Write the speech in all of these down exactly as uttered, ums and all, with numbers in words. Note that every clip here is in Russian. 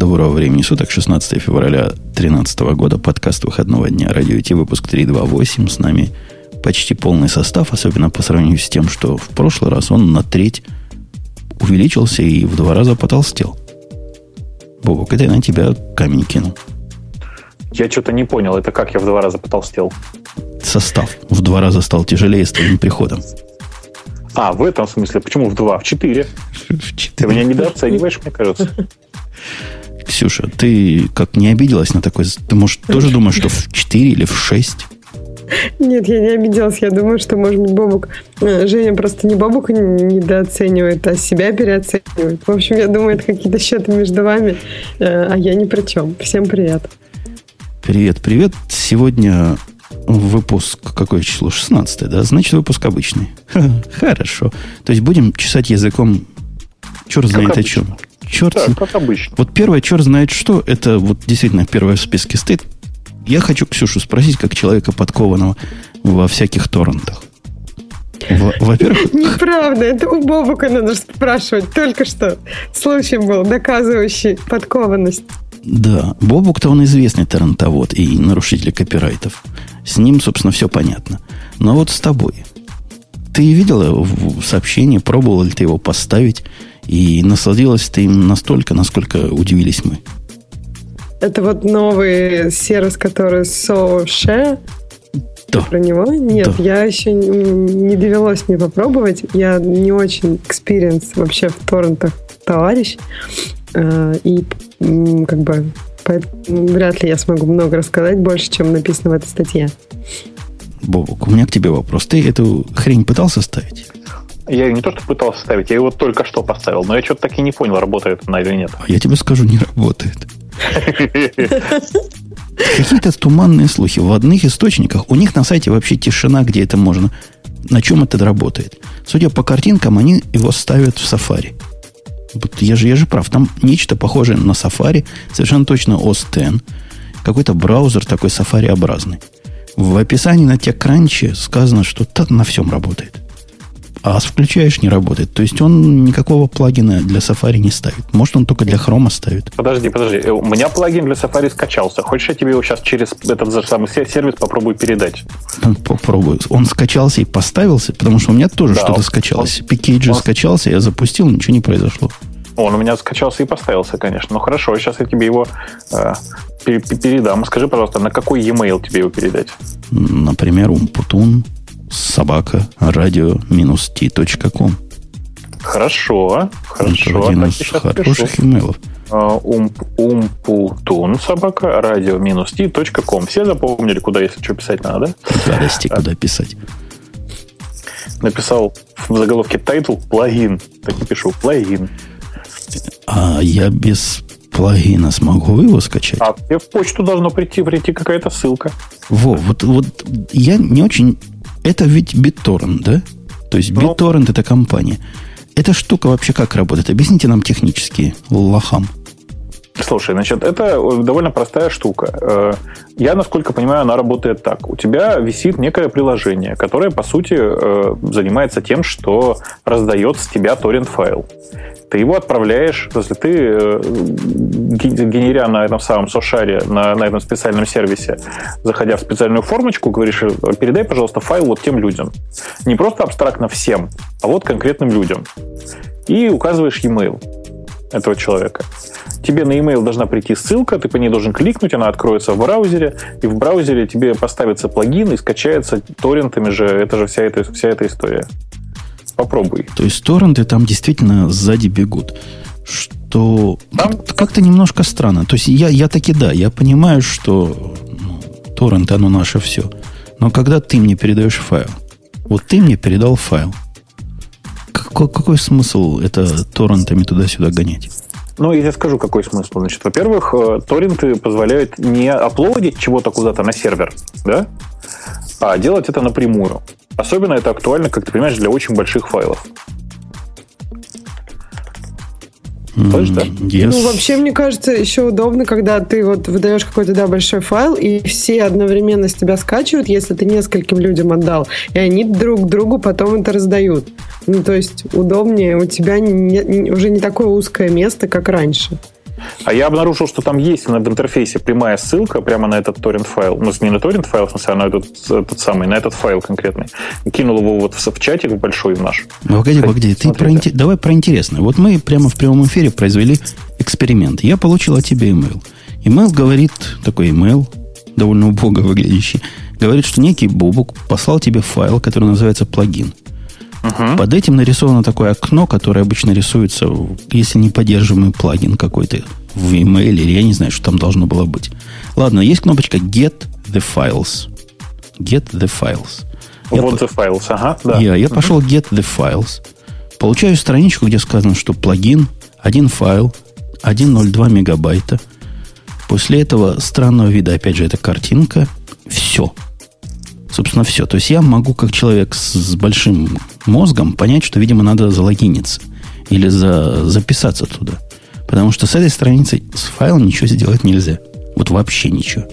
Доброго времени суток, шестнадцатого февраля две тысячи тринадцатого года, подкаст выходного дня, Радио ти, выпуск триста двадцать восемь. С нами почти полный состав, особенно по сравнению с тем, что в прошлый раз он на треть увеличился и в два раза потолстел. Бобок, это я на тебя камень кинул. Я что-то не понял, это как я в два раза потолстел? Состав в два раза стал тяжелее с твоим приходом. А, в этом смысле. Почему в два? В четыре. В четыре. Ты меня недооцениваешь, мне кажется. Ксюша, ты как не обиделась на такой... Ты, может, тоже думаешь, что в четыре или в шесть? Нет, я не обиделась. Я думаю, что, может быть, Бобук... Женя просто не Бобук недооценивает, а себя переоценивает. В общем, я думаю, это какие-то счеты между вами, а я ни при чем. Всем привет. Привет, привет. Сегодня... Выпуск, какое число? шестнадцатое, да? Значит, выпуск обычный. Хорошо. То есть будем чесать языком черт знает как о чем. Черт да, как обычно. Вот первое, черт знает что, это вот действительно первое в списке стоит. Я хочу Ксюшу спросить, как человека, подкованного во всяких торрентах. Во-первых... Неправда, это у Бобука надо спрашивать. Только что случай был, доказывающий подкованность. Да, Бобук-то он известный торрентовод и нарушитель копирайтов. С ним, собственно, все понятно. Но вот с тобой. Ты видела в сообщении, пробовала ли ты его поставить, и насладилась ты им настолько, насколько удивились мы. Это вот новый сервис, который SoShare. Да. Про него? Нет, да. Я еще не, не довелось мне попробовать. Я не очень экспириенс вообще в торрентах товарищ. И как бы поэтому вряд ли я смогу много рассказать больше, чем написано в этой статье. Бобок, у меня к тебе вопрос. Ты эту хрень пытался ставить? Я ее не то, что пытался ставить, я его только что поставил, но я что-то так и не понял, работает она или нет. А я тебе скажу, не работает. Какие-то туманные слухи. В одних источниках, у них на сайте вообще тишина, где это можно. На чем это работает? Судя по картинкам, они его ставят в Safari. Я же, я же прав. Там нечто похожее на Safari. Совершенно точно о эс десять. Какой-то браузер такой Safari-образный. В описании на TechCrunch сказано, что так на всем работает. А включаешь, не работает. То есть он никакого плагина для Safari не ставит. Может, он только для Chrome ставит. Подожди, подожди. У меня плагин для Safari скачался. Хочешь, я тебе его сейчас через этот же самый сервис попробую передать? Попробую. Он скачался и поставился, потому что у меня тоже да, что-то он, скачалось. Packager он... скачался, я запустил, ничего не произошло. Он у меня скачался и поставился, конечно. Ну хорошо, сейчас я тебе его э, передам. Скажи, пожалуйста, на какой e-mail тебе его передать? Например, умпутун собака радио минус ти точка ком. Хорошо, хорошо. Это один из хороших имейлов. Умпутун собака радио минус ти точка ком. Все запомнили, куда, если что, писать надо, да? Гадости, а, куда писать. Написал в заголовке title плагин. Так и пишу, плагин. А я без плагина смогу его скачать? А тебе в почту должно прийти, прийти какая-то ссылка. Во, вот, вот я не очень... Это ведь BitTorrent, да? То есть BitTorrent ну, это компания. Эта штука вообще как работает? Объясните нам технически, лохам. Слушай, значит, это довольно простая штука. Я, насколько понимаю, она работает так. У тебя висит некое приложение, которое, по сути, занимается тем, что раздает с тебя торрент-файл. Ты его отправляешь, если ты, генеря на этом самом SoShare, на, на этом специальном сервисе, заходя в специальную формочку, говоришь, передай, пожалуйста, файл вот тем людям. Не просто абстрактно всем, а вот конкретным людям. И указываешь e-mail этого человека. Тебе на e-mail должна прийти ссылка, ты по ней должен кликнуть, она откроется в браузере, и в браузере тебе поставится плагин и скачается торрентами же, это же вся эта, вся эта история. Попробуй. То есть торренты там действительно сзади бегут. Что там... как- как-то немножко странно. То есть я, я таки да, я понимаю, что ну, торренты оно наше все. Но когда ты мне передаешь файл, вот ты мне передал файл, какой, какой смысл это торрентами туда-сюда гонять? Ну, я тебе скажу, какой смысл. Значит, во-первых, торренты позволяют не аплодить чего-то куда-то на сервер, да, а делать это напрямую. Особенно это актуально, как ты понимаешь, для очень больших файлов. Слышь, да? Yes. Ну, вообще, мне кажется, еще удобно, когда ты вот выдаешь какой-то, да, большой файл, и все одновременно с тебя скачивают, если ты нескольким людям отдал, и они друг другу потом это раздают. Ну, то есть, удобнее, у тебя не, не, уже не такое узкое место, как раньше. А я обнаружил, что там есть в интерфейсе прямая ссылка прямо на этот торрент-файл. Ну, не на торрент-файл, в смысле, а на этот, этот самый, на этот файл конкретный. И кинул его вот в, в чатик большой в наш. Ну, погоди, погоди, ты про, давай про интересное. Вот мы прямо в прямом эфире произвели эксперимент. Я получил от тебя имейл. Имейл говорит, такой имейл, довольно убого выглядящий, говорит, что некий Бобук послал тебе файл, который называется плагин. Uh-huh. Под этим нарисовано такое окно, которое обычно рисуется, если не поддерживаемый плагин какой-то в email, или я не знаю, что там должно было быть. Ладно, есть кнопочка Get the Files. Get the Files. Вот the Files, ага. Да. Я, я uh-huh. пошел Get the Files. Получаю страничку, где сказано, что плагин, один файл, сто два мегабайта. После этого странного вида, опять же, это картинка. Все. Собственно, все. То есть я могу, как человек с, с большим мозгом, понять, что, видимо, надо залогиниться или за, записаться туда. Потому что с этой страницы, с файлом ничего сделать нельзя. Вот вообще ничего.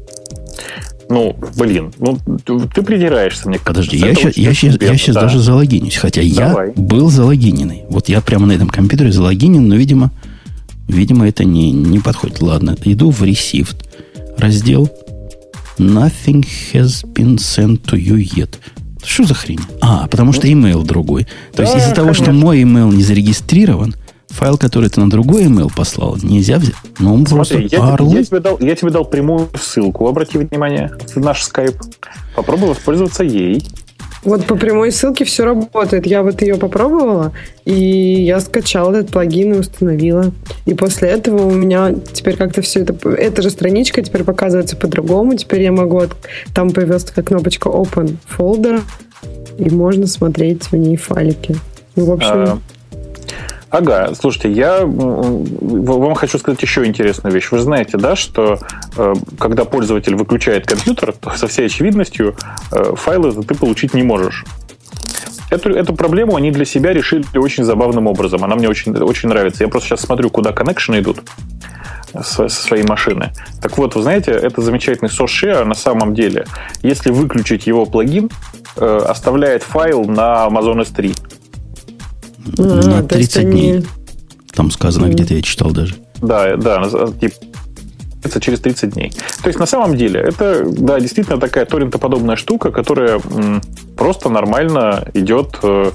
Ну, блин, ну ты придираешься, мне кажется. Подожди, я сейчас, я сейчас, я сейчас да. даже залогинюсь. Хотя Давай. я был залогиненный. Вот я прямо на этом компьютере залогинен, но, видимо, видимо это не, не подходит. Ладно, иду в Received. Раздел Nothing has been sent to you yet. Что за хрень? А, потому что имейл другой. То да, есть из-за того, что мой имейл не зарегистрирован, файл, который ты на другой имейл послал, нельзя взять. Ну, он Смотри, просто я, я, тебе дал, я тебе дал прямую ссылку, обрати внимание, в наш скайп. Попробуй воспользоваться ей. Вот по прямой ссылке все работает. Я вот ее попробовала, и я скачала этот плагин и установила. И после этого у меня теперь как-то все это... Эта же страничка теперь показывается по-другому. Теперь я могу... Там появилась такая кнопочка Open Folder, и можно смотреть в ней файлики. Ну, в общем... А... Ага, слушайте, я вам хочу сказать еще интересную вещь. Вы знаете, да, что э, когда пользователь выключает компьютер, то со всей очевидностью э, файлы ты получить не можешь. Эту, эту проблему они для себя решили очень забавным образом. Она мне очень, очень нравится. Я просто сейчас смотрю, куда коннекшены идут со своей машины. Так вот, вы знаете, это замечательный SourceShare на самом деле. Если выключить его плагин, э, оставляет файл на Amazon эс три. А, на тридцать дней. Они... Там сказано, mm. где-то я читал даже. Да, да, типа через тридцать дней. То есть, на самом деле, это, да, действительно такая торрентоподобная штука, которая м, просто нормально идет э,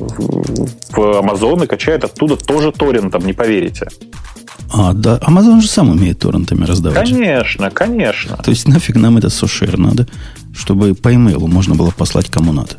в Amazon и качает оттуда тоже торрентом, не поверите. А, да, Amazon же сам умеет торрентами раздавать. Конечно, конечно. То есть, нафиг нам этот SourceShare надо, чтобы по имейлу можно было послать кому надо.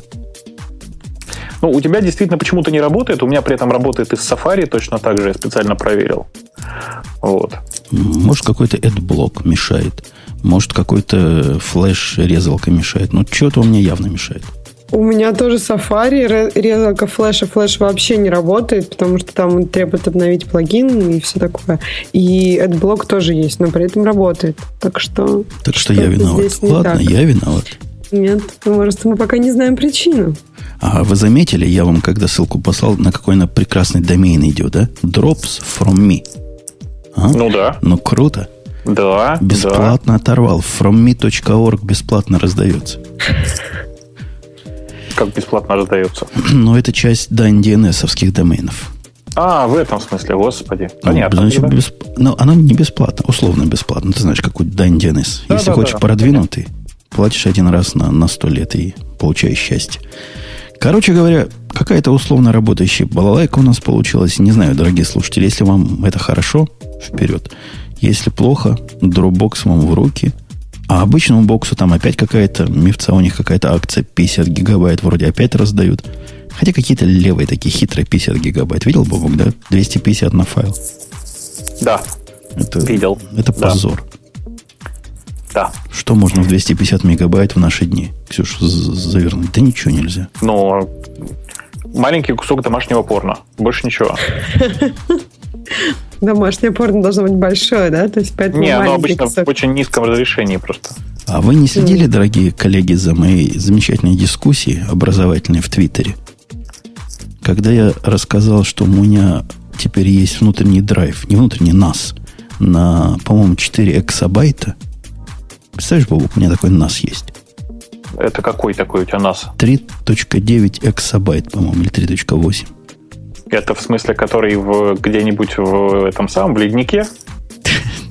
Ну, у тебя действительно почему-то не работает. У меня при этом работает и с Safari точно так же. Я специально проверил. Вот. Может, какой-то AdBlock мешает. Может, какой-то флеш-резалка мешает. Но что-то у меня явно мешает. У меня тоже Safari, резалка флеша. Флеш вообще не работает, потому что там требует обновить плагин и все такое. И AdBlock тоже есть, но при этом работает. Так что... Так что я виноват. Ладно, так. я виноват. Нет, может, мы пока не знаем причину. А вы заметили, я вам когда ссылку послал, на какой на прекрасный домен идет, да? Drops from me. А? Ну да. Ну круто. Да. Бесплатно да. оторвал. from me точка org бесплатно раздается. Как бесплатно раздается? Ну, это часть, да, ди эн эс-овских доменов. А, в этом смысле, господи. Понятно. Ну, значит, бесп... Но оно не бесплатно, условно бесплатно. Ты знаешь, какой дань ди эн эс. Да, Если да, хочешь да, продвинутый, понятно. Платишь один раз на, на сто лет и получаешь счастье. Короче говоря, какая-то условно работающая балалайка у нас получилась. Не знаю, дорогие слушатели, если вам это хорошо, вперед. Если плохо, Dropbox вам в руки. А обычному боксу там опять какая-то мифца, у них какая-то акция пятьдесят гигабайт вроде опять раздают. Хотя какие-то левые такие хитрые пятьдесят гигабайт. Видел, Бобок, да? двести пятьдесят на файл. Да, это, видел. Это да. Позор. Да. Что можно в двести пятьдесят мегабайт в наши дни, Ксюш, завернуть? Да ничего нельзя. Ну, маленький кусок домашнего порно. Больше ничего. Домашнее порно должно быть большое, да? То есть поэтому не, оно обычно кусок. В очень низком разрешении просто. А вы не следили, дорогие коллеги, за моей замечательной дискуссией образовательной в Твиттере? Когда я рассказал, что у меня теперь есть внутренний драйв, не внутренний, нас, на, по-моему, четыре эксабайта. Представляешь, Бобок, у меня такой нас есть. Это какой такой у тебя нас? три точка девять эксабайт, по-моему, или три точка восемь. Это в смысле, который в, где-нибудь в этом самом, в леднике?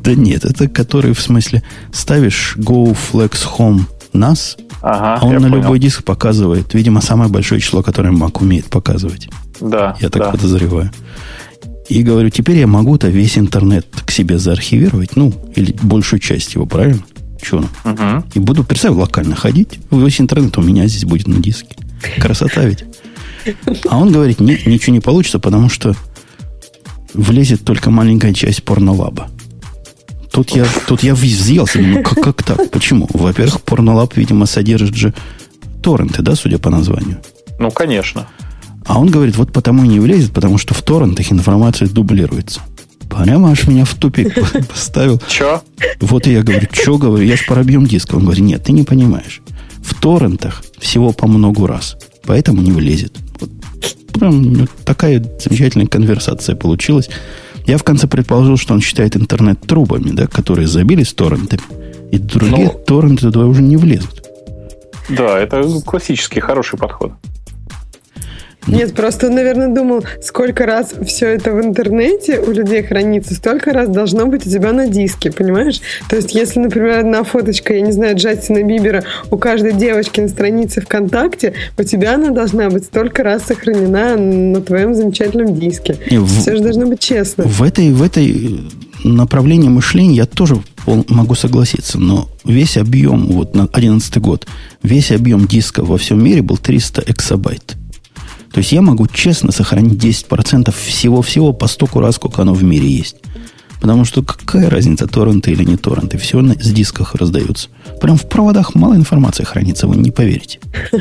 Да нет, это который, в смысле, ставишь Go Flex Home нас, ага, а он на понял. любой диск показывает, видимо, самое большое число, которое Mac умеет показывать. Да, я так да. подозреваю. И говорю, теперь я могу-то весь интернет к себе заархивировать, ну, или большую часть его, правильно? Чего нам? Угу. И буду, представь, локально ходить. Весь интернет у меня здесь будет на диске. Красота ведь. А он говорит, нет, ничего не получится, потому что влезет только маленькая часть порнолаба. Тут я, тут я взъелся, думаю, как, как так? Почему? Во-первых, порнолаб, видимо, содержит же торренты, да, судя по названию? Ну, конечно. А он говорит, вот потому и не влезет, потому что в торрентах информация дублируется. Прямо аж меня в тупик поставил. Че? Вот и я говорю, что говорю, я ж про объем диска. Он говорит, нет, ты не понимаешь. В торрентах всего по многу раз. Поэтому не влезет. Вот. Прям такая замечательная конверсация получилась. Я в конце предположил, что он считает интернет трубами, да, которые забились торрентами. И другие ну, торренты туда уже не влезут. Да, это классический, хороший подход. Нет, просто он, наверное, думал, сколько раз все это в интернете у людей хранится, столько раз должно быть у тебя на диске, понимаешь? То есть, если, например, одна фоточка, я не знаю, Джастина Бибера у каждой девочки на странице ВКонтакте, у тебя она должна быть столько раз сохранена на твоем замечательном диске. И все в, же должно быть честно. В этой, в этой направлении мышления я тоже могу согласиться, но весь объем, вот на одиннадцатый год, весь объем диска во всем мире был триста эксабайт. То есть я могу честно сохранить десять процентов всего-всего по столько раз, сколько оно в мире есть. Потому что какая разница, торренты или не торренты, все на, с дисках раздается. Прям в проводах мало информации хранится, вы не поверите.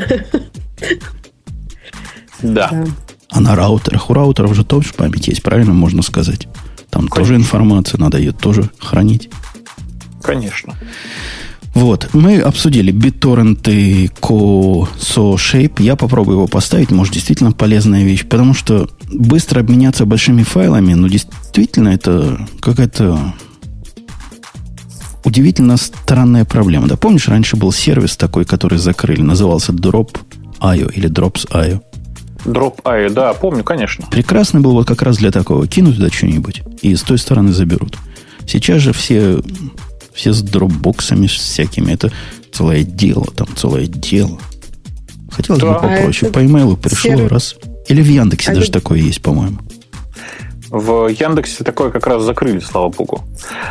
Да. А на раутерах, у раутеров уже тоже память есть, правильно можно сказать. Там тоже информация, надо ее тоже хранить. Конечно. Вот, мы обсудили BitTorrent и CoSoShape. Я попробую его поставить, может, действительно полезная вещь, потому что быстро обменяться большими файлами, ну, действительно, это какая-то удивительно странная проблема. Да, помнишь, раньше был сервис такой, который закрыли, назывался Drop точка ай о или Drops точка ай о. Drop точка ай о, да, помню, конечно. Прекрасный был вот как раз для такого. Кинуть туда что-нибудь, и с той стороны заберут. Сейчас же все... Все с дропбоксами всякими. Это целое дело. Там целое дело. Хотелось да. бы попроще. А по имейлу пришло сервис. Раз. Или в Яндексе а даже это... такое есть, по-моему. В Яндексе такое как раз закрыли, слава богу.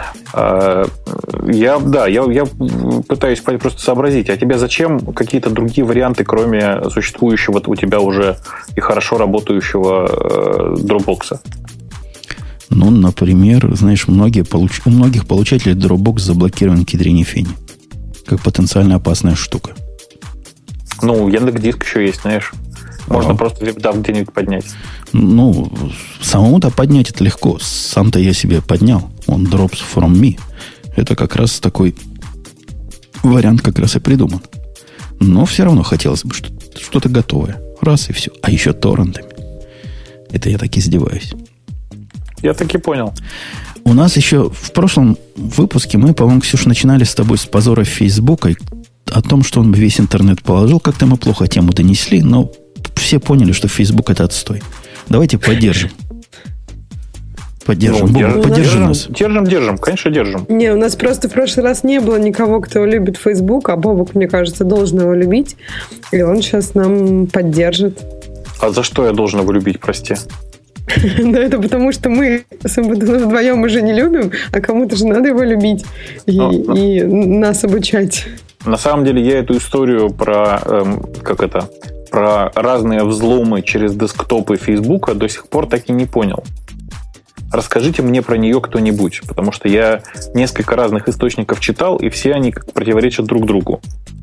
Я, да, я, я пытаюсь просто сообразить, а тебе зачем какие-то другие варианты, кроме существующего у тебя уже и хорошо работающего дропбокса? Ну, например, знаешь, многие получ... у многих получателей Dropbox заблокирован к ядрине фени. Как потенциально опасная штука. Ну, Яндекс.Диск еще есть, знаешь. Можно а. просто веб-дав где-нибудь поднять. Ну, самому-то поднять это легко. Сам-то я себе поднял. Он drops from me. Это как раз такой вариант как раз и придуман. Но все равно хотелось бы что-то готовое. Раз и все. А еще торрентами. Это я так издеваюсь. Я таки понял. У нас еще в прошлом выпуске мы, по-моему, Ксюша, начинали с тобой с позора Фейсбука о том, что он весь интернет положил. Как-то мы плохо тему донесли, но все поняли, что Фейсбук это отстой. Давайте поддержим. Поддержим. Ну, Бог, держим, поддержи держим, нас. Держим, держим, конечно, держим. Не, у нас просто в прошлый раз не было никого, кто любит Фейсбук, а Бобок, мне кажется, должен его любить. И он сейчас нам поддержит. А за что я должен его любить, прости? Ну, это потому, что мы вдвоем уже не любим, а кому-то же надо его любить и, ну, и нас обучать. На самом деле, я эту историю про, эм, как это, про разные взломы через десктопы Фейсбука до сих пор так и не понял. Расскажите мне про нее кто-нибудь, потому что я несколько разных источников читал, и все они противоречат друг другу.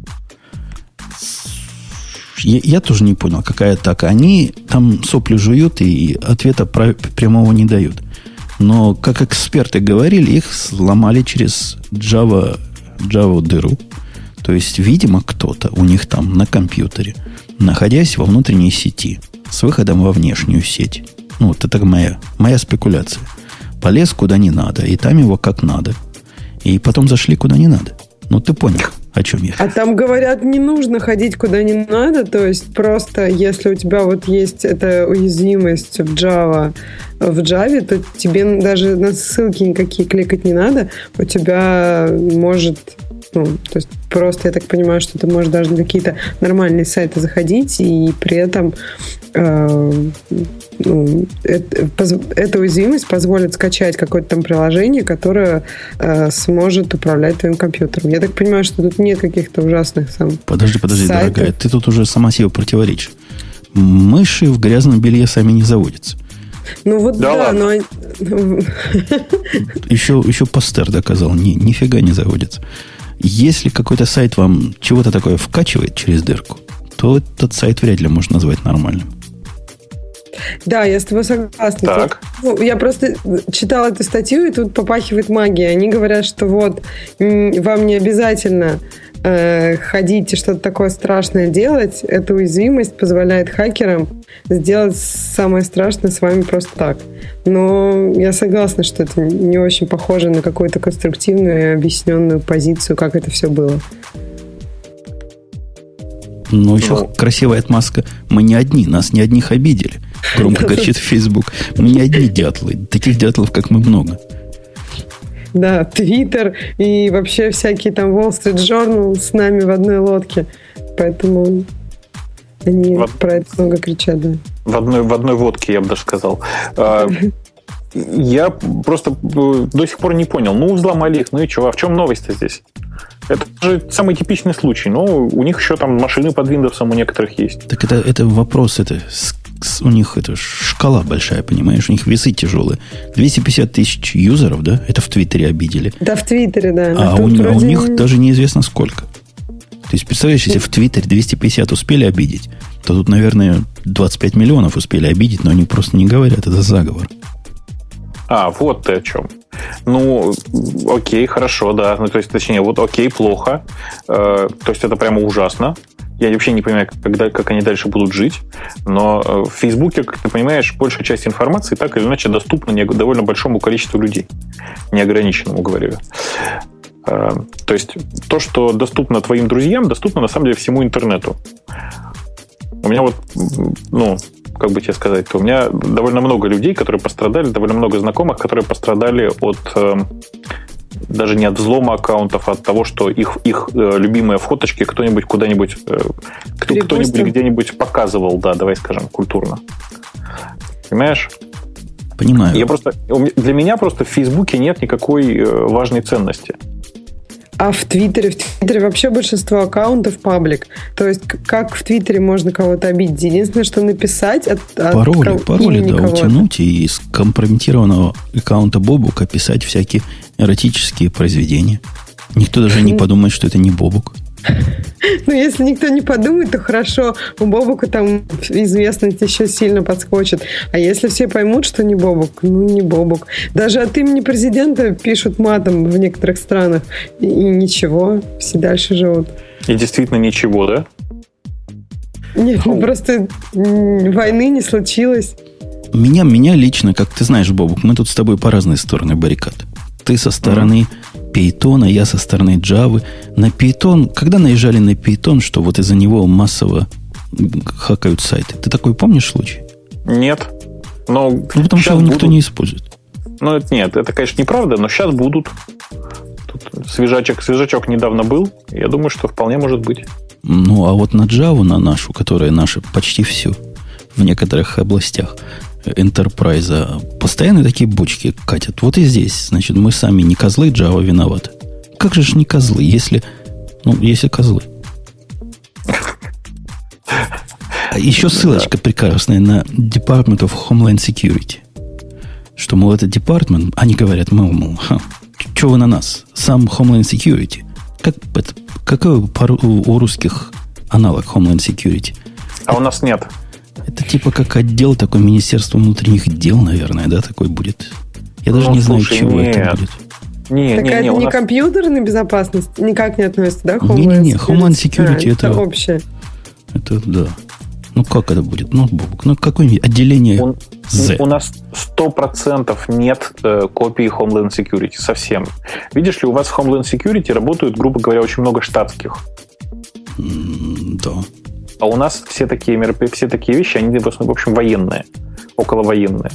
Я, я тоже не понял, какая атака. Они там сопли жуют и ответа прямого не дают. Но, как эксперты говорили, их сломали через Java, Java дыру. То есть, видимо, кто-то у них там на компьютере, находясь во внутренней сети, с выходом во внешнюю сеть. Ну, вот это моя, моя спекуляция. Полез куда не надо, и там его как надо. И потом зашли куда не надо. Ну, ты понял, О чем я? А там говорят, не нужно ходить куда не надо, то есть просто если у тебя вот есть эта уязвимость в Java, в Java, то тебе даже на ссылки никакие кликать не надо, у тебя может, ну, то есть просто, я так понимаю, что ты можешь даже на какие-то нормальные сайты заходить, и при этом э, ну, это, эта уязвимость позволит скачать какое-то там приложение, которое э, сможет управлять твоим компьютером. Я так понимаю, что тут нет каких-то ужасных сам Подожди, подожди, сайтов. Дорогая, ты тут уже сама себе противоречишь. Мыши в грязном белье сами не заводятся. Ну вот да, да но... Еще, еще Пастер доказал, ни, нифига не заводится. Если какой-то сайт вам чего-то такое вкачивает через дырку, то этот сайт вряд ли можно назвать нормальным. Да, я с тобой согласна. Так. Тут, ну, я просто читала эту статью, и тут попахивает магией. Они говорят, что вот вам не обязательно э, ходить и что-то такое страшное делать. Эта уязвимость позволяет хакерам сделать самое страшное с вами просто так. Но я согласна, что это не очень похоже на какую-то конструктивную и объясненную позицию, как это все было. Но еще Ну. красивая отмазка. Мы не одни, нас не одних обидели. Громко кричит Facebook. Мы не одни дятлы. Таких дятлов, как мы, много. Да, Твиттер и вообще всякие там Wall Street Journal с нами в одной лодке. Поэтому они Вот. про это много кричат, да. В одной, в одной водке, я бы даже сказал. А, Я просто до сих пор не понял. Ну, взломали их, ну и что? А в чем новость-то здесь? Это же самый типичный случай. Ну, у них еще там машины под Windows у некоторых есть. Так это, это вопрос, это с- с- у них это шкала большая, понимаешь? У них весы тяжелые. двести пятьдесят тысяч юзеров, да? Это в Твиттере обидели. Да, в Твиттере, да. А тут у, них- а у вроде них не- даже неизвестно сколько. То есть, представляешь, если в Твиттере двести пятьдесят успели обидеть, то тут, наверное, двадцать пять миллионов успели обидеть, но они просто не говорят. Это заговор. А, вот ты о чем. Ну, окей, хорошо, да. Ну, то есть, точнее, вот окей, плохо. Э, то есть, это прямо ужасно. Я вообще не понимаю, когда, как они дальше будут жить. Но э, в Фейсбуке, как ты понимаешь, большая часть информации так или иначе доступна не, довольно большому количеству людей. Неограниченному, говорю. Э, то есть, то, что доступно твоим друзьям, доступно, на самом деле, всему интернету. У меня вот, ну, как бы тебе сказать-то, у меня довольно много людей, которые пострадали, довольно много знакомых, которые пострадали от э, даже не от взлома аккаунтов, а от того, что их, их э, любимые фоточки кто-нибудь куда-нибудь, э, кто, кто-нибудь где-нибудь показывал, да, давай скажем, культурно. Понимаешь? Понимаю. Я просто, для меня просто в Фейсбуке нет никакой э, важной ценности. А в Твиттере? В Твиттере вообще большинство аккаунтов паблик. То есть, к- как в Твиттере можно кого-то обидеть? Единственное, что написать от, от Пароли, кого- пароли, имени да, кого-то. утянуть и из компрометированного аккаунта Бобука писать всякие эротические произведения. Никто даже не подумает, что это не Бобук. Ну, если никто не подумает, то хорошо. У Бобука там известность еще сильно подскочит. А если все поймут, что не Бобук, ну, не Бобук. Даже от имени президента пишут матом в некоторых странах. И, и ничего, все дальше живут. И действительно ничего, да? Нет, ну, просто м, войны не случилось. Меня, меня лично, как ты знаешь, Бобук, мы тут с тобой по разные стороны баррикад. Ты со стороны Python, я со стороны Java. На Python, когда наезжали на Python, что вот из-за него массово хакают сайты. Ты такой помнишь случай? Нет. Но Ну, потому что сейчас его никто будут. не использует. Ну, это нет, это, конечно, неправда, но сейчас будут. Тут свежачок, свежачок недавно был. Я думаю, что вполне может быть. Ну, а вот на Java, на нашу, которая наша почти все, в некоторых областях Enterprise, постоянно такие бочки катят. Вот и здесь, значит, мы сами не козлы, Java виноваты. Как же ж не козлы, если, ну, если козлы? А еще ссылочка прекрасная на Department of Homeland Security. Что, мол, это департмент, они говорят, мол, мол, что вы на нас? Сам Homeland Security. Как, это, какой у, у русских аналог Homeland Security? А у нас нет. Это типа как отдел такой Министерства внутренних дел, наверное, да, такой будет. Я даже Ну, не знаю, слушай, чего нет. это будет. Не, Так не, это не, у не нас- компьютерная безопасность? Никак не относится, да? Не-не-не, Homeland Security А, это- общее. Это да. Ну, как это будет? Ноутбук. Ну, какое-нибудь отделение у, Z. У нас сто процентов нет э, копии Homeland Security. Совсем. Видишь ли, у вас в Homeland Security работают, грубо говоря, очень много штатских. Mm, да. А у нас все такие, меропри... все такие вещи, они, в общем, военные. Околовоенные.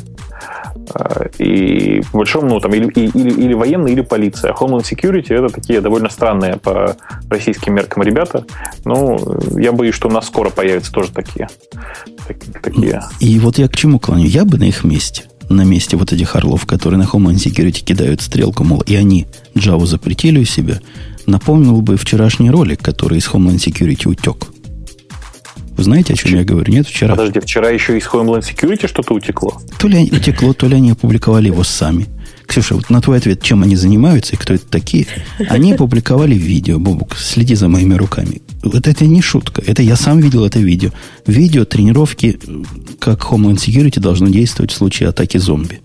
И по большому, ну, там, или, или, или военные, или полиция. Homeland Security — это такие довольно странные по российским меркам ребята. Ну, я боюсь, что у нас скоро появятся тоже такие. такие. И вот я к чему клоню? Я бы на их месте, на месте вот этих орлов, которые на Homeland Security кидают стрелку, мол, и они Java запретили у себя, напомнил бы вчерашний ролик, который из Homeland Security утек. Вы знаете, о чем я говорю? Нет, вчера... Подожди, вчера еще из Homeland Security что-то утекло? То ли утекло, то ли они опубликовали его сами. Ксюша, вот на твой ответ, чем они занимаются и кто это такие, они опубликовали видео. Бобук, следи за моими руками. Вот это не шутка. Это я сам видел это видео. Видео тренировки, как Homeland Security должно действовать в случае атаки зомби.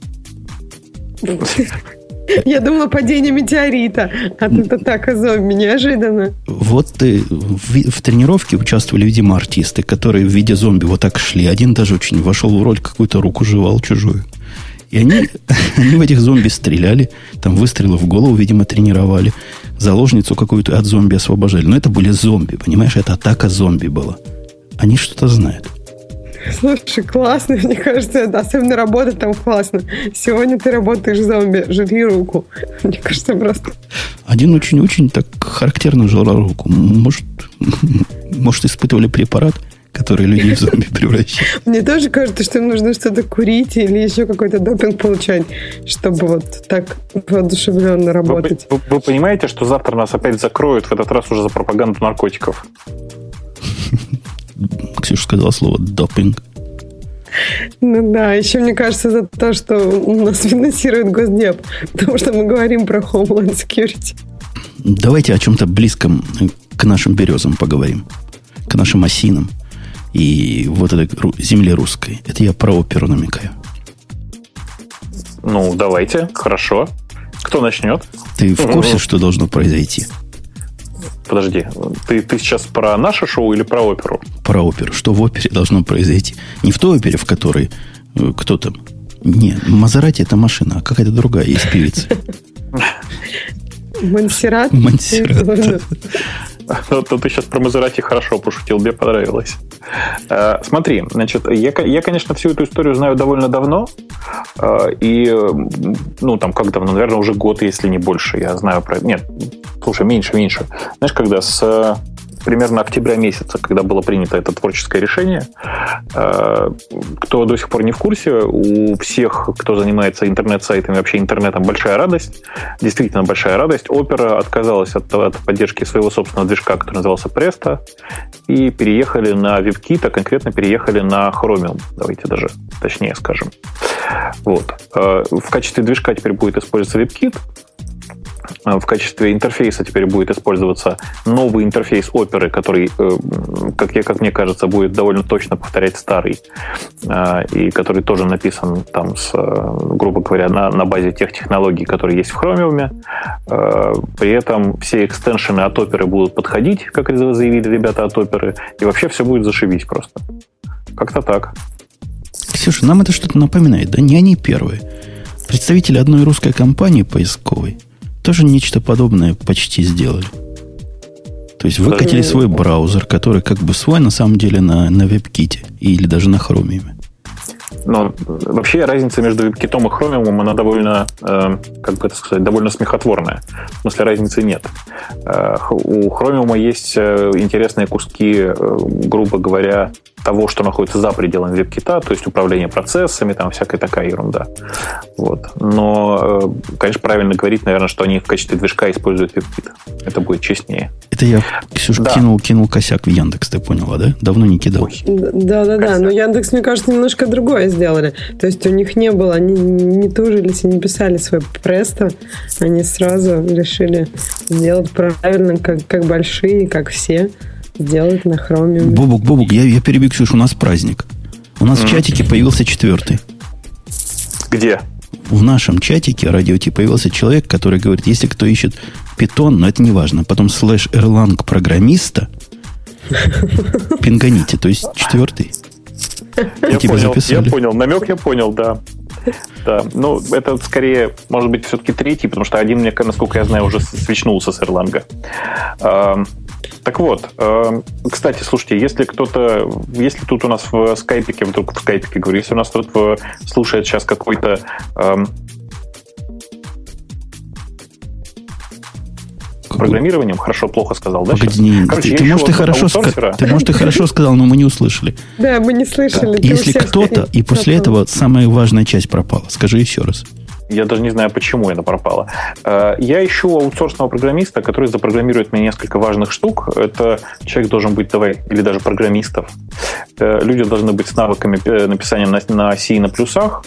Я думала, падение метеорита. А тут атака зомби. Неожиданно. Вот э, в, в тренировке участвовали, видимо, артисты, которые в виде зомби вот так шли. Один даже очень вошел в роль, какую-то руку жевал чужую. И они, они в этих зомби стреляли. Там выстрелы в голову, видимо, тренировали. Заложницу какую-то от зомби освобождали. Но это были зомби, понимаешь? Это атака зомби была. Они что-то знают. Слушай, классно, мне кажется, это, особенно работать там классно. Сегодня ты работаешь зомби, жри руку. Мне кажется, просто... Один очень-очень так характерно жрал руку. Может, может, испытывали препарат, который людей в зомби превращает. Мне тоже кажется, что нужно что-то курить или еще какой-то допинг получать, чтобы вот так воодушевленно работать. Вы, вы, вы понимаете, что завтра нас опять закроют, в этот раз уже за пропаганду наркотиков? Ксюша сказала слово «допинг». Ну да, еще мне кажется за то, что у нас финансирует Госдеп, потому что мы говорим про Homeland Security. Давайте о чем-то близком к нашим березам поговорим, к нашим осинам и вот этой земле русской. Это я про оперу намекаю. Ну, давайте, хорошо. Кто начнет? Ты в курсе, что должно произойти? Подожди, ты, ты сейчас про наше шоу или про оперу? Про оперу. Что в опере должно произойти? Не в той опере, в которой э, кто там... Не, Мазерати это машина, а какая-то другая есть певица. Монсеррат? Монсеррат. Ну, ты сейчас про Мазерати хорошо пошутил, мне понравилось. Uh, смотри, значит, я, я, конечно, всю эту историю знаю довольно давно, uh, и, ну, там, как давно, наверное, уже год, если не больше, я знаю про... Нет, слушай, меньше, меньше. Знаешь, когда с примерно октября месяца, когда было принято это творческое решение, uh, кто до сих пор не в курсе, у всех, кто занимается интернет-сайтами, вообще интернетом, большая радость, действительно большая радость. Opera отказалась от, от поддержки своего собственного движка, который назывался Presto, и переехали на WebKit, а конкретно переехали на Chromium. Давайте даже точнее скажем. Вот. В качестве движка теперь будет использоваться WebKit. В качестве интерфейса теперь будет использоваться новый интерфейс оперы, который, как, я, как мне кажется, будет довольно точно повторять старый, и который тоже написан там, с, грубо говоря, на, на базе тех технологий, которые есть в Chromium. При этом все экстеншены от оперы будут подходить, как заявили ребята от оперы, и вообще все будет зашибись просто. Как-то так. Ксюша, нам это что-то напоминает, да? Не они первые. Представители одной русской компании поисковой тоже нечто подобное почти сделали. То есть выкатили свой браузер, который как бы свой на самом деле на, на WebKit или даже на Chromium. Но вообще разница между WebKit и Chromium, она довольно, э, как бы это сказать, довольно смехотворная. В смысле, разницы нет. Э, у Chromium есть интересные куски, э, грубо говоря, того, что находится за пределами WebKit, то есть управление процессами, там всякая такая ерунда. Вот. Но, э, конечно, правильно говорить, наверное, что они в качестве движка используют WebKit. Это будет честнее. Это я, Ксюша, да. кинул, кинул косяк в Яндекс, ты поняла, да? Давно не кидал. Да-да-да, но Яндекс, мне кажется, немножко другое сделали. То есть у них не было, они не тужились и не писали свой Presto, они сразу решили сделать правильно, как, как большие, как все, сделать на Chromium. Бобук, Бобук, я, я перебью, Ксюша, у нас праздник. У нас mm. в чатике появился четвертый. Где? В нашем чатике радио Ти появился человек, который говорит, если кто ищет питон, но это не важно, потом слэш Erlang программиста, пинганите, то есть четвертый. Я понял, я понял. Намек я понял, да. Да, ну, это скорее, может быть, все-таки третий, потому что один, мне, насколько я знаю, уже свечнулся с Erlang. Так вот, кстати, слушайте, если кто-то, если тут у нас в скайпике, вдруг в скайпике, говорю, если у нас тут слушает сейчас какой-то программированием, хорошо, плохо сказал, да? Погоди, не, Короче, ты, ты, может, ты, хорошо ска- ты, может, ты хорошо сказал, но мы не услышали. Да, мы не слышали. Да. Если кто-то, и после этого самая важная часть пропала. Скажи еще раз. Я даже не знаю, почему это пропало. Я ищу аутсорсного программиста, который запрограммирует мне несколько важных штук. Это человек должен быть, давай, или даже программистов. Люди должны быть с навыками написания на, на C и на плюсах.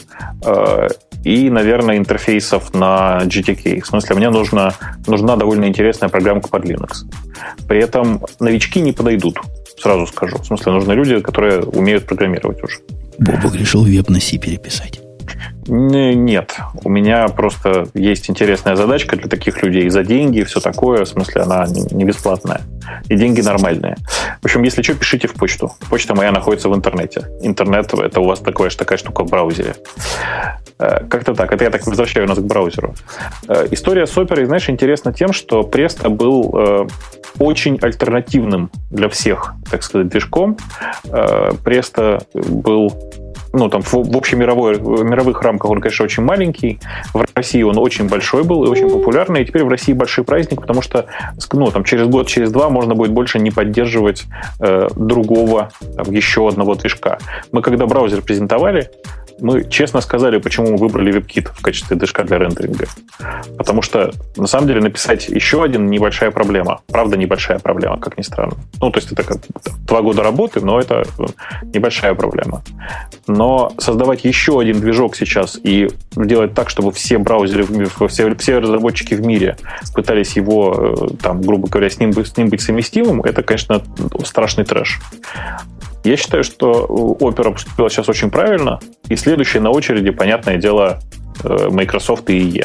И, наверное, интерфейсов на джи ти кей. В смысле, мне нужна, нужна довольно интересная программка под Linux. При этом новички не подойдут, сразу скажу. В смысле, нужны люди, которые умеют программировать уже. Бобок решил веб на C переписать. Нет, у меня просто есть интересная задачка для таких людей за деньги и все такое, в смысле она не бесплатная, и деньги нормальные. В общем, если что, пишите в почту. Почта моя находится в интернете. Интернет — это у вас такая, такая штука в браузере. Как-то так. Это я так возвращаю нас к браузеру. История с оперой, знаешь, интересна тем, что Presto был очень альтернативным для всех, так сказать, движком. Presto был... Ну, там, в, в общемировой, в мировых рамках он, конечно, очень маленький. В России он очень большой был и очень популярный. И теперь в России большой праздник, потому что, ну, там, через год, через два можно будет больше не поддерживать э, другого, там, еще одного движка. Мы, когда браузер презентовали, мы честно сказали, почему мы выбрали WebKit в качестве движка для рендеринга. Потому что, на самом деле, написать еще один — небольшая проблема. Правда, небольшая проблема, как ни странно. Ну, то есть это как два года работы, но это небольшая проблема. Но создавать еще один движок сейчас и делать так, чтобы все браузеры, все, все разработчики в мире пытались его, там, грубо говоря, с ним, с ним быть совместимым, это, конечно, страшный трэш. Я считаю, что Opera поступила сейчас очень правильно, и следующая на очереди, понятное дело, Microsoft и и и.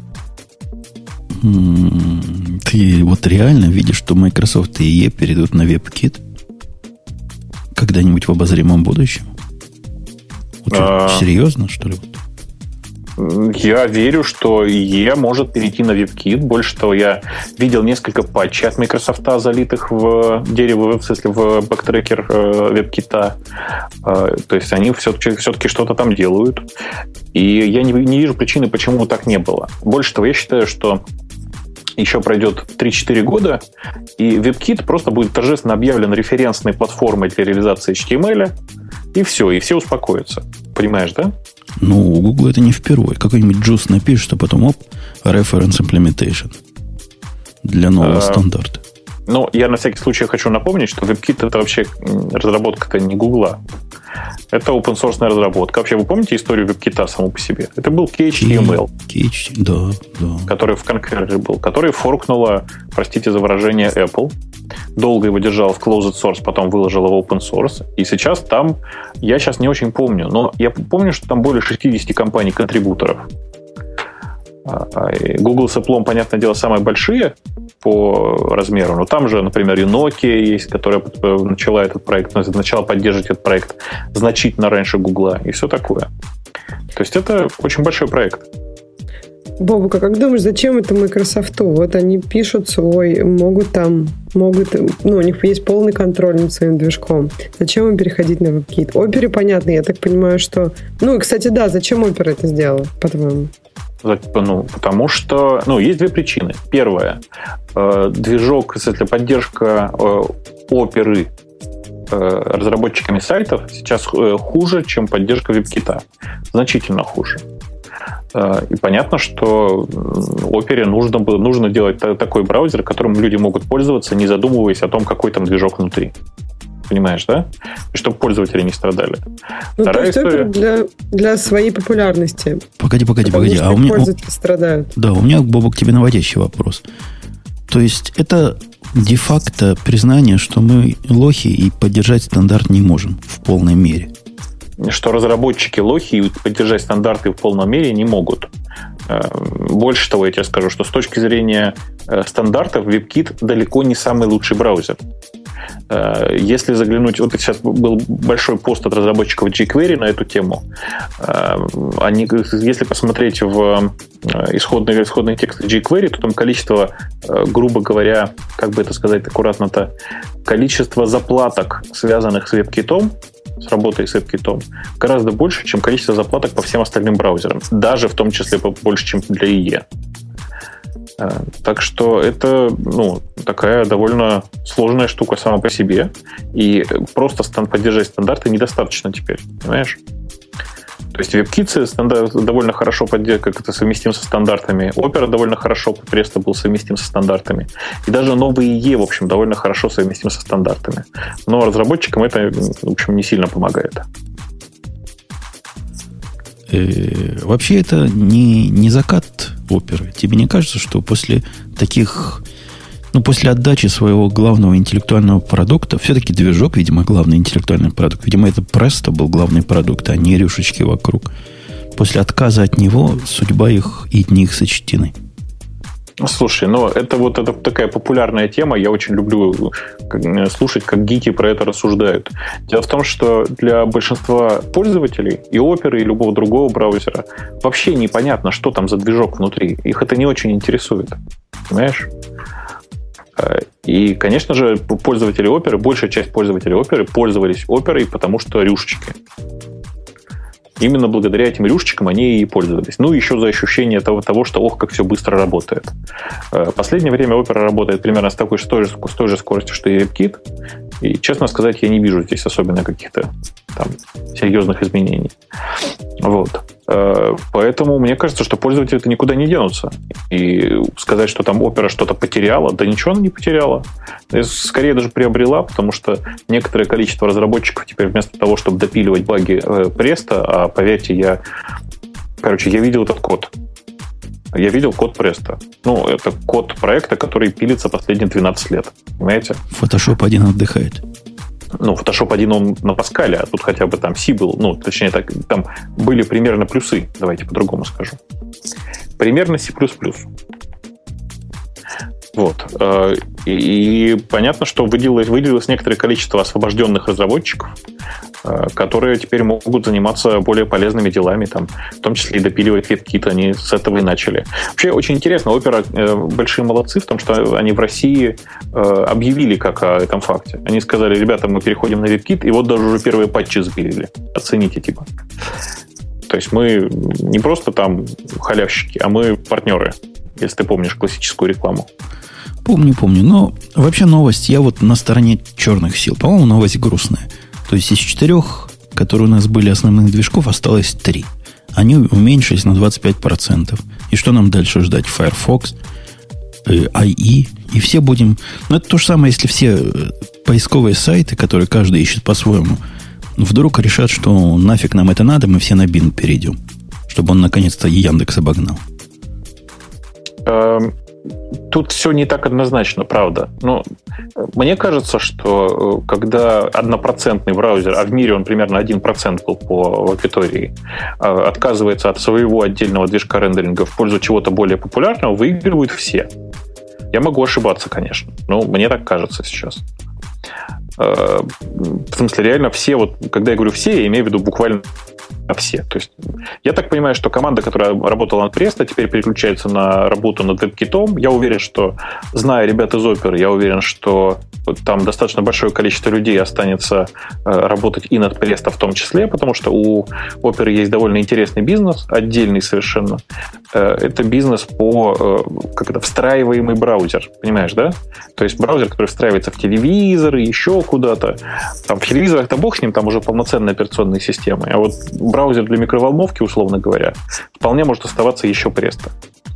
Ты вот реально видишь, что Microsoft и и и перейдут на WebKit когда-нибудь в обозримом будущем? Вот а... Серьезно, что ли? Я верю, что и и может перейти на WebKit. Больше того, я видел несколько патчей от Microsoft, залитых в дерево, в смысле, в бэктрекер WebKit. То есть они все-таки, все-таки что-то там делают. И я не, не вижу причины, почему так не было. Больше того, я считаю, что еще пройдет три-четыре года, и WebKit просто будет торжественно объявлен референсной платформой для реализации эйч ти эм эл, и все, и все успокоятся. Понимаешь, да? Ну, у Google это не впервые. Какой-нибудь джуз напишет, а потом, оп, reference implementation для нового а, стандарта. Ну, я на всякий случай хочу напомнить, что WebKit — это вообще разработка-то не Гугла. Это open-source разработка. Вообще, вы помните историю WebKit саму по себе? Это был кей эйч ти эм эл. кей эйч ти, да, да. Который в Conqueror был, который форкнула, простите за выражение, Apple. Долго его держал в closed source, потом выложила в open source. И сейчас там, я сейчас не очень помню, но я помню, что там более шестьдесят компаний-контрибуторов. Google с Apple, понятное дело, самые большие по размеру, но там же, например, и Nokia есть, которая начала этот проект, начала поддерживать этот проект значительно раньше Google и все такое. То есть это очень большой проект. Бобука, как думаешь, зачем это Microsoft? Вот они пишут свой, могут там, могут, ну, у них есть полный контроль над своим движком. Зачем им переходить на WebKit? Опере понятно, я так понимаю, что... Ну, и, кстати, да, зачем Opera это сделала, по-твоему? Ну, потому что, ну, есть две причины. Первая, э, движок, кстати, поддержка э, оперы э, разработчиками сайтов сейчас э, хуже, чем поддержка WebKit. Значительно хуже. Э, и понятно, что опере нужно, нужно делать такой браузер, которым люди могут пользоваться, не задумываясь о том, какой там движок внутри. Понимаешь, да? И чтобы пользователи не страдали. Ну, Вторая то есть история... для, для своей популярности. Погоди, погоди, Потому погоди. Что а у меня пользователи страдают. Да, у меня, Бобок, к тебе наводящий вопрос. То есть это де-факто признание, что мы лохи и поддержать стандарт не можем в полной мере. Что разработчики лохи и поддержать стандарты в полной мере не могут. Больше того, я тебе скажу, что с точки зрения стандартов WebKit далеко не самый лучший браузер. Если заглянуть... Вот сейчас был большой пост от разработчиков jQuery на эту тему. Они, если посмотреть в исходные, исходные тексты jQuery, то там количество, грубо говоря, как бы это сказать аккуратно-то, количество заплаток, связанных с WebKit, с работой с WebKit, гораздо больше, чем количество заплаток по всем остальным браузерам. Даже в том числе больше, чем для и и. Так что это, ну, такая довольно сложная штука сама по себе. И просто стан- поддержать стандарты недостаточно теперь, понимаешь? То есть WebKit стандарт довольно хорошо поддерживает, как это совместим со стандартами. Opera довольно хорошо, Presto был совместим со стандартами. И даже новый и и, в общем, довольно хорошо совместим со стандартами. Но разработчикам это, в общем, не сильно помогает. Вообще это не, не закат оперы. Тебе не кажется, что после таких, ну, после отдачи своего главного интеллектуального продукта, все-таки движок, видимо, главный интеллектуальный продукт, видимо, это Presto был главный продукт, а не рюшечки вокруг. После отказа от него судьба их и дни их сочтены. Слушай, ну это вот это такая популярная тема. Я очень люблю слушать, как гики про это рассуждают. Дело в том, что для большинства пользователей и Opera, и любого другого браузера вообще непонятно, что там за движок внутри. Их это не очень интересует. Понимаешь? И, конечно же, пользователи Opera, большая часть пользователей Opera пользовались Opera, потому что рюшечки. Именно благодаря этим рюшечкам они и пользовались. Ну, еще за ощущение того, того, что, ох, как все быстро работает. В последнее время Opera работает примерно с такой, с той же, с той же скоростью, что и WebKit. И, честно сказать, я не вижу здесь особенно каких-то там серьезных изменений. Вот. Поэтому мне кажется, что пользователи-то никуда не денутся. И сказать, что там Opera что-то потеряла, да ничего она не потеряла. Скорее даже приобрела, потому что некоторое количество разработчиков теперь вместо того, чтобы допиливать баги Presto, а поверьте, я... Короче, я видел этот код. Я видел код Presto. Ну, это код проекта, который пилится последние двенадцать лет. Понимаете? Photoshop один отдыхает. Ну, Photoshop один он на Паскале, а тут хотя бы там C был. Ну, точнее, так, там были примерно плюсы. Давайте по-другому скажу. Примерно C++. Вот. И, и понятно, что выделилось, выделилось некоторое количество освобожденных разработчиков, которые теперь могут заниматься более полезными делами, там, в том числе и допиливать WebKit. Они с этого и начали. Вообще, очень интересно. Opera большие молодцы в том, что они в России объявили как о этом факте. Они сказали, ребята, мы переходим на WebKit, и вот даже уже первые патчи сбили. Оцените, типа. То есть мы не просто там халявщики, а мы партнеры, если ты помнишь классическую рекламу. Помню, помню. Но вообще новость, я вот на стороне черных сил. По-моему, новость грустная. То есть из четырех, которые у нас были основных движков, осталось три. Они уменьшились на двадцать пять процентов. И что нам дальше ждать? Firefox, ай и, и все будем... Ну, это то же самое, если все поисковые сайты, которые каждый ищет по-своему, вдруг решат, что нафиг нам это надо, мы все на Bing перейдем. Чтобы он наконец-то Яндекс обогнал. Тут все не так однозначно, правда. Но мне кажется, что когда однопроцентный браузер, а в мире он примерно один процент был по аудитории, отказывается от своего отдельного движка рендеринга в пользу чего-то более популярного, выигрывают все. Я могу ошибаться, конечно, но мне так кажется сейчас. В смысле, реально все, вот, когда я говорю все, я имею в виду буквально все. То есть, я так понимаю, что команда, которая работала над Presto, теперь переключается на работу над WebKit. Я уверен, что, зная ребят из Opera, я уверен, что там достаточно большое количество людей останется работать и над Presto в том числе, потому что у Opera есть довольно интересный бизнес, отдельный совершенно. Это бизнес по как это, встраиваемый браузер. Понимаешь, да? То есть браузер, который встраивается в телевизор и еще куда-то. Там в телевизорах-то бог с ним, там уже полноценные операционные системы. А вот браузер для микроволновки, условно говоря, вполне может оставаться еще Presto.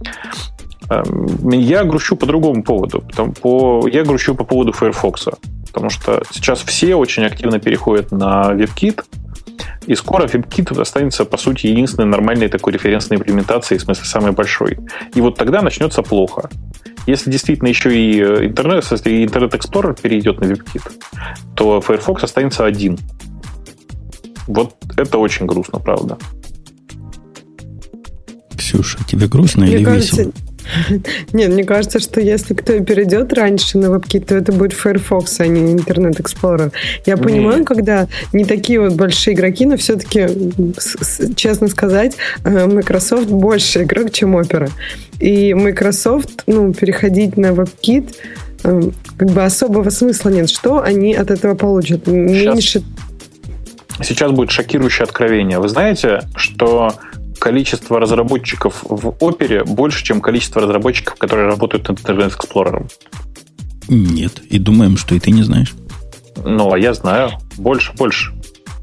Я грущу по другому поводу. По, я грущу по поводу Firefox. Потому что сейчас все очень активно переходят на WebKit, и скоро WebKit останется, по сути, единственной нормальной такой референсной имплементацией, в смысле, самой большой. И вот тогда начнется плохо. Если действительно еще и интернет, если Internet Explorer перейдет на WebKit, то Firefox останется один. Вот это очень грустно, правда. Ксюша, тебе грустно Мне или кажется, весело? Нет, мне кажется, что если кто и перейдет раньше на WebKit, то это будет Firefox, а не Internet Explorer. Я Нет. понимаю, когда не такие вот большие игроки, но все-таки, честно сказать, Microsoft больше игрок, чем Opera. И Microsoft, ну, переходить на WebKit как бы особого смысла нет. Что они от этого получат? Меньше... Сейчас будет шокирующее откровение. Вы знаете, что количество разработчиков в Opera больше, чем количество разработчиков, которые работают над Internet Explorer? Нет. И думаем, что и ты не знаешь. Ну, а я знаю. Больше, больше.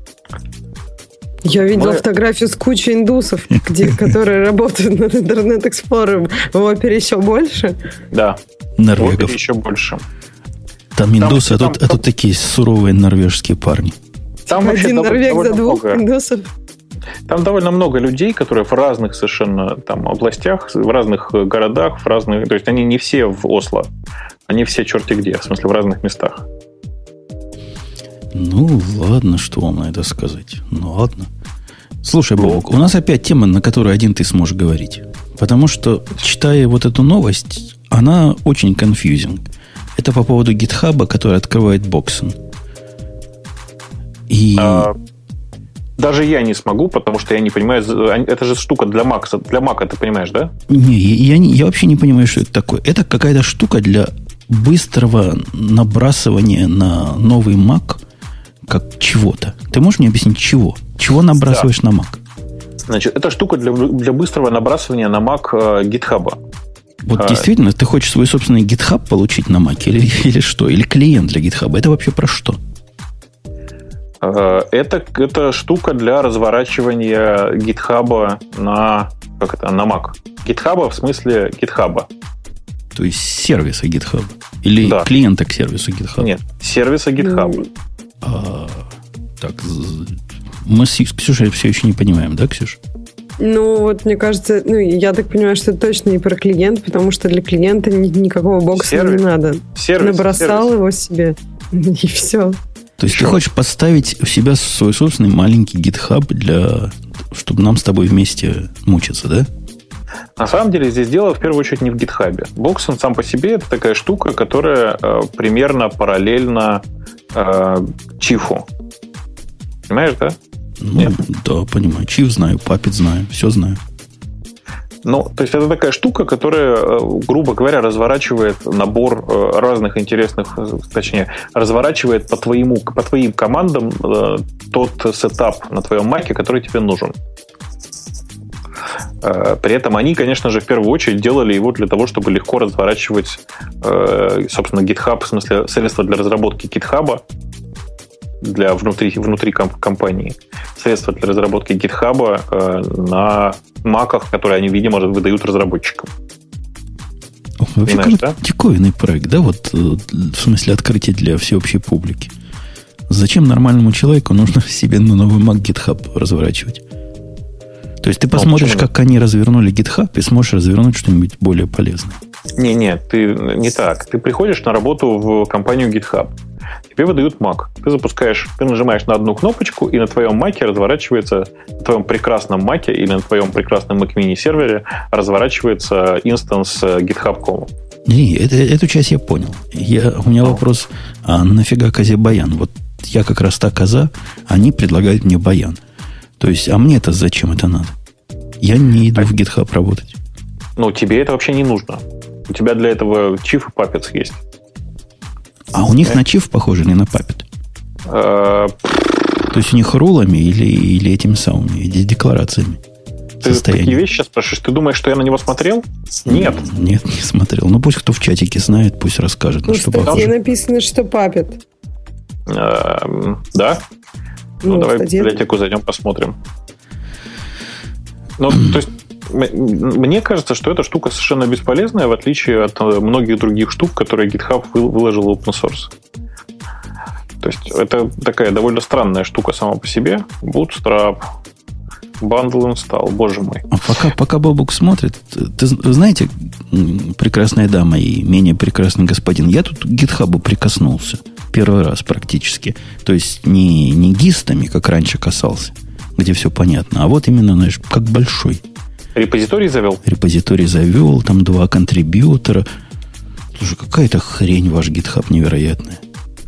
Я видела Мы... фотографию с кучей индусов, где, которые работают над Internet Explorer. В Opera еще больше? Да. Норвегов. В Opera еще больше. Там индусы, а там, тут, там... а тут такие суровые норвежские парни. Там Один норвег за двух много. Индусов. Там довольно много людей, которые в разных совершенно там областях, в разных городах, в разных... То есть они не все в Осло. Они все черти где, в смысле в разных местах. Ну, ладно, что вам на это сказать. Ну, ладно. Слушай, Бобок, у нас опять тема, на которую один ты сможешь говорить. Потому что, читая вот эту новость, она очень confusing. Это по поводу GitHub, который открывает Боксон. И... А, даже я не смогу, потому что я не понимаю... Это же штука для Mac, для Mac, ты понимаешь, да? Не, я, не, я вообще не понимаю, что это такое. Это какая-то штука для быстрого набрасывания на новый Mac как чего-то. Ты можешь мне объяснить, чего? Чего набрасываешь да. на Mac? Значит, это штука для, для быстрого набрасывания на Mac э, GitHub. Вот а, действительно, ты хочешь свой собственный GitHub получить на Mac или, или что? Или клиент для GitHub? Это вообще про что? Э, это, это штука для разворачивания GitHub на, как это, на Mac. GitHub в смысле GitHub. То есть сервиса GitHub? Или да. клиента к сервису GitHub? Нет, сервиса GitHub. А, так, мы с Ксюшей все еще не понимаем, да, Ксюш? Ну, вот мне кажется, ну, я так понимаю, что это точно не про клиент, потому что для клиента ни, никакого бокса сервис. не надо. Сервис, Набросал сервис. его себе, и все. То есть Что? Ты хочешь поставить у себя свой собственный маленький GitHub, для, чтобы нам с тобой вместе мучиться, да? На самом деле здесь дело в первую очередь не в GitHub. Боксон сам по себе это такая штука, которая э, примерно параллельна э, Чифу. Понимаешь, да? Ну, Нет? Да, понимаю. Чиф знаю, Puppet знаю, все знаю. Ну, то есть это такая штука, которая, грубо говоря, разворачивает набор э, разных интересных, точнее, разворачивает по твоему, по твоим командам э, тот сетап на твоем маке, который тебе нужен. При этом они, конечно же, в первую очередь делали его для того, чтобы легко разворачивать, собственно, GitHub, в смысле, средства для разработки GitHub для внутри, внутри компании, средства для разработки GitHub на маках, которые они, видимо, выдают разработчикам. Вообще, знаешь, да? Диковинный проект, да, вот в смысле открытия для всеобщей публики. Зачем нормальному человеку нужно себе на новый Mac GitHub разворачивать? То есть ты посмотришь, ну, как они развернули GitHub, и сможешь развернуть что-нибудь более полезное. Не-не, ты не так. Ты приходишь на работу в компанию GitHub. Тебе выдают Mac. Ты запускаешь, ты нажимаешь на одну кнопочку, и на твоем Mac разворачивается, на твоем прекрасном Mac или на твоем прекрасном Mac Mini сервере разворачивается инстанс GitHub точка ком. Не, это, эту часть я понял. Я, у меня oh. вопрос, а нафига козе баян? Вот я как раз та коза, они предлагают мне баян. То есть, а мне-то зачем это надо? Я не иду а, в GitHub работать. Ну, тебе это вообще не нужно. У тебя для этого Чиф и Puppet есть. А у них э? на Чиф похоже, не на Puppet? Э, То есть, у них рулами или, или этими самыми, или декларациями? Ты такие вещи сейчас спрашиваешь? Ты думаешь, что я на него смотрел? Нет. Нет, не смотрел. Ну, пусть кто в чатике знает, пусть расскажет. Ну, на что в статье похоже. написано, что Puppet. Э, да? Ну, ну давай в библиотеку зайдем, посмотрим. Ну, то есть, мне кажется, что эта штука совершенно бесполезная, в отличие от многих других штук, которые GitHub выложил в open source. То есть, это такая довольно странная штука сама по себе. Bootstrap, Bundle Install, боже мой. А пока, пока Бобук смотрит, ты знаете, прекрасная дама и менее прекрасный господин, я тут к GitHub прикоснулся. Первый раз практически. То есть, не, не гистами, как раньше касался, где все понятно, а вот именно, знаешь, как большой. Репозиторий завел? Репозиторий завел, там два контрибьютора. Слушай, какая-то хрень ваш GitHub невероятная.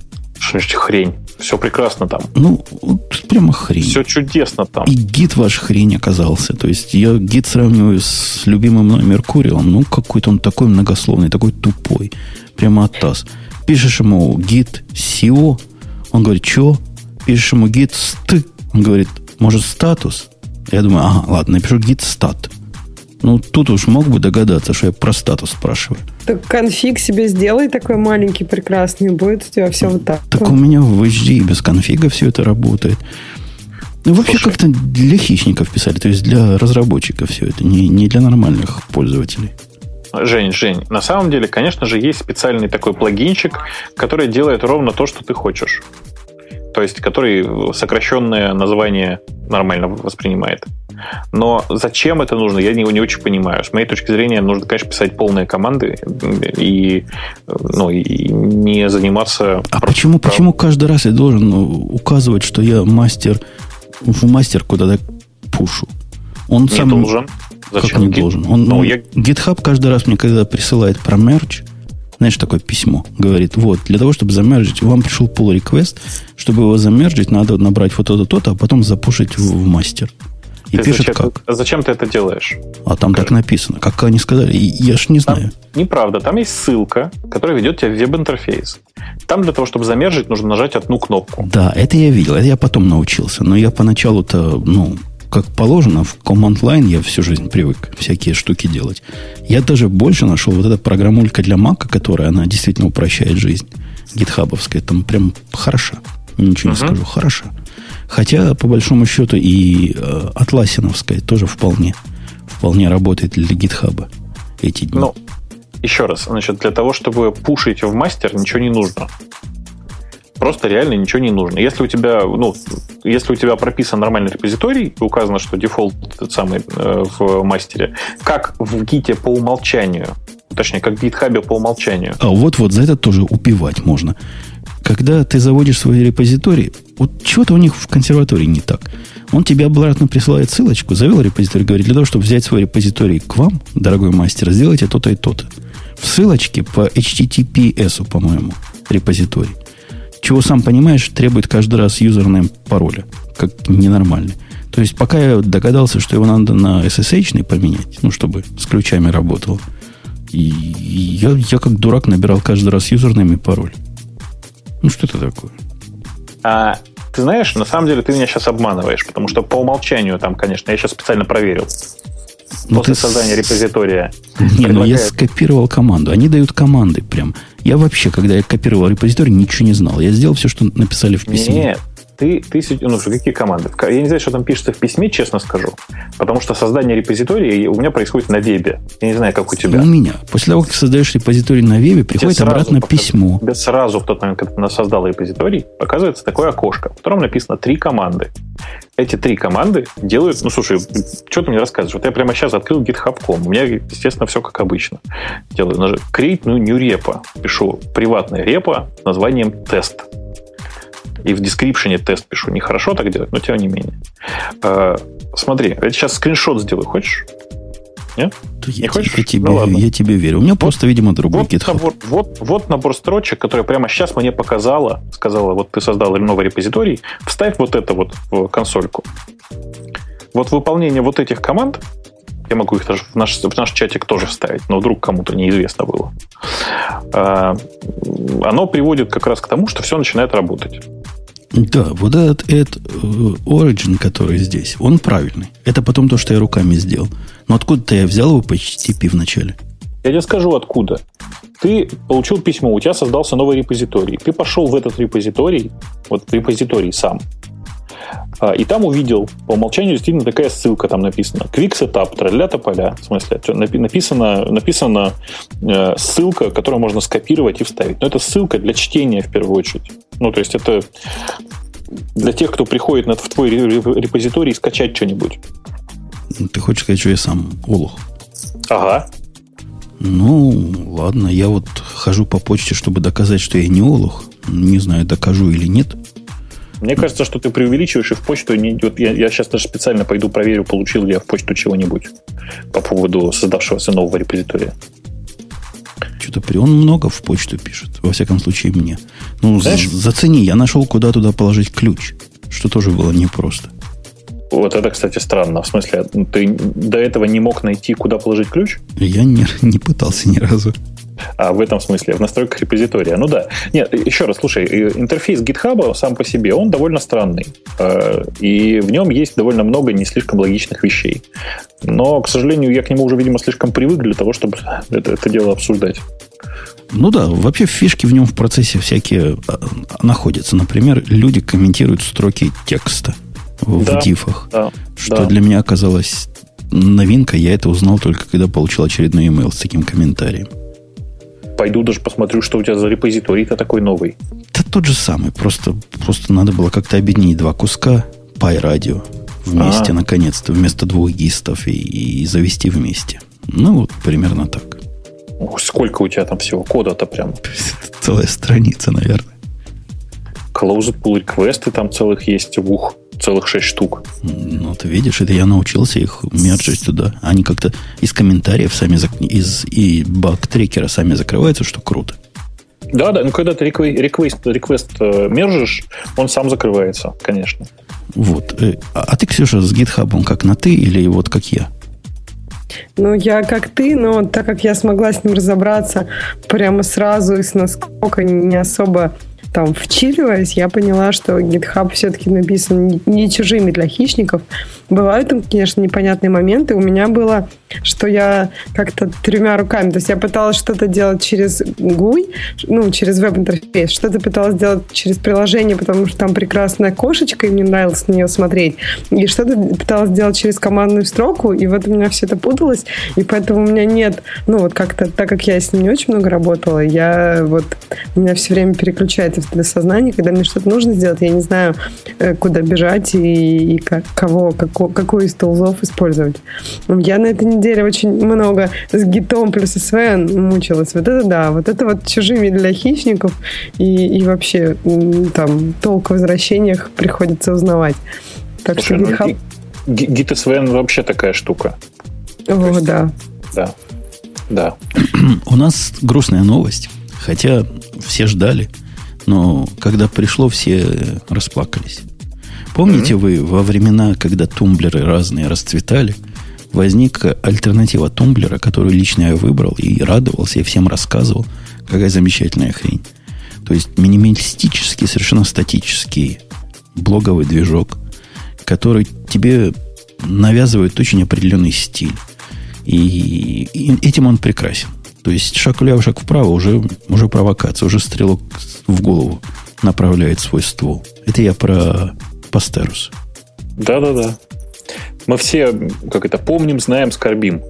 Что значит хрень? Все прекрасно там. Ну, вот прямо хрень. Все чудесно там. И гид ваш хрень оказался. То есть я гид сравниваю с любимым мной Меркурием. Ну, какой-то он такой многословный, такой тупой. Прямо оттас. Пишешь ему гид си о, он говорит, что? Пишешь ему гид ст, он говорит, может, статус? Я думаю, ага, ладно, напишу гид стат. Ну, тут уж мог бы догадаться, что я про статус спрашиваю. Так конфиг себе сделай такой маленький, прекрасный, будет у тебя все вот так. Так у меня в эйч ди без конфига все это работает. Ну, вообще Слушай. как-то для хищников писали, то есть для разработчиков все это, не, не для нормальных пользователей. Жень, Жень, на самом деле, конечно же, есть специальный такой плагинчик, который делает ровно то, что ты хочешь. То есть, который сокращенное название нормально воспринимает. Но зачем это нужно, я не, не очень понимаю. С моей точки зрения, нужно, конечно, писать полные команды и, ну, и не заниматься... А почему, прав... почему каждый раз я должен указывать, что я мастер в мастер куда-то пушу? Он не сам... должен. Зачем? Как не Git? Должен? Он, ну, я... GitHub каждый раз мне, когда присылает про мерч, знаешь, такое письмо, говорит, вот, для того, чтобы замержить, вам пришел pull request, чтобы его замержить, надо набрать вот то-то, то-то, а потом запушить в, в мастер. И ты пишет зачем, как. А зачем ты это делаешь? А там Скажи. Так написано. Как они сказали, я ж не знаю. Там, неправда, там есть ссылка, которая ведет тебя в веб-интерфейс. Там для того, чтобы замержить, нужно нажать одну кнопку. Да, это я видел, это я потом научился. Но я поначалу-то, ну, как положено, в Command Line я всю жизнь привык всякие штуки делать. Я даже больше нашел вот эта программулька для Mac, которая, она действительно упрощает жизнь. Гитхабовская, там прям хороша. Ничего uh-huh. не скажу, хороша. Хотя, по большому счету, и э, атласиновская тоже вполне, вполне работает для гитхаба эти дни. Ну, еще раз, значит, для того, чтобы пушить в мастер, ничего не нужно. Просто реально ничего не нужно. Если у тебя, ну, если у тебя прописан нормальный репозиторий, и указано, что дефолт тот самый э, в мастере, как в гите по умолчанию, точнее, как в гитхабе по умолчанию. А вот-вот за это тоже упивать можно. Когда ты заводишь свой репозиторий, вот чего-то у них в консерватории не так. Он тебе обратно присылает ссылочку, завел репозиторий, говорит, для того, чтобы взять свой репозиторий к вам, дорогой мастер, сделайте то-то и то-то. В ссылочке по эйч ти ти пи эс, по-моему, репозиторий. Чего, сам понимаешь, требует каждый раз юзернейм пароля, как ненормальный. То есть, пока я догадался, что его надо на эс эс эйч-ный поменять, ну, чтобы с ключами работало, и я, я как дурак набирал каждый раз юзернейм и пароль. Ну, что это такое? А, ты знаешь, на самом деле ты меня сейчас обманываешь, потому что по умолчанию там, конечно, я сейчас специально проверил. Ну, После ты... создания репозитория. Не, предлагает... ну я скопировал команду. Они дают команды прям. Я вообще, когда я копировал репозиторий, ничего не знал. Я сделал все, что написали в письме. Нет. Ты, ты, ну, что, какие команды? Я не знаю, что там пишется в письме, честно скажу. Потому что создание репозитория у меня происходит на вебе. Я не знаю, как у тебя. У меня. После того, как создаешь репозиторий на вебе, приходит тебе обратно сразу, письмо. Тебе сразу в тот момент, когда ты создал репозиторий, показывается такое окошко, в котором написано три команды. Эти три команды делают... Ну, слушай, что ты мне рассказываешь? Вот я прямо сейчас открыл гитхаб точка ком. У меня, естественно, все как обычно. Делаю. Create new repo. Пишу приватное репо с названием тест. И в description тест пишу. Нехорошо так делать, но тем не менее. Э, смотри, я сейчас скриншот сделаю. Хочешь? Нет? Я, не хочешь? Я тебе, ну, я тебе верю. У меня вот, просто, видимо, другой вот GitHub. Набор, вот, вот набор строчек, которые прямо сейчас мне показала. Сказала, вот ты создал новый репозиторий. Вставь вот это вот в консольку. Вот выполнение вот этих команд, я могу их даже в наш, в наш чатик тоже вставить, но вдруг кому-то неизвестно было. Э, оно приводит как раз к тому, что все начинает работать. Да, вот этот add origin, который здесь, он правильный. Это потом то, что я руками сделал. Но откуда-то я взял его по эйч ти ти пи в начале. Я тебе скажу, откуда. Ты получил письмо, у тебя создался новый репозиторий. Ты пошел в этот репозиторий, вот репозиторий сам, и там увидел, по умолчанию действительно такая ссылка там написана. Quick Setup, тра-ля тополя. В смысле, написана, написана э, ссылка, которую можно скопировать и вставить. Но это ссылка для чтения в первую очередь. Ну, то есть это для тех, кто приходит на, в твой репозиторий скачать что-нибудь. Ты хочешь сказать, что я сам олух? Ага. Ну, ладно, я вот хожу по почте, чтобы доказать, что я не олух. Не знаю, докажу или нет. Мне кажется, что ты преувеличиваешь, и в почту не идет. Я, я сейчас даже специально пойду проверю, получил ли я в почту чего-нибудь по поводу создавшегося нового репозитория. Что-то при он много в почту пишет. Во всяком случае, мне. Ну, за, зацени, я нашел, куда туда положить ключ. Что тоже было непросто. Вот это, кстати, странно. В смысле, ты до этого не мог найти, куда положить ключ? Я не, не пытался ни разу. А в этом смысле, в настройках репозитория. Ну да. Нет, еще раз, слушай, интерфейс GitHub сам по себе, он довольно странный. И в нем есть довольно много не слишком логичных вещей. Но, к сожалению, я к нему уже, видимо, слишком привык для того, чтобы это, это дело обсуждать. Ну да, вообще фишки в нем в процессе всякие находятся. Например, люди комментируют строки текста в да, дифах, да, что да. для меня оказалось новинкой. Я это узнал только когда получил очередной email с таким комментарием. Пойду даже посмотрю, что у тебя за репозиторий-то такой новый. Да тот же самый. Просто, просто надо было как-то объединить два куска Пай-радио вместе, А-а-а. наконец-то, вместо двух гистов и, и завести вместе. Ну, вот примерно так. Сколько у тебя там всего кода-то прям? Целая страница, наверное. Closed pull request там целых есть, ух, целых шесть штук. Ну, ты видишь, это я научился их мерджить туда. Они как-то из комментариев сами, зак... из и баг-трекера сами закрываются, что круто. Да, да, ну когда ты request, request мержишь, он сам закрывается, конечно. Вот. А ты, Ксюша, с GitHub как на ты или вот как я? Ну, я как ты, но так как я смогла с ним разобраться прямо сразу и с насколько не особо там вчитываясь, я поняла, что GitHub все-таки написан не чужими для хищников. Бывают там, конечно, непонятные моменты. У меня было, что я как-то тремя руками, то есть я пыталась что-то делать через гуй, ну, через веб-интерфейс, что-то пыталась делать через приложение, потому что там прекрасная кошечка, и мне нравилось на нее смотреть, и что-то пыталась делать через командную строку, и вот у меня все это путалось, и поэтому у меня нет, ну, вот как-то, так как я с ним не очень много работала, я вот, у меня все время переключается в сознание, когда мне что-то нужно сделать, я не знаю, куда бежать и, и как, кого, како, какой из тулзов использовать. Я на этой неделе очень много с гитом плюс эс ви эн мучилась. Вот это да, вот это вот чужими для хищников и, и вообще там толк в возвращениях приходится узнавать. Так Слушай, что GitHub... ну, гит эс ви эн вообще такая штука. О, есть, да. Да. Да. У нас грустная новость, хотя все ждали. Но когда пришло, все расплакались. Помните, mm-hmm. вы во времена, когда тумблеры разные расцветали, возникла альтернатива тумблера, которую лично я выбрал и радовался, и всем рассказывал, какая замечательная хрень. То есть минималистический, совершенно статический блоговый движок, который тебе навязывает очень определенный стиль. И, и этим он прекрасен. То есть шаг влево, шаг вправо, уже, уже провокация, уже стрелок в голову направляет свой ствол. Это я про Пастерус. Да-да-да. Мы все, как это, помним, знаем, скорбим.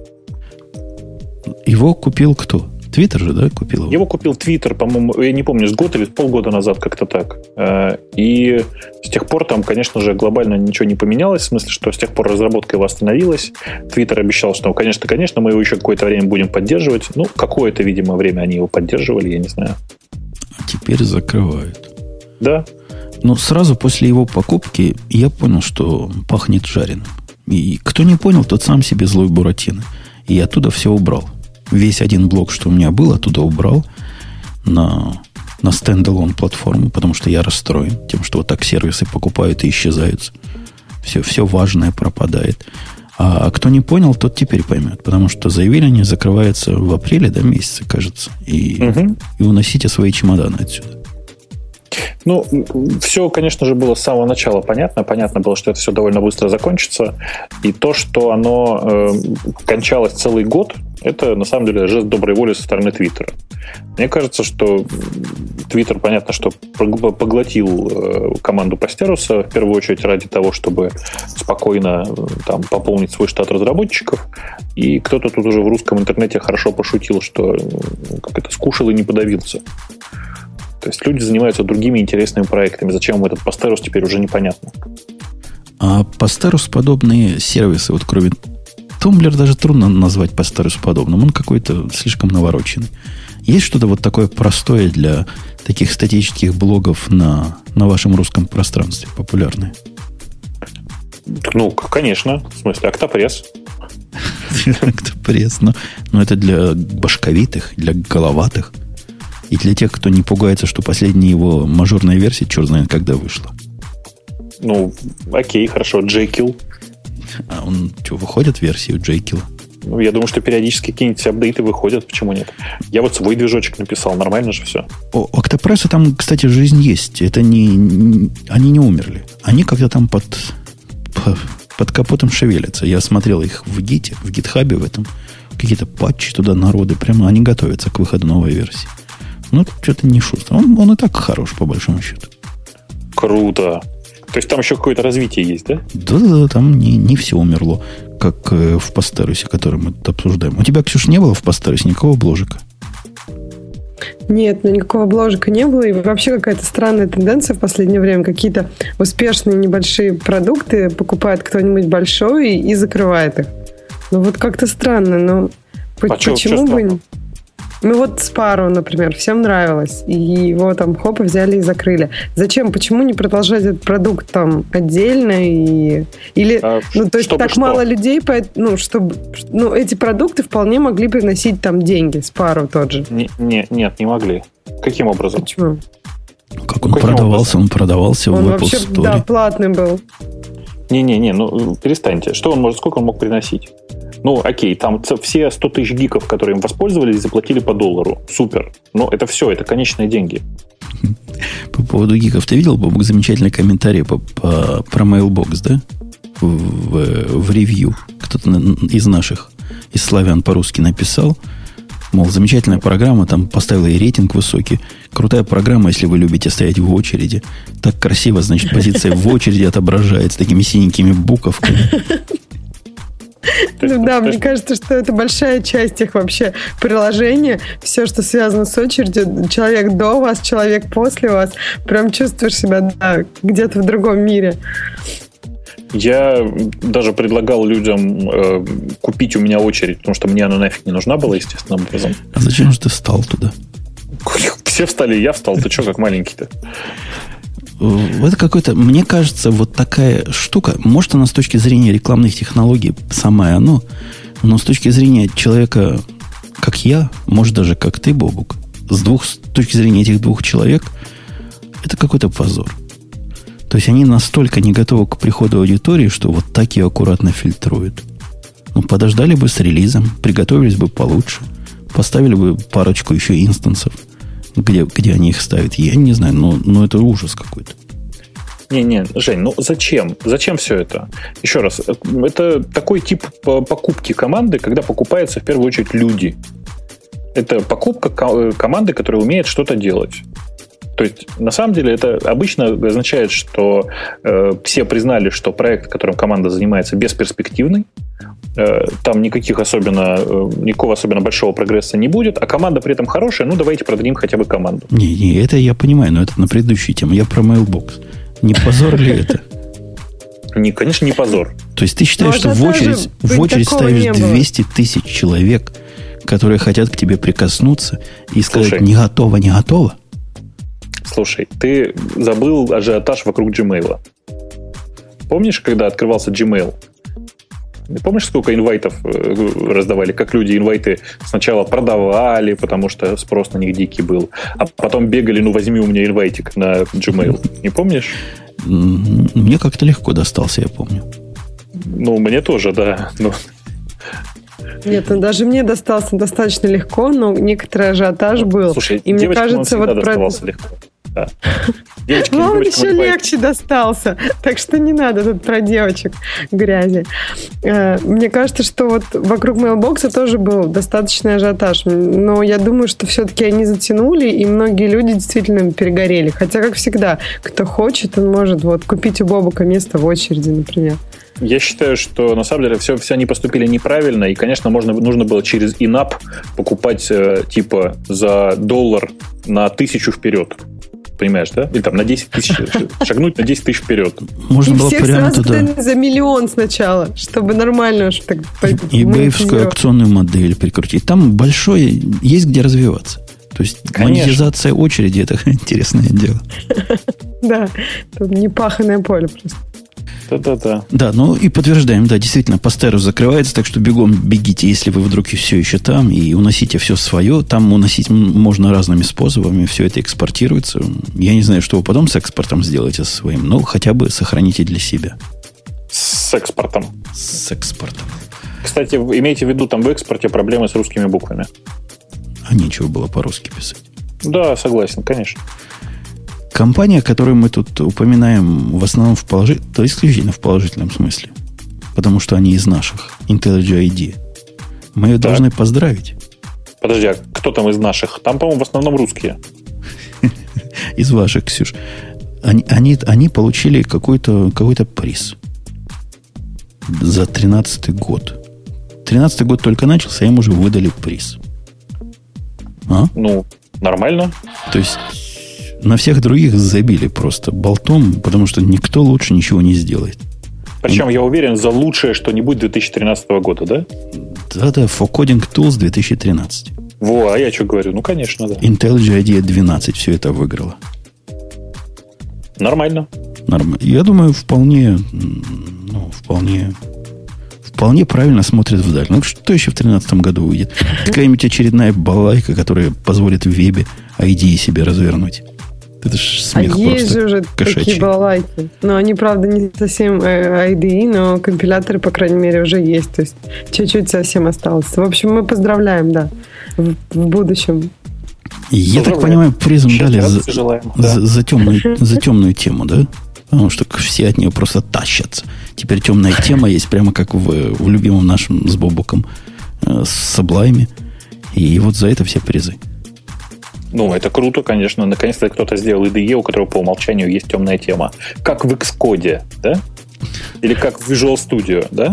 Его купил кто? Твиттер же, да, купил его? Его купил Твиттер, по-моему, я не помню, с год или с полгода назад, как-то так. И с тех пор там, конечно же, глобально ничего не поменялось, в смысле, что с тех пор разработка его остановилась. Твиттер обещал, что, конечно, конечно, мы его еще какое-то время будем поддерживать. Ну, какое-то, видимо, время они его поддерживали, я не знаю. А теперь закрывают. Да. Но сразу после его покупки я понял, что пахнет жареным. И кто не понял, тот сам себе злой Буратино. И я оттуда все убрал. Весь один блок, что у меня был, оттуда убрал на, на стендалон платформу, потому что я расстроен тем, что вот так сервисы покупают и исчезают. Все, все важное пропадает. А, а кто не понял, тот теперь поймет. Потому что заявили они, закрывается в апреле, да, месяце, кажется. И, угу. и уносите свои чемоданы отсюда. Ну, все, конечно же, было с самого начала понятно. Понятно было, что это все довольно быстро закончится. И то, что оно э, кончалось целый год, это, на самом деле, жест доброй воли со стороны Твиттера. Мне кажется, что Твиттер, понятно, что поглотил команду Пастеруса, в первую очередь ради того, чтобы спокойно там, пополнить свой штат разработчиков. И кто-то тут уже в русском интернете хорошо пошутил, что как это, скушал и не подавился. То есть люди занимаются другими интересными проектами. Зачем им этот Пастерус, теперь уже непонятно. А Пастерус подобные сервисы, вот кроме Тумблер даже трудно назвать Пастерус подобным. Он какой-то слишком навороченный. Есть что-то вот такое простое для таких статических блогов на, на вашем русском пространстве популярные? Ну, конечно. В смысле, Октопресс. Октопресс. Но, но это для башковитых, для головатых. И для тех, кто не пугается, что последняя его мажорная версия, черт знает, когда вышла. Ну, окей, хорошо. Джекил. А он что, выходит в версию Джекила? Ну, я думаю, что периодически какие-нибудь апдейты выходят. Почему нет? Я вот свой движочек написал. Нормально же все. У Октопресса там, кстати, жизнь есть. Это не, не... Они не умерли. Они как-то там под, под капотом шевелятся. Я смотрел их в гите, в гитхабе в этом. Какие-то патчи туда, народы. Прямо они готовятся к выходу новой версии. Ну, что-то не шустро. Он, он и так хорош, по большому счету. Круто. То есть там еще какое-то развитие есть, да? Да-да-да, там не, не все умерло, как э, в Пастерусе, который мы тут обсуждаем. У тебя, Ксюша, не было в Пастерусе никакого бложика? Нет, ну никакого бложика не было. И вообще какая-то странная тенденция в последнее время. Какие-то успешные небольшие продукты покупает кто-нибудь большой и, и закрывает их. Ну вот как-то странно, но а почему чё, чё бы... Ну вот Sparrow, например, всем нравилось. И его там хоп, взяли и закрыли. Зачем? Почему не продолжать этот продукт там отдельно? И... Или, а, ну, то есть так что? Мало людей, ну, чтобы... Ну, эти продукты вполне могли приносить там деньги. Sparrow тот же. Не, не, нет, не могли. Каким образом? Почему? Как он Каким продавался? Образом? Он продавался он в Apple вообще, Store. Да, платный был. Не-не-не, ну перестаньте. Что он может, сколько он мог приносить? Ну, окей, там все сто тысяч гиков, которые им воспользовались, заплатили по доллару. Супер. Но это все, это конечные деньги. По поводу гиков, ты видел, Бобук, замечательный комментарий по, по, про Mailbox, да? В, в, в ревью. Кто-то из наших, из славян по-русски написал. Мол, замечательная программа, там поставила и рейтинг высокий. Крутая программа, если вы любите стоять в очереди. Так красиво, значит, позиция в очереди отображается такими синенькими буковками. Ну да, мне кажется, что это большая часть их вообще приложения. Все, что связано с очередью. Человек до вас, человек после вас. Прям чувствуешь себя, да, где-то в другом мире. Я даже предлагал людям э, купить у меня очередь, потому что мне она нафиг не нужна была, естественным образом. А зачем же ты встал туда? Все встали, я встал. Ты что, как маленький-то? Это какой-то, мне кажется, вот такая штука, может, она с точки зрения рекламных технологий самое оно, но с точки зрения человека, как я, может, даже как ты, Бобук, с, двух, с точки зрения этих двух человек, это какой-то позор. То есть они настолько не готовы к приходу аудитории, что вот так ее аккуратно фильтруют. Ну, подождали бы с релизом, приготовились бы получше, поставили бы парочку еще инстансов, где, где они их ставят. Я не знаю, но, но это ужас какой-то. Не-не, Жень, ну зачем? Зачем все это? Еще раз, это такой тип покупки команды, когда покупаются в первую очередь люди. Это покупка команды, которая умеет что-то делать. То есть, на самом деле, это обычно означает, что э, все признали, что проект, которым команда занимается, бесперспективный. Э, там никаких особенно, э, никакого особенно большого прогресса не будет, а команда при этом хорошая, ну, давайте продадим хотя бы команду. Не, не, это я понимаю, но это на предыдущей теме. Я про Mailbox. Не позор ли это? Не, конечно, не позор. То есть, ты считаешь, что в очередь, в очередь ставишь двести тысяч человек, которые хотят к тебе прикоснуться и сказать, Слушай, не готово, не готово? Слушай, ты забыл ажиотаж вокруг Gmail. Помнишь, когда открывался Gmail? Помнишь, сколько инвайтов раздавали? Как люди инвайты сначала продавали, потому что спрос на них дикий был, а потом бегали, ну возьми у меня инвайтик на Gmail. Не помнишь? Мне как-то легко достался, я помню. Ну, мне тоже, да. Но... Нет, ну даже мне достался достаточно легко, но некоторый ажиотаж был. Слушай, и мне кажется, вот про... легко. Да. Девочки, вам еще легче достался. Так что не надо тут про девочек грязи. Мне кажется, что вот вокруг Mailbox тоже был достаточный ажиотаж. Но я думаю, что все-таки они затянули, и многие люди действительно перегорели. Хотя, как всегда, кто хочет, он может вот купить у Бобука место в очереди, например. Я считаю, что на самом деле все, все они поступили неправильно, и, конечно, можно, нужно было через in-app покупать э, типа за доллар на тысячу вперед. Понимаешь, да? Или там на десять тысяч, шагнуть на десять тысяч вперед. Можно и было всех прямо сразу туда за миллион сначала, чтобы нормально уж так ибэевскую акционную модель прикрутить. Там большое, есть где развиваться. То То есть Конечно. монетизация очереди – это интересное дело. Да, тут непаханное поле просто. Да-да-да. Да, ну и подтверждаем, да, действительно, Pasteur закрывается, так что бегом бегите, если вы вдруг все еще там, и уносите все свое. Там уносить можно разными способами, все это экспортируется. Я не знаю, что вы потом с экспортом сделаете со своим, но хотя бы сохраните для себя. С экспортом. С экспортом. Кстати, имейте в виду, там в экспорте проблемы с русскими буквами. А нечего было по-русски писать. Да, согласен, конечно. Компания, которую мы тут упоминаем в основном в положительном, то исключительно в положительном смысле, потому что они из наших, IntelliJ ай ди. Мы ее так. должны поздравить. Подожди, а кто там из наших? Там, по-моему, в основном русские. Из ваших, Ксюш. Они, они, они получили какой-то, какой-то приз за тринадцатый год. Тринадцатый год только начался, а им уже выдали приз. А? Ну, нормально. То есть на всех других забили просто болтом, потому что никто лучше ничего не сделает. Причем, я уверен, за лучшее что-нибудь две тысячи тринадцатого года, да? Да-да, For Coding Tools две тысячи тринадцать. Во, а я что говорю? Ну, конечно, да. IntelliJ ай ди двенадцать все это выиграло. Нормально. Нормально. Я думаю, вполне, ну, вполне, вполне правильно смотрит вдаль. Ну, что еще в тринадцатом году выйдет? Какая-нибудь очередная балайка, которая позволит в вебе ай ди себе развернуть. Это ж смех а просто есть же уже кошачий. Такие балалайки. Но они, правда, не совсем ай ди и, но компиляторы, по крайней мере, уже есть. То есть чуть-чуть совсем осталось. В общем, мы поздравляем, да, в, в будущем. Я так понимаю, призм дали за, да. за, за, темную, за темную тему, да? Потому что все от нее просто тащатся. Теперь темная тема есть, прямо как в, в любимом нашем с Бобуком э, с Sublime. И вот за это все призы. Ну, это круто, конечно. Наконец-то кто-то сделал ай ди и, у которого по умолчанию есть темная тема. Как в Xcode, да? Или как в Visual Studio, да?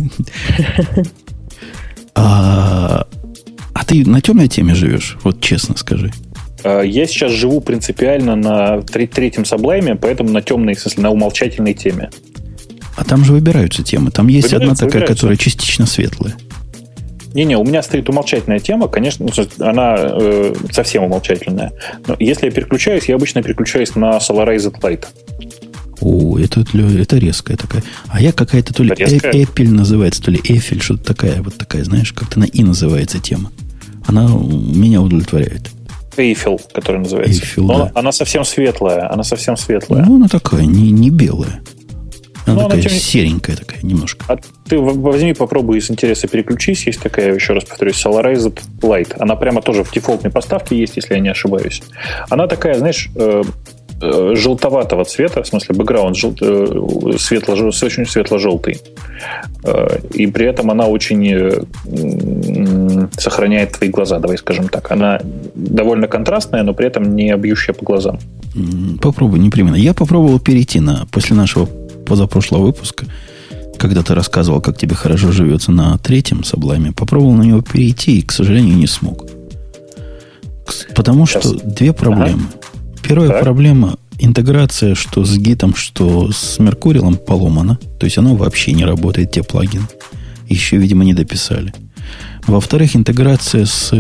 А, а ты на темной теме живешь? Вот честно скажи. Я сейчас живу принципиально на третьем Sublime, поэтому на темной, в смысле, на умолчательной теме. А там же выбираются темы. Там есть выбираются, одна такая, выбираются. которая частично светлая. Не-не, у меня стоит умолчательная тема, конечно, она э, совсем умолчательная. Но если я переключаюсь, я обычно переключаюсь на Solarized Light. О, это, это резкая такая. А я какая-то то ли Эппель называется, то ли Эфель, что-то такая, вот такая, знаешь, как-то на И называется тема. Она меня удовлетворяет. Эйфел, которая называется. Эйфел, Но да. она, она совсем светлая, она совсем светлая. Ну, она такая, не, не белая. Она ну, такая она тем... серенькая такая немножко. А ты возьми, попробуй из интереса переключись. Есть такая, еще раз повторюсь, Solarized Light. Она прямо тоже в дефолтной поставке есть, если я не ошибаюсь. Она такая, знаешь, э, э, желтоватого цвета, в смысле бэкграунд жел, э, светло, очень светло-желтый. Э, и при этом она очень э, сохраняет твои глаза, давай скажем так. Она довольно контрастная, но при этом не бьющая по глазам. Попробуй, непременно. Я попробовал перейти на, после нашего позапрошлого выпуска, когда ты рассказывал, как тебе хорошо живется на третьем Sublime, попробовал на него перейти и, к сожалению, не смог. Потому Сейчас. что две проблемы. Ага. Первая так. проблема – интеграция, что с гитом, что с Меркуриалом поломана. То есть оно вообще не работает, те плагины. Еще, видимо, не дописали. Во-вторых, интеграция с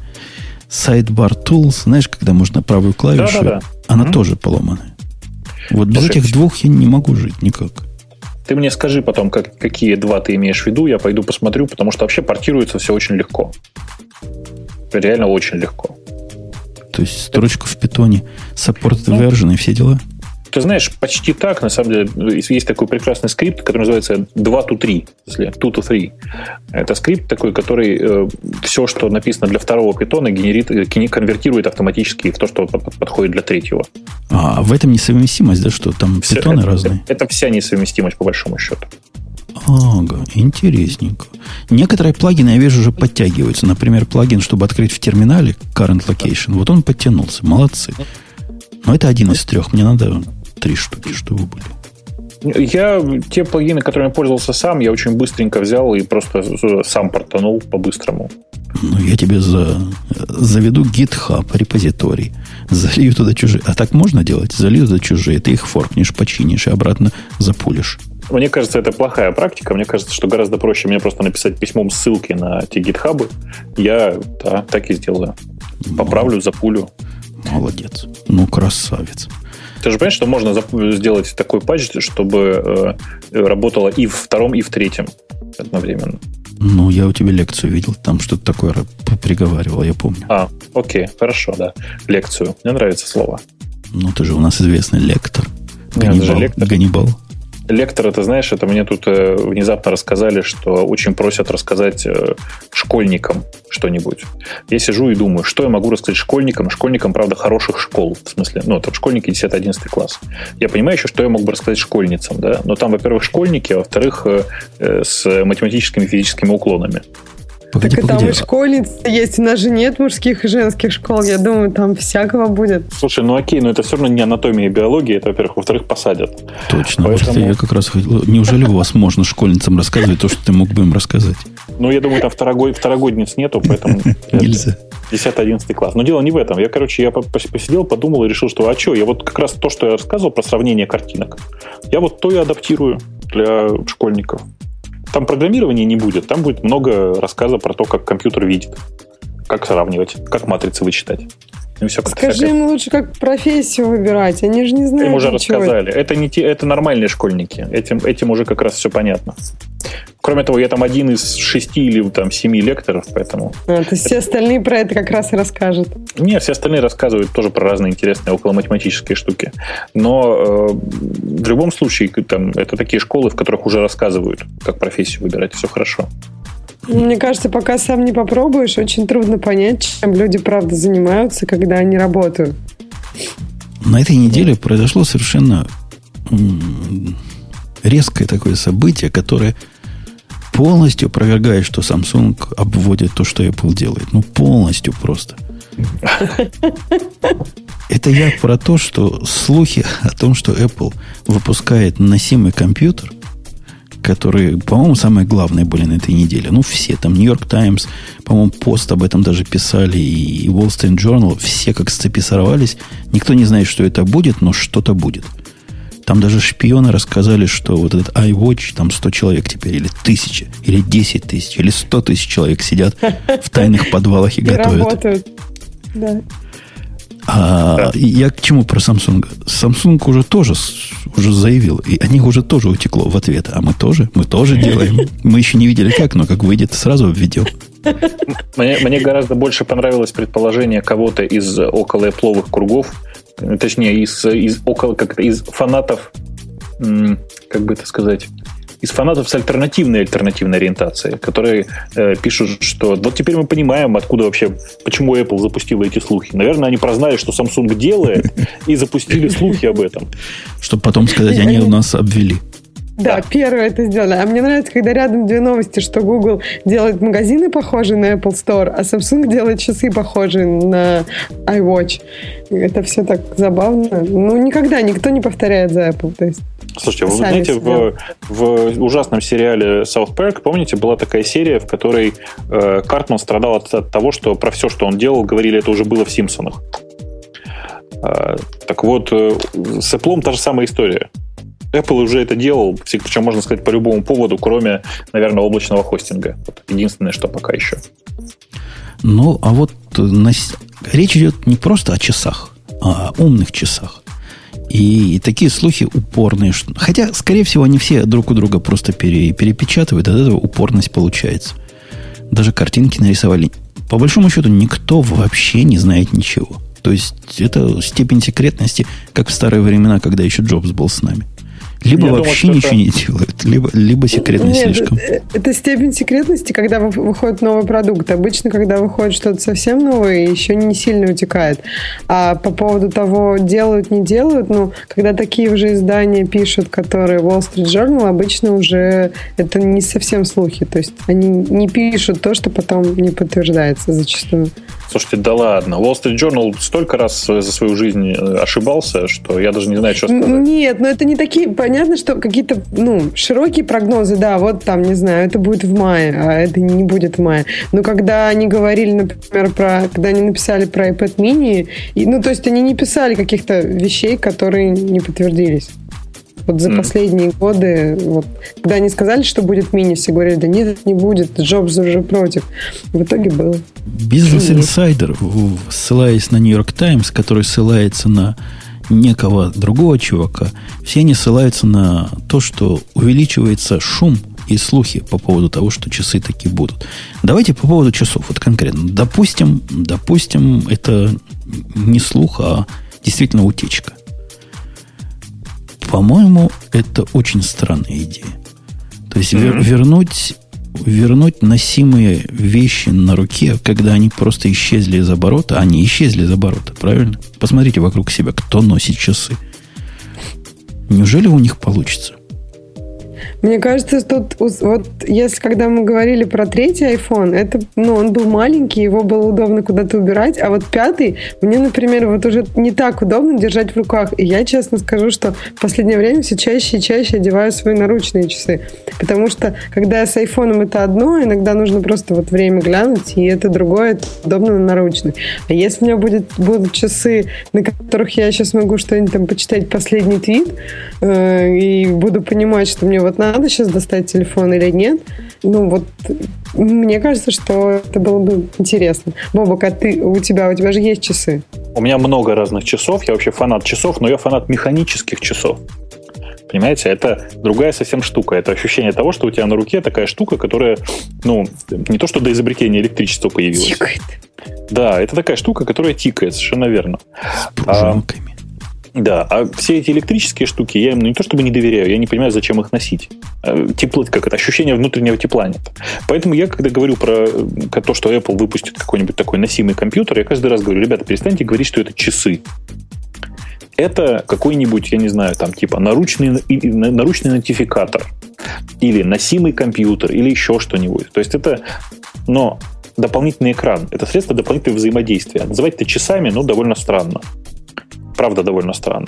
Sidebar Tools, знаешь, когда можно правую клавишу, да, да, да. она mm-hmm. тоже поломанная. Вот без Слушай, этих двух я не могу жить никак. Ты мне скажи потом, как, какие два ты имеешь в виду, я пойду посмотрю, потому что вообще портируется все очень легко. Реально очень легко. То есть строчку в питоне, supported ну, version и все дела? Ты знаешь, почти так, на самом деле, есть такой прекрасный скрипт, который называется два to три, если two to three. Это скрипт такой, который э, все, что написано для второго питона, генерит, конвертирует автоматически в то, что подходит для третьего. А в этом несовместимость, да, что там все, питоны это, разные? Это, это вся несовместимость, по большому счету. Ага, интересненько. Некоторые плагины, я вижу, уже подтягиваются. Например, плагин, чтобы открыть в терминале Current Location. Вот он подтянулся. Молодцы. Но это один из трех. Мне надо три штуки, чтобы были. Я те плагины, которыми пользовался сам, я очень быстренько взял и просто сам портанул по-быстрому. Ну, я тебе за, заведу GitHub репозиторий. Залью туда чужие. А так можно делать? Залью туда чужие. Ты их форкнешь, починишь и обратно запулишь. Мне кажется, это плохая практика. Мне кажется, что гораздо проще мне просто написать письмом ссылки на те гитхабы. Я да, так и сделаю. Поправлю, запулю. Молодец. Ну, красавец. Ты же понимаешь, что можно сделать такой патч, чтобы э, работало и в втором, и в третьем одновременно? Ну, я у тебя лекцию видел, там что-то такое приговаривал, я помню. А, окей, хорошо, да. Лекцию. Мне нравится слово. Ну, ты же у нас известный лектор. Ганнибал. Лектор. Ганнибал. Лектор, это, знаешь, это мне тут э, внезапно рассказали, что очень просят рассказать э, школьникам что-нибудь. Я сижу и думаю, что я могу рассказать школьникам? Школьникам, правда, хороших школ. В смысле, ну, там школьники десятый-одиннадцатый класс. Я понимаю еще, что я мог бы рассказать школьницам, да? Но там, во-первых, школьники, а во-вторых, э, э, с математическими и физическими уклонами. Погоди, так и погоди. там и школьницы есть. У нас же нет мужских и женских школ. Я думаю, там всякого будет. Слушай, ну окей, но это все равно не анатомия и биология. Это, во-первых. Во-вторых, посадят. Точно. Поэтому... Вот я как раз хотел... Неужели у вас можно школьницам рассказывать то, что ты мог бы им рассказать? Ну, я думаю, там второгод... второгодниц нету, поэтому... Нельзя. десятый-одиннадцатый класс. Но дело не в этом. Я, короче, я посидел, подумал и решил, что а что, я вот как раз то, что я рассказывал про сравнение картинок, я вот то и адаптирую для школьников. Там программирования не будет, там будет много рассказа про то, как компьютер видит, как сравнивать, как матрицы вычитать. И все как Скажи им лучше, как профессию выбирать, они же не знают. Им уже ничего. рассказали. Это, не те, это нормальные школьники, этим, этим уже как раз все понятно. Кроме того, я там один из шести или там, семи лекторов, поэтому... А, то есть все остальные про это как раз и расскажут. Не, все остальные рассказывают тоже про разные интересные околоматематические штуки. Но э, в любом случае там, это такие школы, в которых уже рассказывают, как профессию выбирать. Все хорошо. Мне кажется, пока сам не попробуешь, очень трудно понять, чем люди правда занимаются, когда они работают. На этой неделе произошло совершенно м- резкое такое событие, которое полностью опровергает, что Samsung обводит то, что Apple делает. Ну, полностью просто. Это я про то, что слухи о том, что Apple выпускает носимый компьютер, которые, по-моему, самые главные были на этой неделе. Ну, все. Там New York Times, по-моему, пост об этом даже писали, и Wall Street Journal. Все как с цепи сорвались. Никто не знает, что это будет, но что-то будет. Там даже шпионы рассказали, что вот этот iWatch, там сто человек теперь, или тысяча, или десять тысяч, или сто тысяч человек сидят в тайных подвалах и готовят. Работают. Да. А да. Я к чему про Samsung? Samsung уже тоже уже заявил, и о них уже тоже утекло в ответ. А мы тоже, мы тоже делаем. Мы еще не видели как, но как выйдет, сразу обведем. Мне, мне гораздо больше понравилось предположение кого-то из около Apple'овых кругов, точнее, из, из, около, как-то, из фанатов, как бы это сказать, из фанатов с альтернативной альтернативной ориентацией, которые э, пишут, что вот теперь мы понимаем, откуда вообще, почему Apple запустила эти слухи. Наверное, они прознали, что Samsung делает, и запустили слухи об этом. Чтобы потом сказать, они у нас обвели. Да, да, первое это сделали. А мне нравится, когда рядом две новости, что Google делает магазины, похожие на Apple Store, а Samsung делает часы, похожие на iWatch. Это все так забавно. Ну, никогда никто не повторяет за Apple. То есть, слушайте, вы знаете, в, в ужасном сериале South Park, помните, была такая серия, в которой э, Картман страдал от, от того, что про все, что он делал, говорили, это уже было в Симпсонах. Э, так вот, э, с Apple та же самая история. Apple уже это делал, причем, можно сказать, по любому поводу, кроме, наверное, облачного хостинга. Вот единственное, что пока еще. Ну, а вот на... речь идет не просто о часах, а о умных часах. И, и такие слухи упорные. Что... Хотя, скорее всего, они все друг у друга просто пере... перепечатывают, от этого упорность получается. Даже картинки нарисовали. По большому счету, никто вообще не знает ничего. То есть, это степень секретности, как в старые времена, когда еще Джобс был с нами. Либо я вообще думаю, ничего это... не делают, либо, либо секретность Нет, слишком. Это степень секретности, когда выходит новый продукт. Обычно, когда выходит что-то совсем новое, еще не сильно утекает. А по поводу того, делают, не делают, ну, когда такие уже издания пишут, которые Wall Street Journal, обычно уже это не совсем слухи. То есть они не пишут то, что потом не подтверждается зачастую. Слушайте, да ладно. Wall Street Journal столько раз за свою жизнь ошибался, что я даже не знаю, что сказать. Нет, но это не такие... Понятно, что какие-то, ну, широкие прогнозы, да, вот там, не знаю, это будет в мае, а это не будет в мае. Но когда они говорили, например, про... Когда они написали про iPad mini, и, ну, то есть они не писали каких-то вещей, которые не подтвердились. Вот за mm. последние годы, вот, когда они сказали, что будет мини, все говорили, да нет, не будет, Джобс уже против. В итоге было. Бизнес-инсайдер, ссылаясь на Нью-Йорк Таймс, который ссылается на некого другого чувака, все они ссылаются на то, что увеличивается шум и слухи по поводу того, что часы такие будут. Давайте по поводу часов, вот конкретно. Допустим, допустим, это не слух, а действительно утечка. По-моему, это очень странная идея. То есть mm-hmm. вер- вернуть, вернуть носимые вещи на руке, когда они просто исчезли из оборота. Они исчезли из оборота, правильно? Посмотрите вокруг себя, кто носит часы. Неужели у них получится? Мне кажется, тут вот если когда мы говорили про третий iPhone, это, ну, он был маленький, его было удобно куда-то убирать, а вот пятый, мне, например, вот уже не так удобно держать в руках. И я честно скажу, что в последнее время все чаще и чаще одеваю свои наручные часы. Потому что, когда я с iPhone, это одно, иногда нужно просто вот время глянуть, и это другое, это удобно на наручных. А если у меня будет, будут часы, на которых я сейчас могу что-нибудь там почитать, последний твит, э, и буду понимать, что мне вот надо сейчас достать телефон или нет. Ну, вот мне кажется, что это было бы интересно. Бобок, а ты, у тебя, у тебя же есть часы? У меня много разных часов. Я вообще фанат часов, но я фанат механических часов. Понимаете, это другая совсем штука. Это ощущение того, что у тебя на руке такая штука, которая, ну, не то что до изобретения электричества появилась. Тикает. Да, это такая штука, которая тикает, совершенно верно. С пружинками. Да, а все эти электрические штуки, я им ну, не то чтобы не доверяю, я не понимаю, зачем их носить. Тепло, как это, ощущение внутреннего тепла нет. Поэтому я, когда говорю про то, что Apple выпустит какой-нибудь такой носимый компьютер, я каждый раз говорю, ребята, перестаньте говорить, что это часы. Это какой-нибудь, я не знаю, там типа наручный, наручный нотификатор или носимый компьютер или еще что-нибудь. То есть это, но дополнительный экран, это средство дополнительного взаимодействия. Называть это часами, ну, довольно странно. Правда, довольно странно.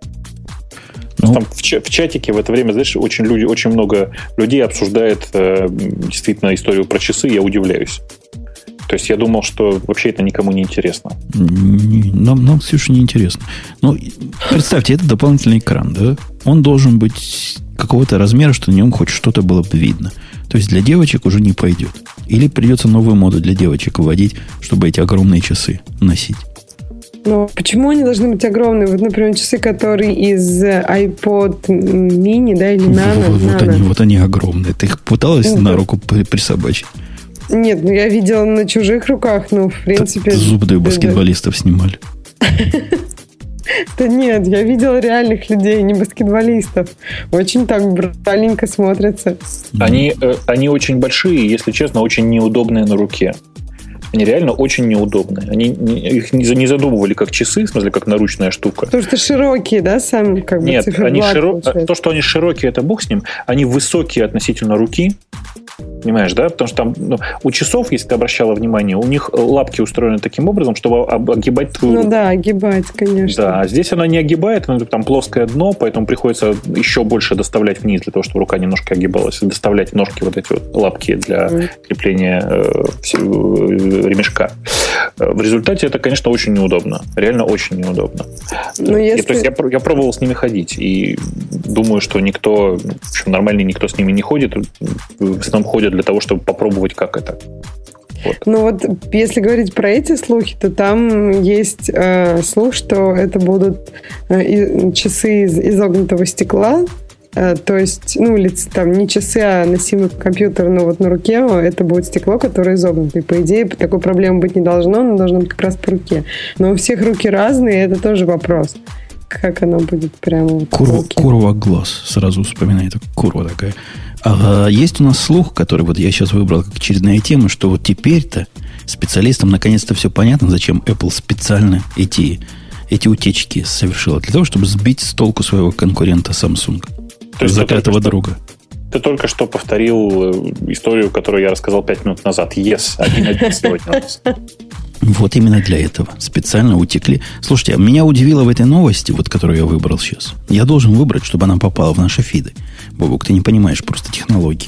Ну, там в, в чатике в это время, знаешь, очень, люди, очень много людей обсуждает э, действительно историю про часы, я удивляюсь. То есть я думал, что вообще это никому не интересно. Нам, нам Ксюша, не интересно. Ну, представьте, это дополнительный экран, да? Он должен быть какого-то размера, что на нем хоть что-то было бы видно. То есть для девочек уже не пойдет. Или придется новую моду для девочек вводить, чтобы эти огромные часы носить. Но почему они должны быть огромные? Вот, например, часы, которые из iPod mini, да, или Nano. Вот, вот, они, вот они огромные. Ты их пыталась ну, на руку присобачить? Нет, ну я видела на чужих руках, ну, в принципе... Зубы баскетболистов снимали. Да нет, я видела реальных людей, не баскетболистов. Очень так брутальненько смотрятся. Они, они очень большие, если честно, очень неудобные на руке. Они реально очень неудобные. Они их не задумывали как часы, в смысле, как наручная штука. Потому что широкие, да, сам как бы Нет, они широ... получается. То, что они широкие, это бог с ним. Они высокие относительно руки. Понимаешь, да? Потому что там ну, у часов, если ты обращала внимание, у них лапки устроены таким образом, чтобы огибать твою руку. Ну да, огибать, конечно. Да, а здесь она не огибает, но там плоское дно, поэтому приходится еще больше доставлять вниз, для того, чтобы рука немножко огибалась, доставлять ножки, вот эти вот лапки для mm. крепления э, ремешка. В результате это, конечно, очень неудобно. Реально очень неудобно. Но если... я, то есть я, я пробовал с ними ходить, и думаю, что никто, в общем, нормальный никто с ними не ходит, в основном ходят для того, чтобы попробовать, как это. Вот. Ну вот, если говорить про эти слухи, то там есть э, слух, что это будут э, часы из изогнутого стекла, э, то есть, ну, или там не часы, а носимый компьютер, но вот на руке это будет стекло, которое изогнуто. И, по идее, такой проблемы быть не должно, оно должно быть как раз по руке. Но у всех руки разные, это тоже вопрос. Как оно будет прямо... Курва, курва глаз. Сразу вспоминаю, это курва такая. А есть у нас слух, который вот я сейчас выбрал как очередная тема, что вот теперь-то специалистам наконец-то все понятно, зачем Apple специально эти, эти утечки совершила. Для того, чтобы сбить с толку своего конкурента Samsung. То есть заклятого друга. Ты только что повторил историю, которую я рассказал пять минут назад. Yes, один-один сегодня у нас. Вот именно для этого. Специально утекли. Слушайте, меня удивило в этой новости, вот которую я выбрал сейчас. Я должен выбрать, чтобы она попала в наши фиды. Бобок, ты не понимаешь просто технологии.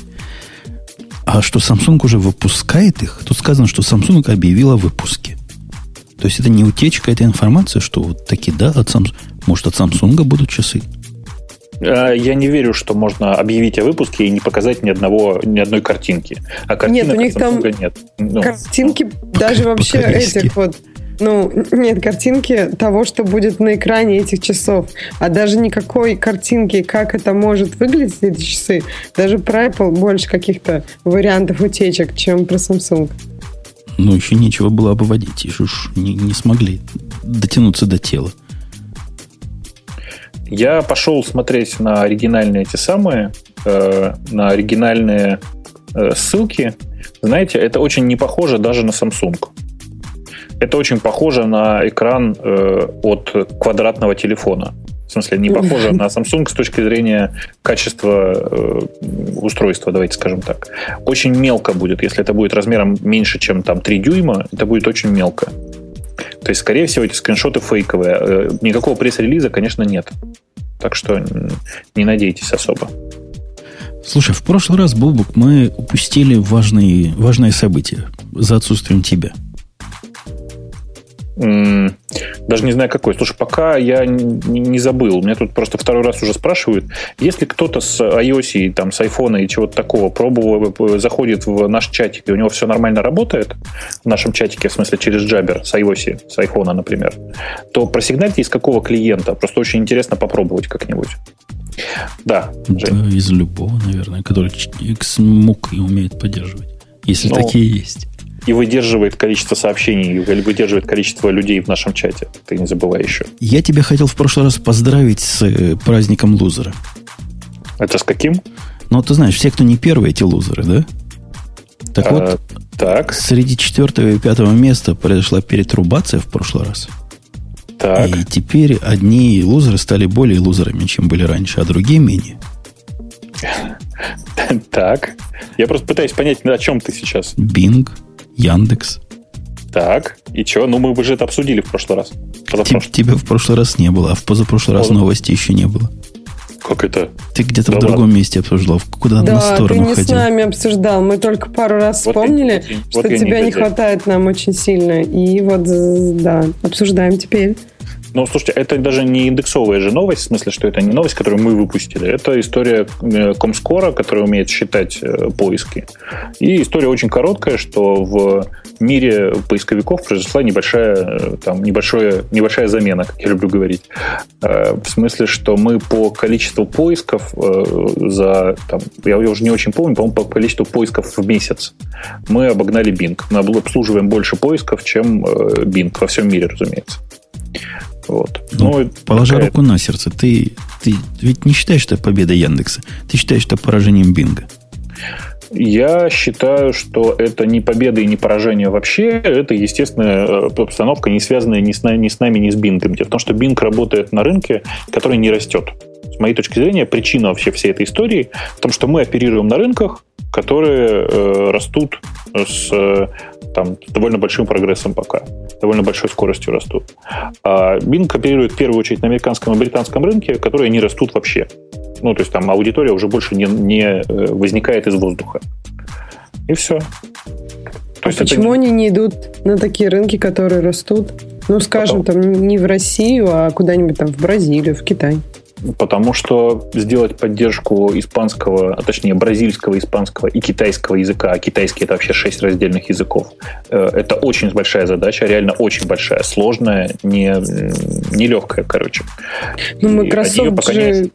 А что Samsung уже выпускает их? Тут сказано, что Samsung объявила о выпуске. То есть это не утечка, это информация, что вот таки, да, от Samsung. Может, от Samsung будут часы? Я не верю, что можно объявить о выпуске и не показать ни одного, ни одной картинки. А картинок нет, у них там нет. Ну, картинки ну, даже вообще этих вот. Ну, нет, картинки того, что будет на экране этих часов. А даже никакой картинки, как это может выглядеть, эти часы. Даже про Apple больше каких-то вариантов утечек, чем про Samsung. Ну, еще нечего было обводить. Еще уж не, не смогли дотянуться до тела. Я пошел смотреть на оригинальные эти самые, э, на оригинальные э, ссылки. Знаете, это очень не похоже даже на Samsung. Это очень похоже на экран э, от квадратного телефона. В смысле, не похоже на Samsung с точки зрения качества э, устройства, давайте скажем так. Очень мелко будет. Если это будет размером меньше, чем там три дюйма, это будет очень мелко. То есть, скорее всего, эти скриншоты фейковые. Э, никакого пресс-релиза, конечно, нет. Так что не надейтесь особо. Слушай, в прошлый раз, Бобук, мы упустили важные, важное событие за отсутствием тебя. Даже не знаю какой. Слушай, пока я не забыл. Меня тут просто второй раз уже спрашивают. Если кто-то с iOS, там, с айфона и чего-то такого пробовал, заходит в наш чатик, и у него все нормально работает, в нашем чатике, в смысле через Jabber, с iOS, с айфона, например, то просигнальте из какого клиента. Просто очень интересно попробовать как-нибудь. Да, да, из любого, наверное, который Xmook и умеет поддерживать. Если ну, такие есть. И выдерживает количество сообщений, или выдерживает количество людей в нашем чате. Ты не забывай еще. Я тебя хотел в прошлый раз поздравить с праздником лузера. Это с каким? Ну, ты знаешь, все, кто не первые, эти лузеры, да? Так а, вот, так. среди четвертого и пятого места произошла перетрубация в прошлый раз. Так. И теперь одни лузеры стали более лузерами, чем были раньше, а другие менее. Так. Я просто пытаюсь понять, о чем ты сейчас. Bing, Яндекс. Так. И что? Ну, мы уже это обсудили в прошлый раз. Тебя в прошлый раз не было, а в позапрошлый раз новости еще не было. Как это? Ты где-то да в другом ладно. месте обсуждал, куда-то да, на сторону ходил. Да, ты не с нами обсуждал. Мы только пару раз вот вспомнили, и, что вот тебя не, не хватает нам очень сильно. И вот, да, обсуждаем теперь. Ну, слушайте, это даже не индексовая же новость, в смысле, что это не новость, которую мы выпустили. Это история Комскора, которая умеет считать э, поиски. И история очень короткая, что в мире поисковиков произошла небольшая, там, небольшое, небольшая замена, как я люблю говорить. Э, в смысле, что мы по количеству поисков э, за... Там, я, я уже не очень помню, по-моему, по количеству поисков в месяц мы обогнали Bing. Мы обслуживаем больше поисков, чем э, Bing во всем мире, разумеется. Вот. Ну, ну, положа такая... руку на сердце, ты, ты ведь не считаешь, что это победа Яндекса? Ты считаешь, что поражением Бинга? Я считаю, что это не победа и не поражение вообще. Это естественная обстановка, не связанная ни с нами, ни с, нами, ни с Бингом. Дело в том, что Бинг работает на рынке, который не растет. С моей точки зрения, причина вообще всей этой истории в том, что мы оперируем на рынках, которые э, растут с, э, там, с довольно большим прогрессом пока, довольно большой скоростью растут. А Bing оперирует в первую очередь на американском и британском рынке, которые не растут вообще. Ну, то есть там аудитория уже больше не, не возникает из воздуха. И все. То а есть почему это... они не идут на такие рынки, которые растут? Ну, скажем, Потом... там не в Россию, а куда-нибудь там в Бразилию, в Китай. Потому что сделать поддержку испанского, а точнее бразильского, испанского и китайского языка, а китайский это вообще шесть раздельных языков, это очень большая задача, реально очень большая, сложная, не, не легкая, короче. Ну, Microsoft же...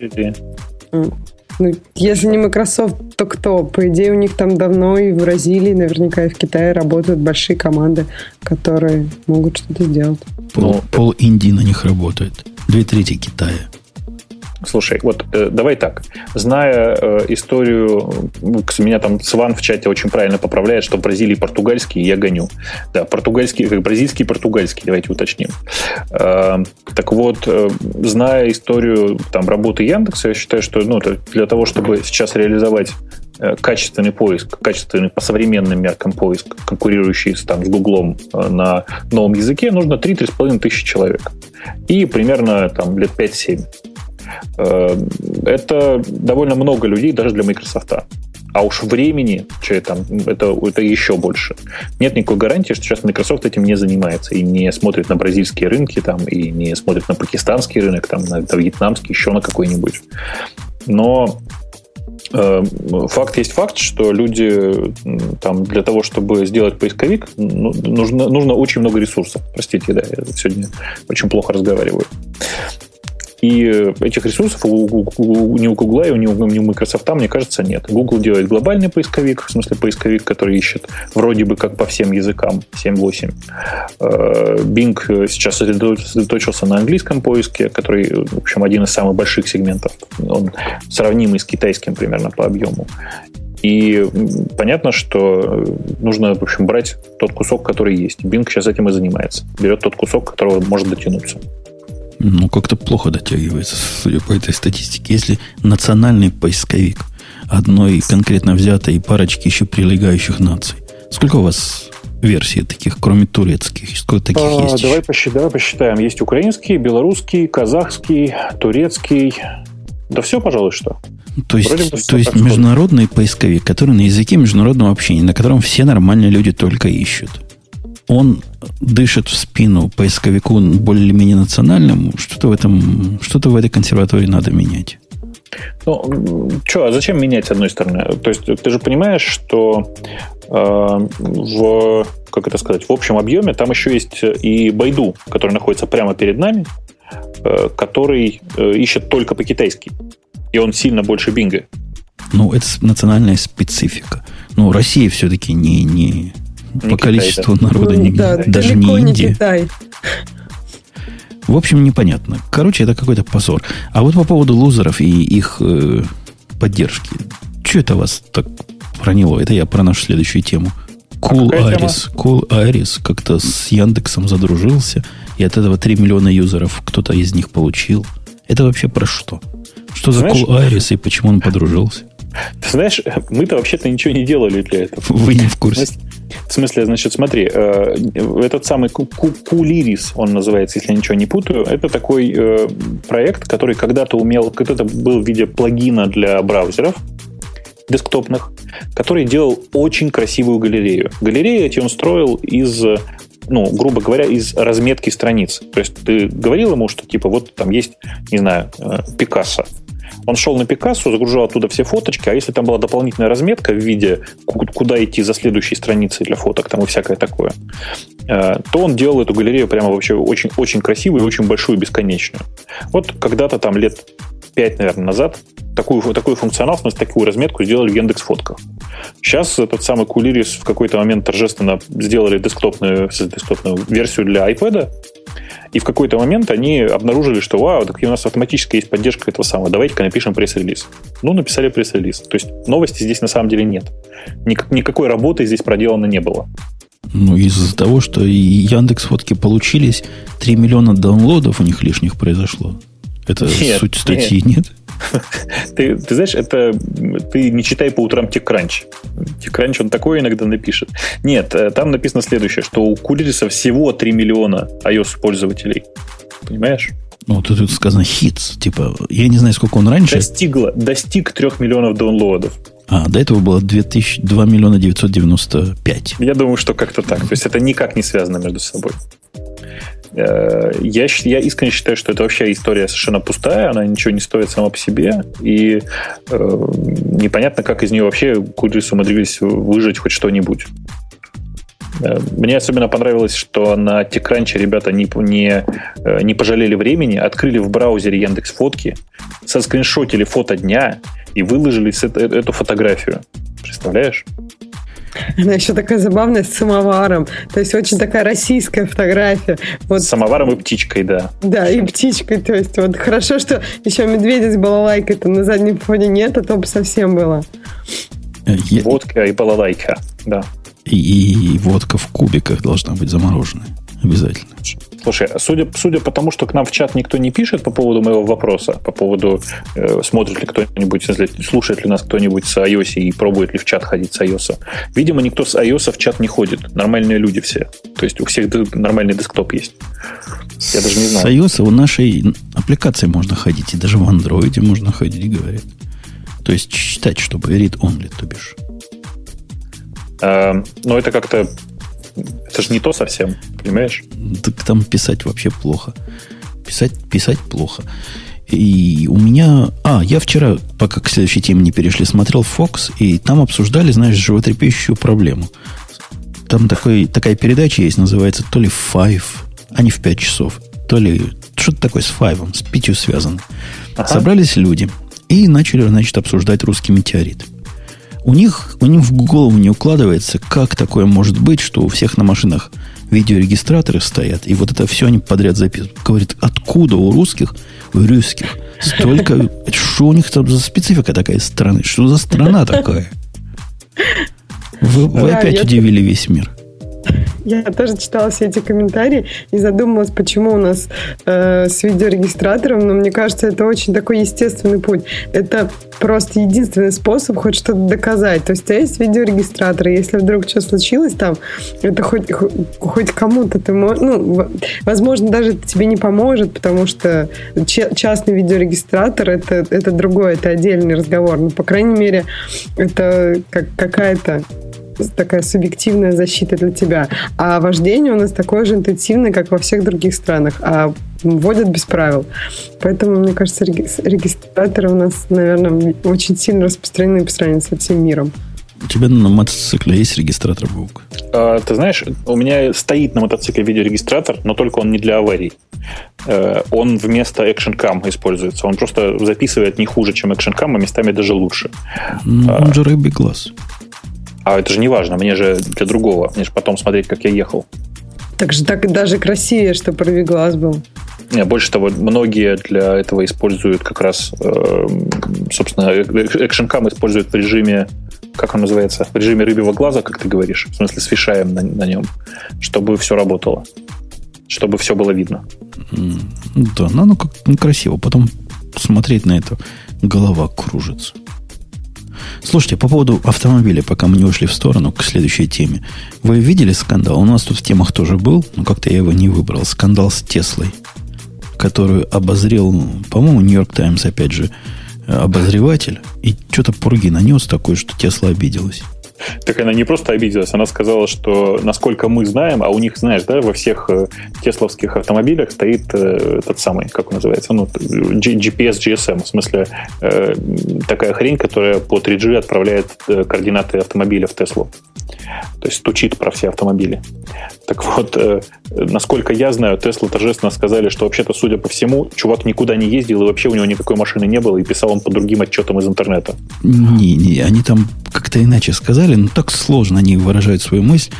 Ну, если не Microsoft, то кто? По идее, у них там давно и в Бразилии, наверняка и в Китае работают большие команды, которые могут что-то сделать. Пол, ну, пол Индии на них работает. Две трети Китая. Слушай, вот э, давай так. Зная э, историю, меня там Сван в чате очень правильно поправляет, что в Бразилии португальский я гоню. Да, португальский, как бразильский португальский, давайте уточним. Э, так вот, э, зная историю там, работы Яндекса, я считаю, что ну, для того, чтобы сейчас реализовать э, качественный поиск, качественный по современным меркам поиск, конкурирующий там, с Гуглом э, на новом языке, нужно три-три с половиной тысячи человек. И примерно там, лет пять-семь. Это довольно много людей даже для Microsoft. А уж времени, что там, это, это еще больше. Нет никакой гарантии, что сейчас Microsoft этим не занимается и не смотрит на бразильские рынки, там, и не смотрит на пакистанский рынок, там, на, на вьетнамский, еще на какой-нибудь. Но э, факт есть факт, что люди там, для того, чтобы сделать поисковик, ну, нужно, нужно очень много ресурсов. Простите, да, я сегодня очень плохо разговариваю. И этих ресурсов у, у, у, ни у Google, ни у, ни у Microsoft, мне кажется, нет. Google делает глобальный поисковик, в смысле поисковик, который ищет вроде бы как по всем языкам, семь-восемь. Bing сейчас сосредоточился на английском поиске, который, в общем, один из самых больших сегментов. Он сравнимый с китайским примерно по объему. И понятно, что нужно, в общем, брать тот кусок, который есть. Bing сейчас этим и занимается. Берет тот кусок, которого может дотянуться. Ну, как-то плохо дотягивается, судя по этой статистике. Если национальный поисковик одной конкретно взятой и парочки еще прилегающих наций. Сколько у вас версий таких, кроме турецких? Сколько таких а, есть? Давай посчитаем, посчитаем. Есть украинский, белорусский, казахский, турецкий. Да все, пожалуй, что. То есть, то есть международный поисковик, который на языке международного общения, на котором все нормальные люди только ищут. Он дышит в спину поисковику более-менее национальному. Что-то в этом, что-то в этой консерватории надо менять. Ну, что, а зачем менять, с одной стороны? То есть, ты же понимаешь, что э, в, как это сказать, в общем объеме там еще есть и Байду, который находится прямо перед нами, э, который э, ищет только по-китайски. И он сильно больше Бинга. Ну, это национальная специфика. Ну, Россия все-таки не... не... Не по Китай, количеству да. народа Ну, не, да, даже не Индия. Не Китай. В общем, непонятно. Короче, это какой-то позор. А вот по поводу лузеров и их э, поддержки. Что это вас так проняло? Это я про нашу следующую тему. Cool а Iris. Cool Iris как-то с Яндексом задружился. И от этого три миллиона юзеров кто-то из них получил. Это вообще про что? Что за Cool Iris и почему он подружился? Ты знаешь, мы-то вообще-то ничего не делали для этого. Вы не в курсе. В смысле, значит, смотри, этот самый Cooliris, он называется, если я ничего не путаю, это такой проект, который когда-то умел, когда-то был в виде плагина для браузеров десктопных, который делал очень красивую галерею. Галереи эти он строил из, ну, грубо говоря, из разметки страниц. То есть ты говорил ему, что типа вот там есть, не знаю, Пикассо. Он шел на Пикассо, загружал оттуда все фоточки, а если там была дополнительная разметка в виде, куда идти за следующей страницей для фоток, там и всякое такое, то он делал эту галерею прямо вообще очень, очень красивую и очень большую, бесконечную. Вот когда-то там лет пять, наверное, назад такую, такой функционал, в смысле, такую разметку сделали в Яндекс.Фотках. Сейчас этот самый Coolиris в какой-то момент торжественно сделали десктопную, десктопную версию для iPad, и в какой-то момент они обнаружили, что вау, так у нас автоматически есть поддержка этого самого. Давайте-ка напишем пресс-релиз. Ну, написали пресс-релиз. То есть новости здесь на самом деле нет. Ник- никакой работы здесь проделано не было. Ну, из-за того, что и Яндекс.Фотки получились, три миллиона даунлодов у них лишних произошло. Это нет, суть статьи, нет? нет? Ты, ты знаешь, это ты не читай по утрам TechCrunch. TechCrunch, он такое иногда напишет. Нет, там написано следующее, что у Coolri's всего три миллиона iOS-пользователей. Понимаешь? Ну, тут, тут сказано hits. Типа, я не знаю, сколько он раньше... Достигло, достиг трех миллионов даунлодов. А, до этого было два миллиона девятьсот девяносто пять. Я думаю, что как-то так. То есть это никак не связано между собой. Я, я искренне считаю, что это вообще история совершенно пустая, она ничего не стоит сама по себе, и э, непонятно, как из нее вообще Coolri's умудрились выжать хоть что-нибудь. Мне особенно понравилось, что на TechCrunch ребята не, не, не пожалели времени, открыли в браузере Яндекс.Фотки, соскриншотили фото дня и выложили эту фотографию. Представляешь? Она еще такая забавная, с самоваром. То есть очень такая российская фотография. Вот. С самоваром и птичкой, да. Да, и птичкой. То есть вот хорошо, что еще медведя с балалайкой-то на заднем фоне нет, а то бы совсем было. Я... Водка и балалайка, да. И, и, и водка в кубиках должна быть замороженная. Обязательно. Слушай, судя, судя по тому, что к нам в чат никто не пишет по поводу моего вопроса, по поводу, э, смотрит ли кто-нибудь, слушает ли нас кто-нибудь с iOS и пробует ли в чат ходить с iOS, видимо, никто с iOS в чат не ходит. Нормальные люди все. То есть у всех нормальный десктоп есть. Я даже не знаю. С iOS у нашей аппликации можно ходить, и даже в Android можно ходить, говорят. То есть читать, чтобы read-only, то бишь. Э, но это как-то... Это же не то совсем, понимаешь? Так там писать вообще плохо. Писать, писать плохо. И у меня... А, я вчера, пока к следующей теме не перешли, смотрел Fox, и там обсуждали, знаешь, животрепещущую проблему. Там такой, такая передача есть, называется то ли Five, а не в пять часов, то ли что-то такое с Five, с пятью связано. Ага. Собрались люди и начали, значит, обсуждать русский метеорит. У них, у них в голову не укладывается, как такое может быть, что у всех на машинах видеорегистраторы стоят, и вот это все они подряд записывают. Говорит, откуда у русских, у русских столько... Что у них там за специфика такая страны? Что за страна такая? Вы, вы да, опять удивили весь мир. Я тоже читала все эти комментарии и задумалась, почему у нас э, с видеорегистратором, но мне кажется, это очень такой естественный путь. Это просто единственный способ хоть что-то доказать. То есть у тебя есть видеорегистратор, и если вдруг что случилось там, это хоть, хоть кому-то ты можешь... Ну, возможно, даже это тебе не поможет, потому что частный видеорегистратор это, это другое, это отдельный разговор. Но, по крайней мере, это как, какая-то такая субъективная защита для тебя. А вождение у нас такое же интенсивное, как во всех других странах. А вводят без правил. Поэтому, мне кажется, регистраторы у нас, наверное, очень сильно распространены по сравнению со всем миром. У тебя на мотоцикле есть регистратор, Бог? А, ты знаешь, у меня стоит на мотоцикле видеорегистратор, но только он не для аварий. А, он вместо Action Cam используется. Он просто записывает не хуже, чем Action Cam, а местами даже лучше. Ну, он а, же рыбий глаз. А это же не важно, мне же для другого. Мне же потом смотреть, как я ехал. Так же так даже красивее, чтобы рыбий глаз был. Больше того, многие для этого используют как раз, э, собственно, Action Cam используют в режиме, как он называется, в режиме рыбьего глаза, как ты говоришь, в смысле с фишаем на, на нем, чтобы все работало, чтобы все было видно. Mm, да, ну, ну, как, ну красиво. Потом смотреть на это, голова кружится. Слушайте, по поводу автомобиля, пока мы не ушли в сторону к следующей теме. Вы видели скандал? У нас тут в темах тоже был, но как-то я его не выбрал. Скандал с Теслой, которую обозрел, по-моему, Нью-Йорк Таймс, опять же, обозреватель, и что-то пурги нанес такой, что Тесла обиделась. Так она не просто обиделась, она сказала, что, насколько мы знаем, а у них, знаешь, да, во всех э, тесловских автомобилях стоит э, этот самый, как он называется, ну, джи пи эс, джи эс эм, в смысле э, такая хрень, которая по три джи отправляет э, координаты автомобиля в Теслу. То есть стучит про все автомобили. Так вот, э, насколько я знаю, Тесла торжественно сказали, что вообще-то, судя по всему, чувак никуда не ездил, и вообще у него никакой машины не было, и писал он по другим отчетам из интернета. Не-не, они там как-то иначе сказали, но так сложно они выражают свою мысль.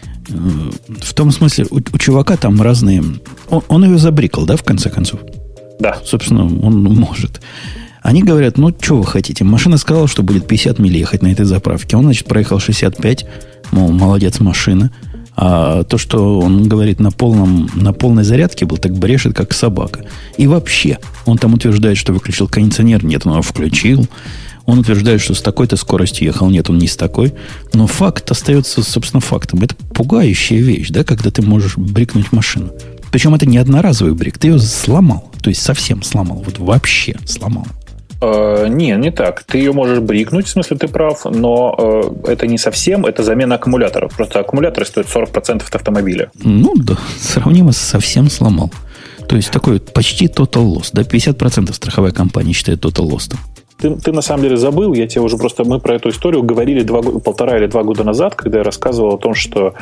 В том смысле, у, у чувака там разные... Он, он ее забрикал, да, в конце концов? Да. Собственно, он может. Они говорят, ну, что вы хотите? Машина сказала, что будет пятьдесят миль ехать на этой заправке. Он, значит, проехал шестьдесят пять, мол, молодец, машина. А то, что он говорит на, полном, на полной зарядке был, так брешет, как собака. И вообще, он там утверждает, что выключил кондиционер. Нет, он его включил. Он утверждает, что с такой-то скоростью ехал. Нет, он не с такой. Но факт остается, собственно, фактом. Это пугающая вещь, да, когда ты можешь брикнуть машину. Причем это не одноразовый брик. Ты ее сломал. То есть совсем сломал. Вот вообще сломал. Uh, не, не так. Ты ее можешь брикнуть, в смысле ты прав, но uh, это не совсем, это замена аккумуляторов. Просто аккумуляторы стоят сорок процентов от автомобиля. Ну да, сравнимо с совсем сломал. То есть такой почти total loss. Да, пятьдесят процентов страховая компания считает total loss. Ты, ты на самом деле забыл, я тебе уже просто... Мы про эту историю говорили два, полтора или два года назад, когда я рассказывал о том, что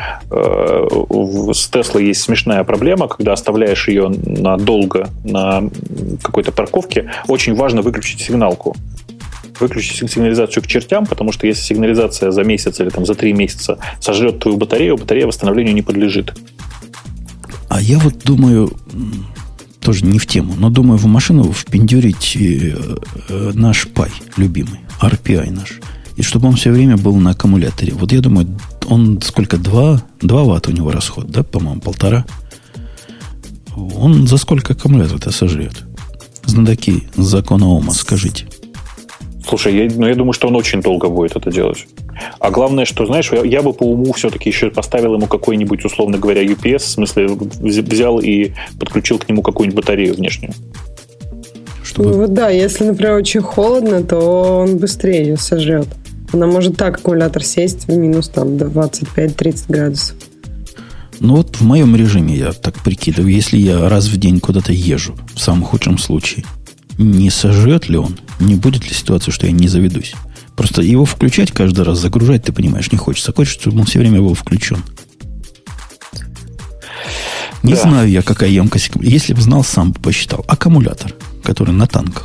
э, с Теслой есть смешная проблема, когда оставляешь ее надолго на какой-то парковке, очень важно выключить сигналку. Выключить сигнализацию к чертям, потому что если сигнализация за месяц или там, за три месяца сожрет твою батарею, батарея восстановлению не подлежит. А я вот думаю... Тоже не в тему, но думаю, в машину впендюрить э, э, наш пай любимый, ар пи ай наш. И чтобы он все время был на аккумуляторе. Вот я думаю, он сколько? два ватта у него расход, да, по-моему, полтора. Он за сколько аккумулятор-то сожрет? Знатоки закона Ома, скажите. Слушай, я, ну, я думаю, что он очень долго будет это делать. А главное, что, знаешь, я, я бы по уму все-таки еще поставил ему какой-нибудь, условно говоря, ю пи эс, в смысле, взял и подключил к нему какую-нибудь батарею внешнюю. Чтобы... Ну вот да, если, например, очень холодно, то он быстрее ее сожрет. Она может так аккумулятор сесть в минус там двадцать пять тридцать градусов. Ну вот в моем режиме я так прикидываю, если я раз в день куда-то езжу, в самом худшем случае, не сожрет ли он? Не будет ли ситуации, что я не заведусь? Просто его включать каждый раз, загружать, ты понимаешь, не хочется. Хочется, чтобы он все время был включен. Не да. знаю я, какая емкость. Если бы знал, сам бы посчитал. Аккумулятор, который на танках.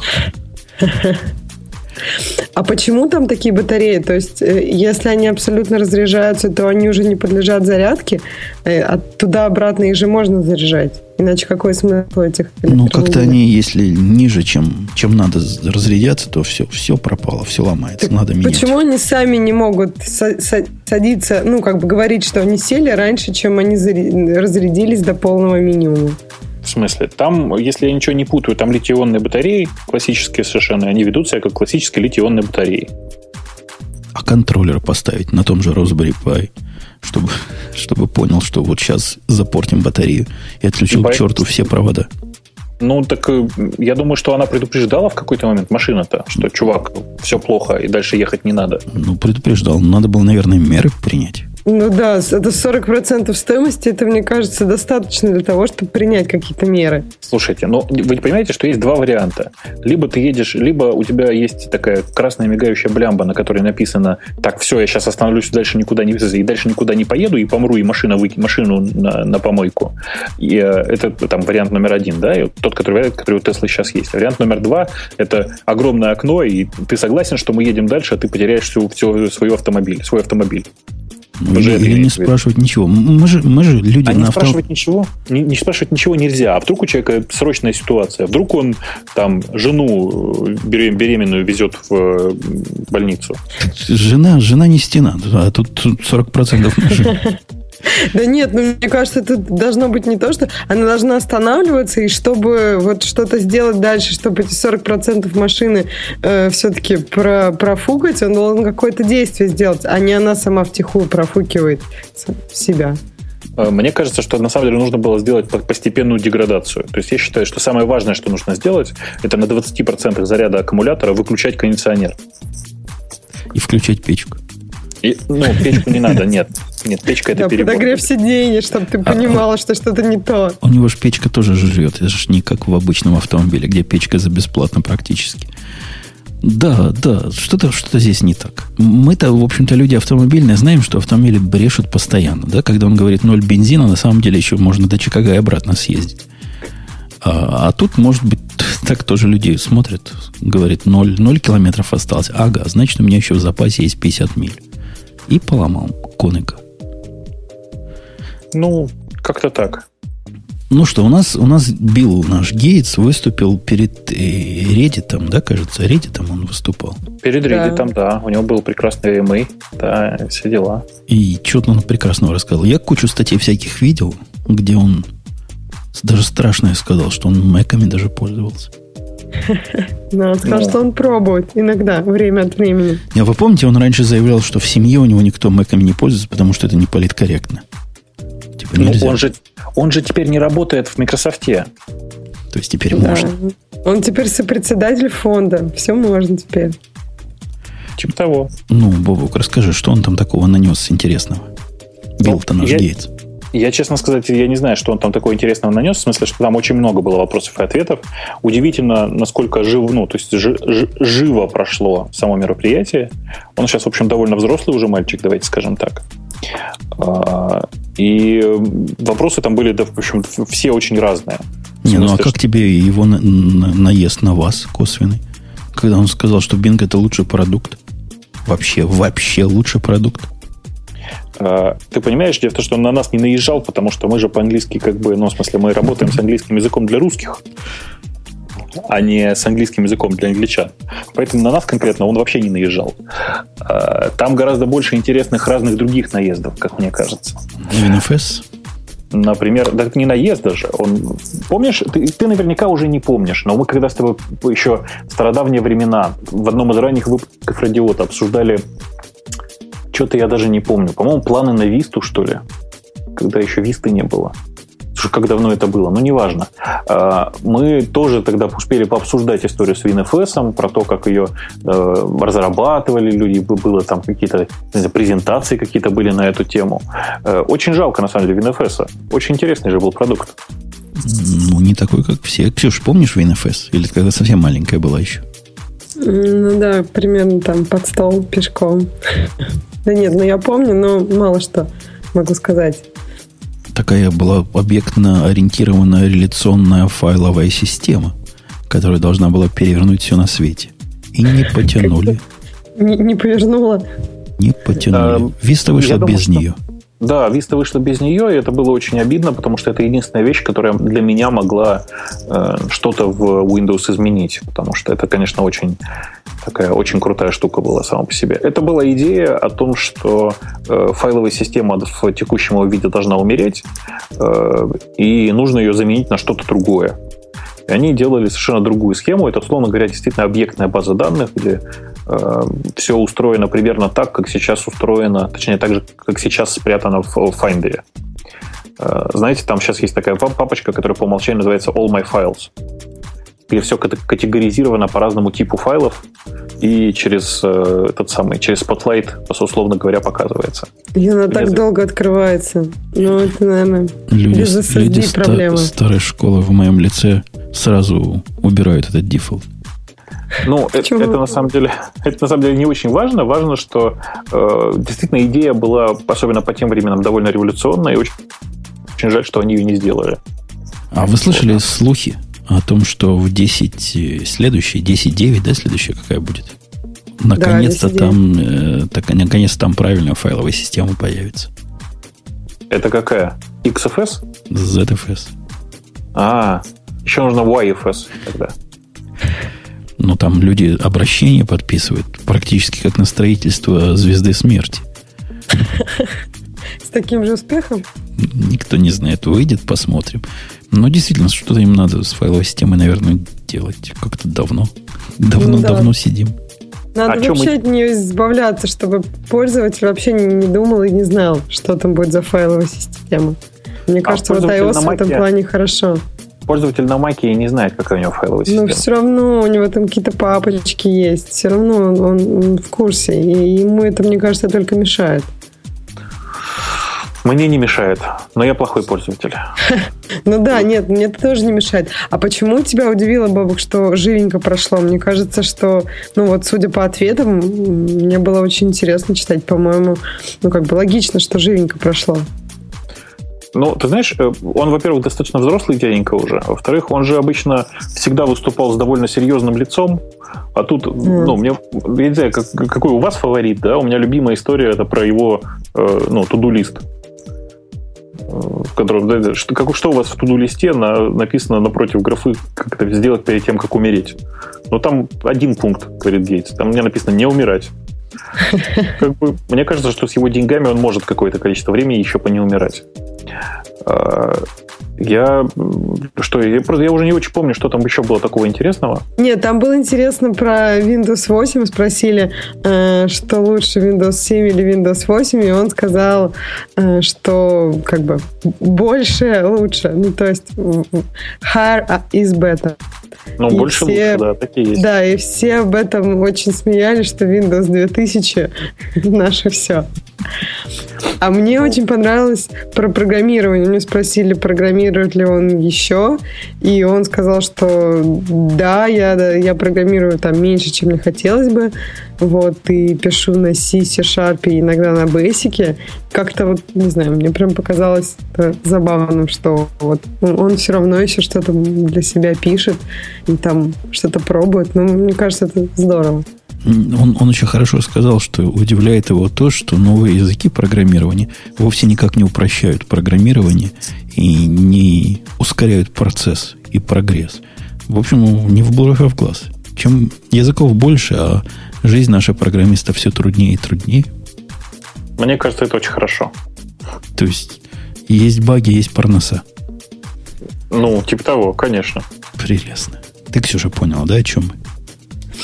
А почему там такие батареи? То есть, если они абсолютно разряжаются, то они уже не подлежат зарядке, а туда-обратно их же можно заряжать. Иначе какой смысл этих электромобилей? Ну, как-то они, если ниже, чем, чем надо разрядятся, то все, все пропало, все ломается. Так надо менять. Почему они сами не могут садиться, ну, как бы говорить, что они сели раньше, чем они разрядились до полного минимума? В смысле? Там, если я ничего не путаю, там литий-ионные батареи, классические совершенно, они ведут себя как классические литий-ионные батареи. А контроллер поставить на том же Raspberry Pi, чтобы, чтобы понял, что вот сейчас запортим батарею и отключил к черту все провода. Ну, так я думаю, что она предупреждала в какой-то момент машина-то, что, чувак, все плохо и дальше ехать не надо. Ну, предупреждал. Надо было, наверное, меры принять. Ну да, это сорок процентов стоимости, это, мне кажется, достаточно для того, чтобы принять какие-то меры. Слушайте, ну вы понимаете, что есть два варианта. Либо ты едешь, либо у тебя есть такая красная мигающая блямба, на которой написано: так, все, я сейчас остановлюсь, дальше никуда не и дальше никуда не поеду, и помру, и машина выкинет машину на, на помойку. И э, это там вариант номер один, да, и тот, который, который у Теслы сейчас есть. Вариант номер два — это огромное окно, и ты согласен, что мы едем дальше, а ты потеряешь всю, всю свою автомобиль, свой автомобиль. Ну, или или не спрашивать ничего. Мы же, мы же люди а на не авто... спрашивать ничего, не, не спрашивать ничего нельзя. А вдруг у человека срочная ситуация? Вдруг он там жену беременную везет в больницу? Жена, жена не стена, а тут сорок процентов машин. Да нет, ну мне кажется, это должно быть не то, что она должна останавливаться, и чтобы вот что-то сделать дальше, чтобы эти сорок процентов машины э, все-таки про, профукать, он должен какое-то действие сделать, а не она сама втихую профукивает себя. Мне кажется, что на самом деле нужно было сделать постепенную деградацию. То есть я считаю, что самое важное, что нужно сделать, это на двадцать процентов заряда аккумулятора выключать кондиционер. И включать печку. И, ну, печку не надо, нет. Нет, печка — это да, перебор. Подогрев сиденья, чтобы ты понимала, а, что что-то не то. У него же печка тоже жрет. Это же не как в обычном автомобиле, где печка за бесплатно практически. Да, да, что-то, что-то здесь не так. Мы-то, в общем-то, люди автомобильные, знаем, что автомобили брешут постоянно. Да? Когда он говорит ноль бензина, на самом деле еще можно до Чикаго и обратно съездить. А, а тут, может быть, так тоже люди смотрят, говорит, ноль, ноль километров осталось. Ага, значит, у меня еще в запасе есть пятьдесят миль. И поломал коника. Ну, как-то так. Ну что, у нас, у нас Билл, наш Гейтс, выступил перед Reddit, да, кажется, Reddit он выступал. Перед Reddit, да. да. У него был прекрасный эм эй, да, все дела. И что-то он прекрасного рассказал. Я кучу статей всяких видел, где он даже страшное сказал, что он мэками даже пользовался. Ну, он сказал, что он пробует иногда, время от времени. А вы помните, он раньше заявлял, что в семье у него никто мэками не пользуется, потому что это не политкорректно. Типа ну, он же, он же теперь не работает в Microsoft'е. То есть теперь да. можно. Он теперь сопредседатель фонда. Все можно теперь. Типа того. Ну, Бобок, расскажи, что он там такого нанес интересного? Билл-то наш я... Гейтс. Я, честно сказать, я не знаю, что он там такого интересного нанес, в смысле, что там очень много было вопросов и ответов. Удивительно, насколько жив, ну, то есть жи, жи, живо прошло само мероприятие. Он сейчас, в общем, довольно взрослый уже мальчик, давайте скажем так. И вопросы там были, да, в общем, все очень разные. Не, смысле, ну а как что... тебе его на, на, наезд на вас косвенный? Когда он сказал, что Bing это лучший продукт? Вообще, вообще лучший продукт? Ты понимаешь, дело в том, что он на нас не наезжал, потому что мы же по-английски как бы, ну, в смысле, мы работаем с английским языком для русских, а не с английским языком для англичан. Поэтому на нас конкретно он вообще не наезжал. Там гораздо больше интересных разных других наездов, как мне кажется. эн эф эс? Например, да не наезд даже. Он, помнишь, ты, ты наверняка уже не помнишь, но мы когда с тобой еще в стародавние времена в одном из ранних выпусков Радиота обсуждали, что-то я даже не помню. По-моему, планы на Висту, что ли? Когда еще Висты не было. Слушай, как давно это было? Ну, неважно. Мы тоже тогда успели пообсуждать историю с WinFS, про то, как ее разрабатывали люди, было там какие-то, не знаю, презентации какие-то были на эту тему. Очень жалко, на самом деле, WinFS. Очень интересный же был продукт. Ну, не такой, как все. Ксюш, помнишь WinFS? Или когда совсем маленькая была еще? Ну да, примерно там под стол пешком. Да нет, ну я помню, но мало что могу сказать. Такая была объектно-ориентированная реляционная файловая система, которая должна была перевернуть все на свете. И не потянули. Не, не повернула? Не потянули. Vista вышла без что... нее. Да, Vista вышла без нее, и это было очень обидно, потому что это единственная вещь, которая для меня могла э, что-то в Windows изменить, потому что это, конечно, очень такая очень крутая штука была сама по себе. Это была идея о том, что э, файловая система в текущем его виде должна умереть, э, и нужно ее заменить на что-то другое. И они делали совершенно другую схему. Это, условно говоря, действительно объектная база данных, где э, все устроено примерно так, как сейчас устроено, точнее, так же, как сейчас спрятано в Finder. Э, знаете, там сейчас есть такая папочка, которая по умолчанию называется All My Files, где все категоризировано по разному типу файлов и через э, этот самый, через Spotlight, условно говоря, показывается. И она так долго открывается. Ну, это, наверное, люди, без эс эс ди люди проблема. Ста- старой школы в моем лице сразу убирают этот дефолт. Ну, это, это, на самом деле, это на самом деле не очень важно. Важно, что э, действительно идея была, особенно по тем временам, довольно революционная, и очень, очень жаль, что они ее не сделали. А вы слышали вот. слухи о том, что в десять, следующей, десять девять, да, следующая какая будет? Наконец-то да, там, э, так, наконец-то там правильная файловая система появится. Это какая? икс эф эс? зет эф эс. А, еще нужно уай эф эс тогда. Ну, там люди обращения подписывают практически как на строительство звезды смерти. С таким же успехом? Никто не знает. Выйдет, посмотрим. Но действительно, что-то им надо с файловой системой, наверное, делать. Как-то давно. Давно-давно ну, да. сидим. Надо а вообще мы... от нее избавляться, чтобы пользователь вообще не, не думал и не знал, что там будет за файловая система. Мне а кажется, вот iOS в этом плане хорошо. Пользователь на Маке не знает, какая у него файловая система. Но все равно у него там какие-то папочки есть. Все равно он, он, он в курсе. И ему это, мне кажется, только мешает. Мне не мешает, но я плохой пользователь. Ну да, нет, мне это тоже не мешает. А почему тебя удивило, Бобук, что живенько прошло? Мне кажется, что, ну вот, судя по ответам, мне было очень интересно читать. По-моему, ну как бы логично, что живенько прошло. Ну, ты знаешь, он, во-первых, достаточно взрослый дяденька уже. Во-вторых, он же обычно всегда выступал с довольно серьезным лицом. А тут, mm. ну, мне, я не знаю, как, какой у вас фаворит, да? У меня любимая история, это про его, э, ну, to-do-лист. В котором, да, что, как, что у вас в to-do-листе на, написано напротив графы, как это сделать перед тем, как умереть. Ну, там один пункт, говорит Гейтс. Там мне написано «не умирать». Как бы, мне кажется, что с его деньгами он может какое-то количество времени еще по не умирать. Я что, я, просто, я уже не очень помню, что там еще было такого интересного. Нет, там было интересно про Windows восемь. Спросили, э, что лучше, Windows семь или Windows восемь, и он сказал, э, что как бы больше лучше. Ну, то есть higher is better. Ну, и больше все, лучше, да, такие есть. Да, и все об этом очень смеялись, что Windows две тысячи наше все. А мне очень понравилось про программирование. Мне спросили, программирует ли он еще, и он сказал, что да, я, я программирую там меньше, чем мне хотелось бы, вот, и пишу на C, C-Sharp и иногда на Basic. Как-то вот, не знаю, мне прям показалось забавным, что вот он все равно еще что-то для себя пишет и там что-то пробует. Ну, мне кажется, это здорово. Он, он еще хорошо сказал, что удивляет его то, что новые языки программирования вовсе никак не упрощают программирование и не ускоряют процесс и прогресс. В общем, не в бровь, а в глаз. Чем языков больше, а жизнь наших программистов все труднее и труднее. Мне кажется, это очень хорошо. То есть, есть баги, есть парноса. Ну, типа того, конечно. Прелестно. Ты, Ксюша, поняла, да, о чем мы?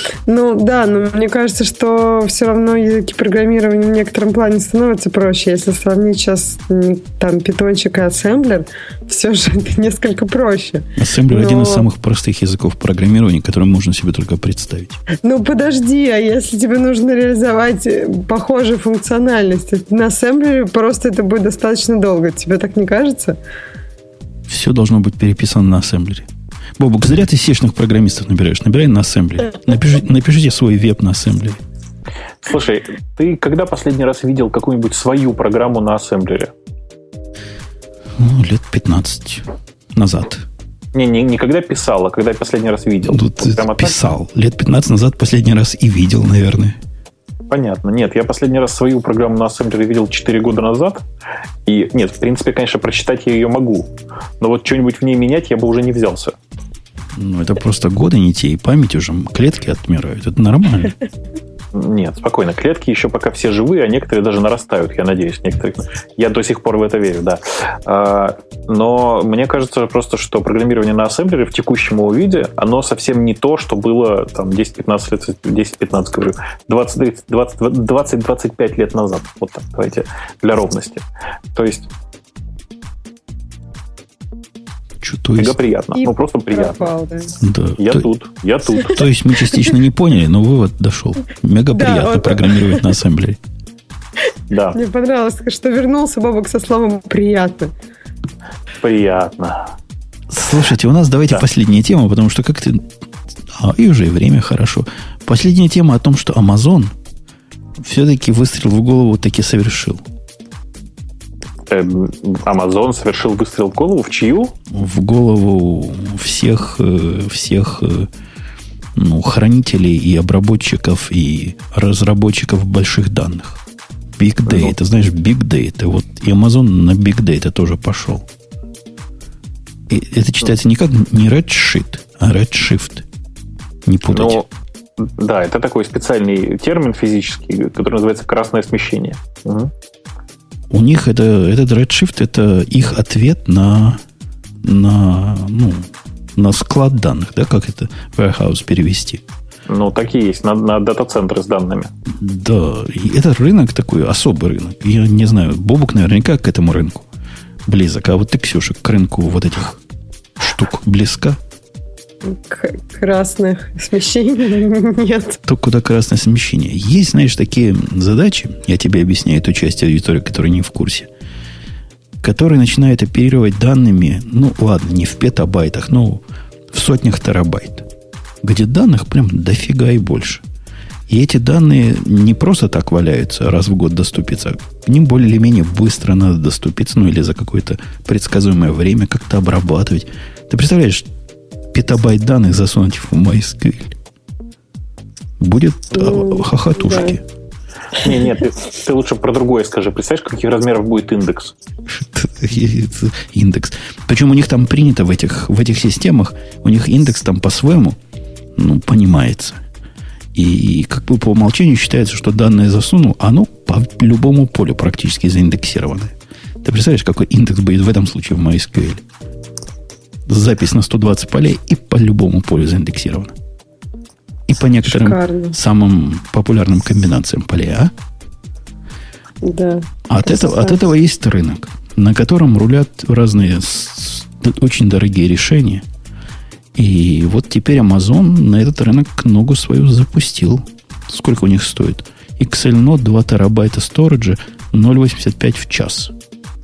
Ну, да, но мне кажется, что все равно языки программирования в некотором плане становятся проще. Если сравнить сейчас там питончик и ассемблер, все же это несколько проще. Ассемблер но... один из самых простых языков программирования, который можно себе только представить. Ну, подожди, а если тебе нужно реализовать похожие функциональности, на ассемблере просто это будет достаточно долго. Тебе так не кажется? Все должно быть переписано на ассемблере. Бобук, зря ты сишных программистов набираешь. Набирай на ассемблере. Напиши, напишите свой веб на ассемблере. Слушай, ты когда последний раз видел какую-нибудь свою программу на ассемблере? Ну, лет пятнадцать назад. Не, не, не когда писал, а когда последний раз видел. Тут вот прямо писал. Так? Лет пятнадцать назад последний раз и видел, наверное. Понятно. Нет, я последний раз свою программу на ассемблере видел четыре года назад. И нет, в принципе, конечно, прочитать я ее могу. Но вот что-нибудь в ней менять я бы уже не взялся. Ну, это просто годы не те, и память уже, клетки отмирают. Это нормально. Нет, спокойно. Клетки еще пока все живые, а некоторые даже нарастают, я надеюсь. Некоторые... Я до сих пор в это верю, да. А, но мне кажется просто, что программирование на ассемблере в текущем его виде, оно совсем не то, что было там десять-пятнадцать лет, десять-пятнадцать, говорю, двадцать-двадцать пять лет назад. Вот так, давайте, для ровности. То есть То есть... Мега приятно. И ну, просто приятно. Пропал, да. Да. Я то... тут, я тут. То есть мы частично не поняли, но вывод дошел. Мега приятно программировать на ассемблере. Да. Мне понравилось, что вернулся Бобок со словом «приятно». Приятно. Слушайте, у нас давайте да. последняя тема, потому что как-то... А, и уже и время хорошо. Последняя тема о том, что Amazon все-таки выстрел в голову таки совершил. Amazon совершил выстрел в голову в чью? В голову всех, всех ну, хранителей и обработчиков и разработчиков больших данных. Big Data, ну. знаешь, Big Data. Вот и Amazon на Big Data тоже пошел. И это читается не как не Redshift, а Redshift. Не путать. Ну, да, это такой специальный термин физический, который называется красное смещение. Угу. У них это, этот Redshift это их ответ на, на, ну, на склад данных, да, как это warehouse перевести. Ну, так и есть, на, на дата-центры с данными. Да, и это рынок такой, особый рынок. Я не знаю, Бобук наверняка к этому рынку близок, а вот ты, Ксюша, к рынку вот этих штук близка? К красных смещений нет. То, куда красное смещение. Есть, знаешь, такие задачи, я тебе объясняю ту часть аудитории, которая не в курсе, которые начинают оперировать данными, ну, ладно, не в петабайтах, но в сотнях терабайт, где данных прям дофига и больше. И эти данные не просто так валяются, раз в год доступиться, к ним более или менее быстро надо доступиться, ну, или за какое-то предсказуемое время как-то обрабатывать. Ты представляешь, петабайт данных засунуть в MySQL. Будет ну, хохотушки. Да. Не, нет, ты, ты лучше про другое скажи. Представляешь, каких размеров будет индекс? Индекс. Причем у них там принято в этих, в этих системах, у них индекс там по-своему, ну, понимается. И как бы по умолчанию считается, что данное засунул, оно по любому полю практически заиндексировано. Ты представляешь, какой индекс будет в этом случае в MySQL? Запись на сто двадцать полей и по любому полю заиндексирована. И по некоторым Шикарно. самым популярным комбинациям полей, а? Да. От этого, от этого есть рынок, на котором рулят разные очень дорогие решения. И вот теперь Amazon на этот рынок ногу свою запустил. Сколько у них стоит? икс эл Note два терабайта сториджа ноль целых восемьдесят пять в час.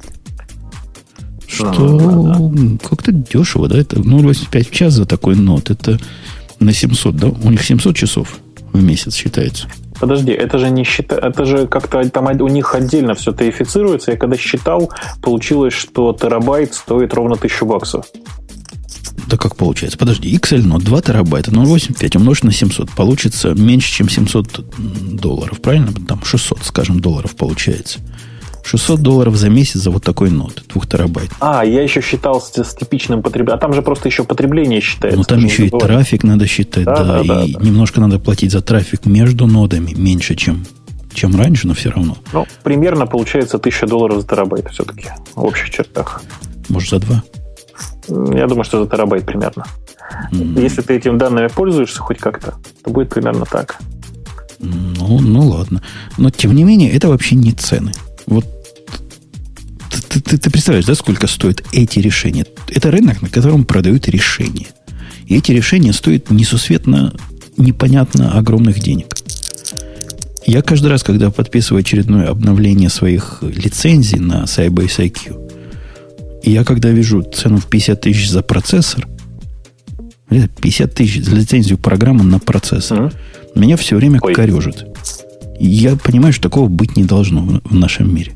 Что а, да, да. как-то дешево, да? Это ноль целых восемьдесят пять в час за такой нот. Это на семьсот, да? У них семьсот часов в месяц считается. Подожди, это же не счита... это же как-то там у них отдельно все тарифицируется. Я когда считал, получилось, что терабайт стоит ровно тысячу баксов. Да как получается? Подожди, икс эл Note два терабайта, ноль целых восемьдесят пять умножить на семьсот. Получится меньше, чем семьсот долларов, правильно? Там шестьсот, скажем, долларов получается. шестьсот долларов за месяц за вот такой нот, двух терабайт. А, я еще считал с, с типичным потреблением. А там же просто еще потребление считается. Ну, там еще и трафик надо считать, да, да, да и да, немножко да. надо платить за трафик между нодами, меньше, чем, чем раньше, но все равно. Ну, примерно получается тысяча долларов за терабайт все-таки, в общих чертах. Может, за два? Я думаю, что за терабайт примерно. Mm-hmm. Если ты этими данными пользуешься хоть как-то, то будет примерно так. Ну, ну ладно. Но, тем не менее, это вообще не цены. Вот ты, ты, ты представляешь, да, сколько стоят эти решения? Это рынок, на котором продают решения. И эти решения стоят несусветно, непонятно огромных денег. Я каждый раз, когда подписываю очередное обновление своих лицензий на Sybase ай кью, и я когда вижу цену в пятьдесят тысяч за процессор, пятьдесят тысяч за лицензию программы на процессор, mm-hmm. меня все время Ой. корежит. Я понимаю, что такого быть не должно в нашем мире.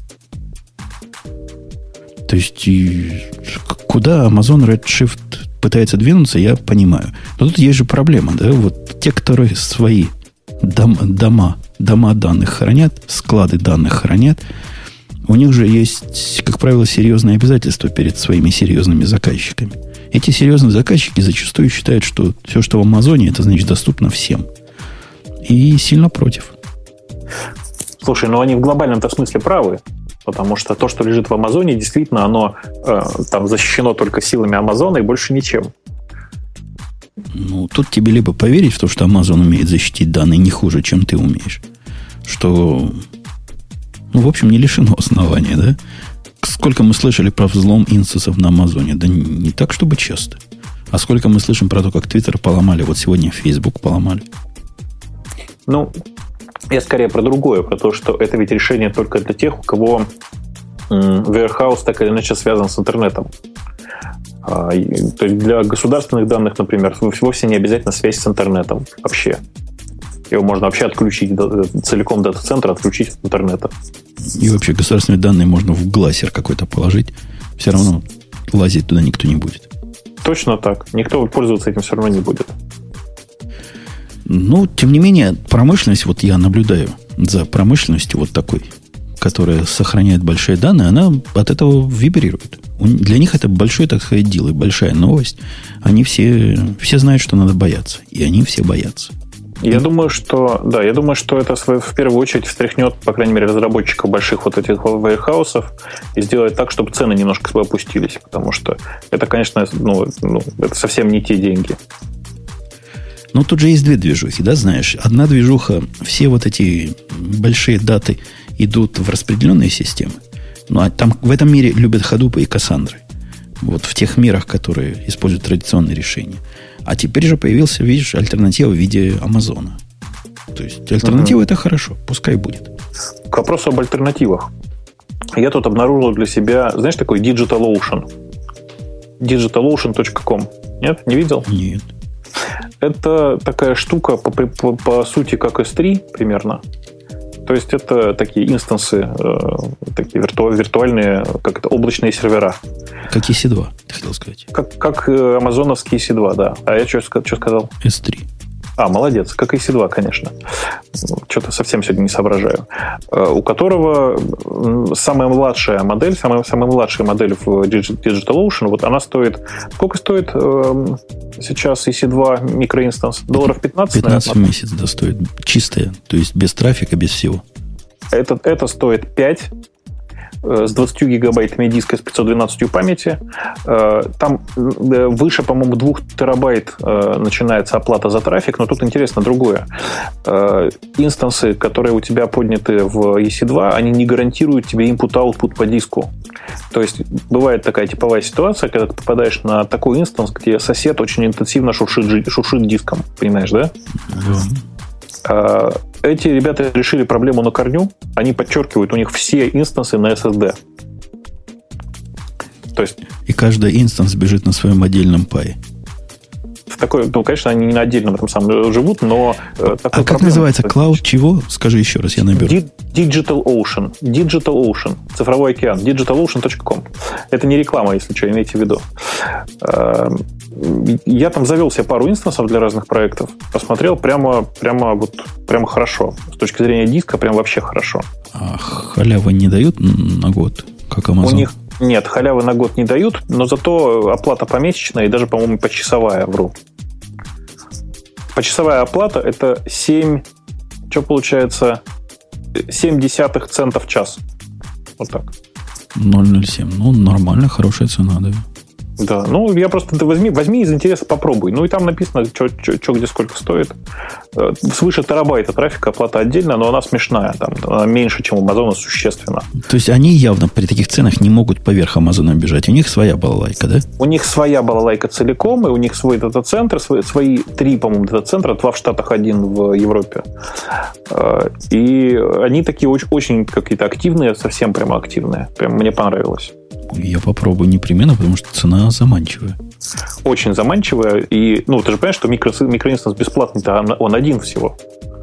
То есть, куда Amazon Redshift пытается двинуться, я понимаю. Но тут есть же проблема, да? Вот те, которые свои дом, дома, дома данных хранят, склады данных хранят, у них же есть, как правило, серьезные обязательства перед своими серьезными заказчиками. Эти серьезные заказчики зачастую считают, что все, что в Амазоне, это значит доступно всем. И сильно против. Слушай, ну они в глобальном-то смысле правы. Потому что то, что лежит в Амазоне, действительно, оно э, там защищено только силами Амазона и больше ничем. Ну, тут тебе либо поверить в то, что Amazon умеет защитить данные не хуже, чем ты умеешь. Что, ну, в общем, не лишено основания, да? Сколько мы слышали про взлом инстансов на Амазоне? Да не, не так, чтобы часто. А сколько мы слышим про то, как Twitter поломали, вот сегодня Facebook поломали. Ну, я скорее про другое, про то, что это ведь решение только для тех, у кого warehouse так или иначе связан с интернетом. А, то есть для государственных данных, например, вовсе не обязательно связь с интернетом вообще. Его можно вообще отключить, целиком дата-центр отключить от интернета. И вообще государственные данные можно в глассер какой-то положить. Все равно лазить туда никто не будет. Точно так. Никто пользоваться этим все равно не будет. Ну, тем не менее, промышленность, вот я наблюдаю за промышленностью вот такой, которая сохраняет большие данные, она от этого вибрирует. Для них это большой, так сказать, дел и большая новость. Они все, все знают, что надо бояться. И они все боятся. Я mm. думаю, что да, я думаю, что это в первую очередь встряхнет, по крайней мере, разработчиков больших вот этих вейрхаусов и сделает так, чтобы цены немножко опустились. Потому что это, конечно, ну, ну, это совсем не те деньги. Ну, тут же есть две движухи, да, знаешь. Одна движуха, все вот эти большие даты идут в распределенные системы. Ну, а там в этом мире любят Hadoop и Cassandra. Вот в тех мирах, которые используют традиционные решения. А теперь же появился, видишь, альтернатива в виде Амазона. То есть альтернатива mm-hmm. это хорошо, пускай будет. К вопросу об альтернативах. Я тут обнаружил для себя, знаешь, такой DigitalOcean. диджитал оушен точка ком. Нет? Не видел? Нет. Это такая штука, по, по, по сути, как эс три примерно. То есть это такие инстансы, э, такие вирту, виртуальные, как это, облачные сервера. Как и си два, ты хотел сказать. Как, как амазоновский и си два, да. А я что, что сказал? эс три. А, молодец, как и си два, конечно. Что-то совсем сегодня не соображаю. У которого самая младшая модель, самая, самая младшая модель в DigitalOcean, вот она стоит... Сколько стоит э, сейчас и си два микроинстанс? Долларов пятнадцать? пятнадцать наверное? В месяц, да, стоит. Чистая, то есть без трафика, без всего. Это, это стоит пять с двадцатью гигабайтами диска, с пятьсот двенадцатью памяти. Там выше, по-моему, двух терабайт начинается оплата за трафик, но тут интересно другое. Инстансы, которые у тебя подняты в и си два, они не гарантируют тебе input-output по диску. То есть бывает такая типовая ситуация, когда ты попадаешь на такой инстанс, где сосед очень интенсивно шуршит, шуршит диском. Понимаешь, да? Mm-hmm. Эти ребята решили проблему на корню. Они подчеркивают, у них все инстансы на эс эс ди. То есть... И каждый инстанс бежит на своем отдельном пае. Такой, ну, конечно, они не на отдельном этом самом живут, но... А как проблема. Называется? Клауд чего? Скажи еще раз, я наберу. DigitalOcean. DigitalOcean. Цифровой океан. диджитал оушен точка ком. Это не реклама, если что, имейте в виду. Я там завел себе пару инстансов для разных проектов. Посмотрел прямо, прямо, вот, прямо хорошо. С точки зрения диска прям вообще хорошо. А халявы не дают на год, как Amazon? У них нет, халявы на год не дают, но зато оплата помесячная и даже, по-моему, почасовая, вру. Почасовая оплата – это семь, что получается, семь десятых центов в час. Вот так. ноль целых ноль семь. Ну, нормально, хорошая цена, да. Да, ну я просто ты возьми, возьми из интереса попробуй. Ну и там написано, что где сколько стоит. Свыше терабайта трафика оплата отдельно, но она смешная. Там, она меньше, чем у Амазона, существенно. То есть они явно при таких ценах не могут поверх Амазона бежать. У них своя балалайка, да? У них своя балалайка целиком, и у них свой дата-центр, свои, свои три, по-моему, дата-центра, два в Штатах, один в Европе. И они такие очень, очень какие-то активные, совсем прямо активные. Прям мне понравилось. Я попробую непременно, потому что цена заманчивая. Очень заманчивая. И, ну, ты же понимаешь, что микро, микроинстанс бесплатный-то он один всего.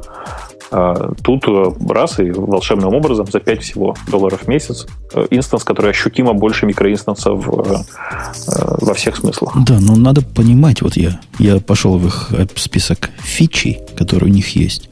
А тут раз и волшебным образом за пять всего долларов в месяц инстанс, который ощутимо больше микроинстанса в, во всех смыслах. Да, но надо понимать, вот я, я пошел в их список фичей, которые у них есть.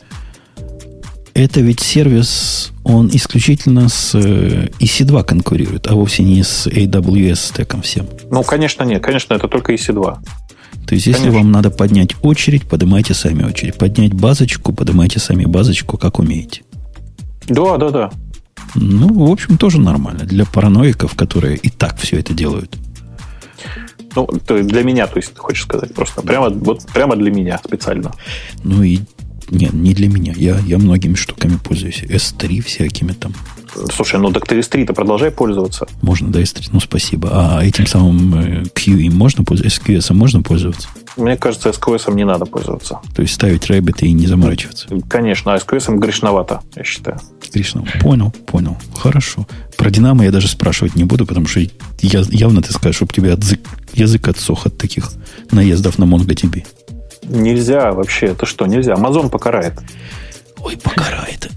Это ведь сервис, он исключительно с и си два конкурирует, а вовсе не с эй дабл ю эс стеком всем. Ну, конечно, нет. Конечно, это только и си два. То есть, если Конечно. Вам надо поднять очередь, поднимайте сами очередь. Поднять базочку, поднимайте сами базочку, как умеете. Да, да, да. Ну, в общем, тоже нормально. Для параноиков, которые и так все это делают. Ну, для меня, то есть, ты хочешь сказать, просто прямо, вот, прямо для меня специально. Ну, и нет, не для меня. Я, я многими штуками пользуюсь. эс три всякими там. Слушай, ну так ты эс три-то продолжай пользоваться. Можно, да, эс три. Ну, спасибо. А этим самым кью и можно пользоваться? эс кью эс можно пользоваться? Мне кажется, эс кью эс не надо пользоваться. То есть ставить Rabbit и не заморачиваться? Конечно, а эс кью эс грешновато, я считаю. Грешновато. Понял, понял. Хорошо. Про Динамо я даже спрашивать не буду, потому что я, явно ты скажешь, чтобы тебе язык, язык отсох от таких наездов на MongoDB. Нельзя вообще. Это что, нельзя? Amazon покарает. Ой, покарает.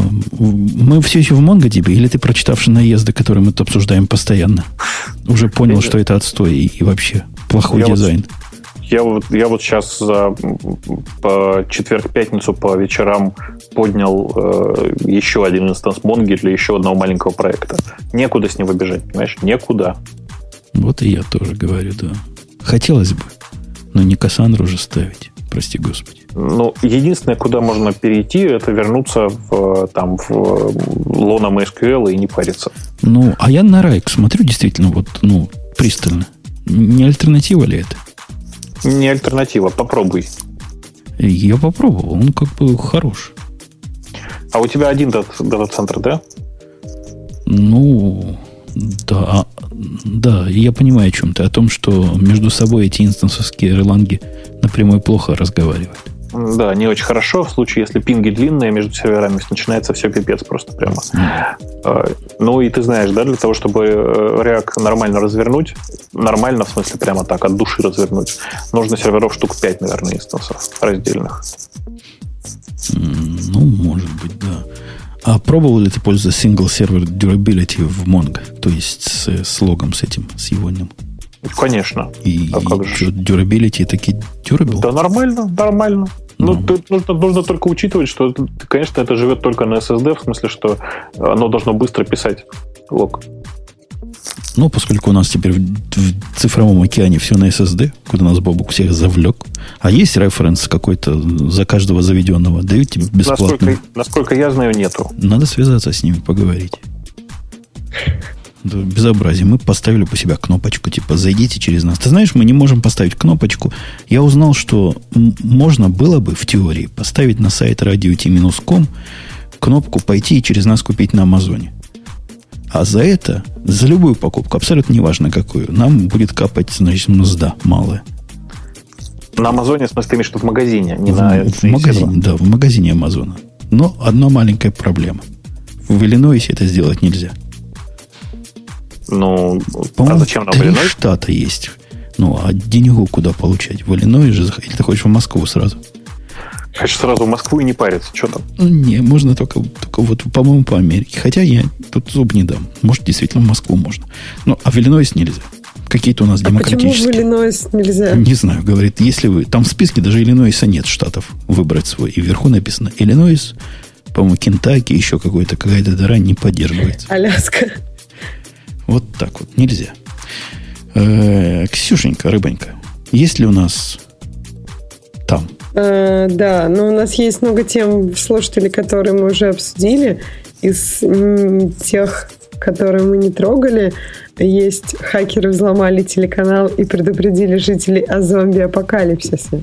Мы все еще в MongoDB, или ты, прочитавший наезды, которые мы тут обсуждаем постоянно, уже понял, я что это отстой и, и вообще плохой я дизайн? Вот, я, вот, я вот сейчас за, по четверг-пятницу по вечерам поднял э, еще один инстанс Mongo для еще одного маленького проекта. Некуда с него бежать, понимаешь? Некуда. Вот и я тоже говорю, да. Хотелось бы. Но не Кассандру же ставить, прости господи. Ну, единственное, куда можно перейти, это вернуться в, там, в лоно эм эс кью эл и не париться. Ну, а я на Райк смотрю действительно вот, ну, пристально. Не альтернатива ли это? Не альтернатива, попробуй. Я попробовал, он как бы хорош. А у тебя один дата-центр, да? Ну, да. Да, я понимаю, о чем ты. О том, что между собой эти инстансовские реланги напрямую плохо разговаривают. Да, не очень хорошо. В случае, если пинги длинные между серверами, начинается все пипец просто прямо. Mm. Ну, и ты знаешь, да, для того, чтобы React нормально развернуть, нормально, в смысле, прямо так, от души развернуть, нужно серверов штук пять, наверное, инстансов раздельных. Mm, ну, может быть, да. А пробовал ли ты пользоваться Single Server Durability в Mongo? То есть с, с логом с этим, с егонным? Конечно. И, а как и же? Durability таки durable? Да, нормально, нормально. Ну, ну ты, нужно, нужно только учитывать, что, конечно, это живет только на эс эс ди, в смысле, что оно должно быстро писать лог. Ну, поскольку у нас теперь в, в цифровом океане все на эс эс ди, куда нас Бобук всех завлек, а есть референс какой-то за каждого заведенного, дают тебе бесплатно. Насколько, насколько я знаю, нету. Надо связаться с ними, поговорить. Да, безобразие. Мы поставили по себя кнопочку, типа, зайдите через нас. Ты знаешь, мы не можем поставить кнопочку. Я узнал, что м- можно было бы в теории поставить на сайт радио ти точка ком кнопку «Пойти и через нас купить на Амазоне». А за это, за любую покупку, абсолютно неважно какую, нам будет капать, значит, мзда малая. На Амазоне, в смысле, ты имеешь в виду в магазине, не в, на... В магазине, да, в магазине Амазона. Но одна маленькая проблема. В Иллинойсе это сделать нельзя. Ну, по-моему, а зачем нам три Иллинойс? Штата есть. Ну, а деньгу куда получать? В Иллинойс же? Или ты хочешь в Москву сразу? Хочу сразу в Москву и не париться. Что там? Не, можно только, только вот, по-моему, по Америке. Хотя я тут зуб не дам. Может, действительно в Москву можно. Ну, а в Иллинойс нельзя. Какие-то у нас а демократические. Почему в Иллинойс нельзя? Не знаю. Говорит, если вы... Там в списке даже Иллинойса нет штатов выбрать свой. И вверху написано Иллинойс, по-моему, Кентаки, еще какой-то, какая-то дыра не поддерживается. Аляска. Вот так вот. Нельзя. Э-э, Ксюшенька, рыбонька, есть ли у нас там? Uh, да, но у нас есть много тем слушателей, которые мы уже обсудили. Из м, тех, которые мы не трогали, есть хакеры взломали телеканал и предупредили жителей о зомби-апокалипсисе.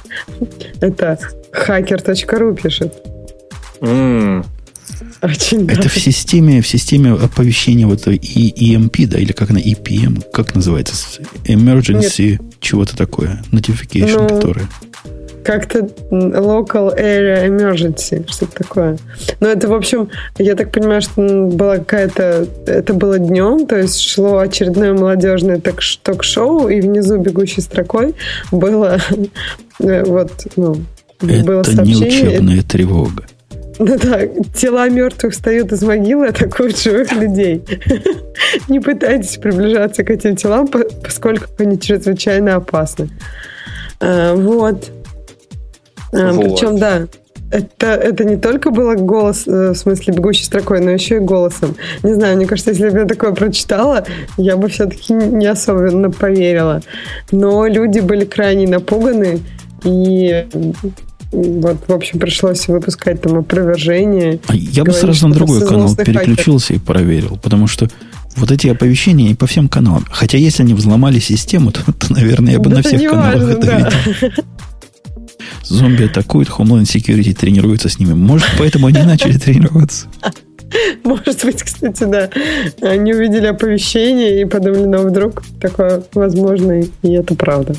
Это хакер точка ру пишет. Mm. Очень Это в системе, в системе оповещения вот и эм пи, да, или как она, и пи эм, как называется? Emergency, Нет. чего-то такое, notification, ну, которое. Как-то local area emergency, что-то такое. Но это, в общем, я так понимаю, что была какая-то... Это было днем, то есть шло очередное молодежное ток-шоу, и внизу бегущей строкой было вот, ну, было сообщение. Это не учебная тревога. Да-да, тела мертвых встают из могилы, атакуют живых людей. Не пытайтесь приближаться к этим телам, поскольку они чрезвычайно опасны. Вот. Вот. Причем, да, это, это не только было голос, в смысле бегущей строкой, но еще и голосом. Не знаю, мне кажется, если бы я такое прочитала, я бы все-таки не особенно поверила. Но люди были крайне напуганы, и вот, в общем, пришлось выпускать там опровержение. А я бы сразу на другой канал переключился хакер. И проверил, потому что вот эти оповещения не по всем каналам. Хотя если они взломали систему, то, то наверное, я бы да на всех каналах важно, это да. видел. Зомби атакуют, Homeland Security тренируется с ними. Может, поэтому они начали тренироваться? Может быть, кстати, да. Они увидели оповещение и подумали, ну, вдруг такое возможно, и это правда.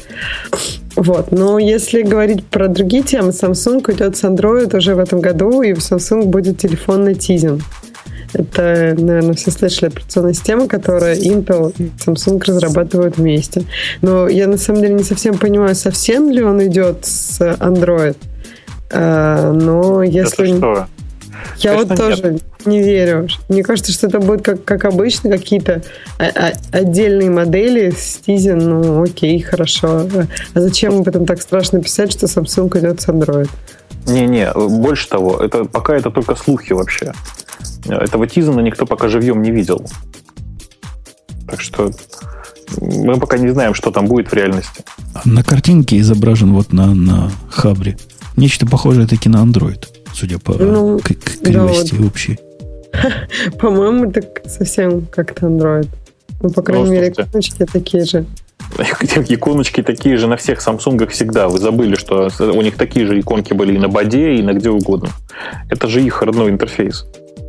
Вот. Но если говорить про другие темы, Samsung идет с Android уже в этом году, и в Samsung будет телефонный Tizen. Это, наверное, все слышали, операционная система, которую Intel и Samsung разрабатывают вместе. Но я, на самом деле, не совсем понимаю, совсем ли он идет с Android. А, но если... Это что? Я Конечно, вот тоже нет. не верю. Мне кажется, что это будет как, как обычно, какие-то а- а- отдельные модели с Tizen. Ну, окей, хорошо. А зачем об этом так страшно писать, что Samsung идет с Android? Не-не, больше того, это, пока это только слухи вообще. Этого Тизена никто пока живьем не видел. Так что мы пока не знаем, что там будет в реальности. На картинке изображен вот на, на Хабре нечто похожее таки на Android, судя по ну, к- к- кривости да, общей. По-моему, так совсем как-то Android. Ну, по крайней ну, мере, иконочки такие же. Иконочки такие же на всех Samsung всегда. Вы забыли, что у них такие же иконки были и на боде, и на где угодно. Это же их родной интерфейс.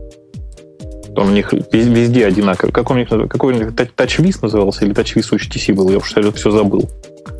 Он у них везде одинаковый. Как у них, какой у них TouchWiz назывался? Или TouchWiz у эйч ти си был? Я уж это все забыл.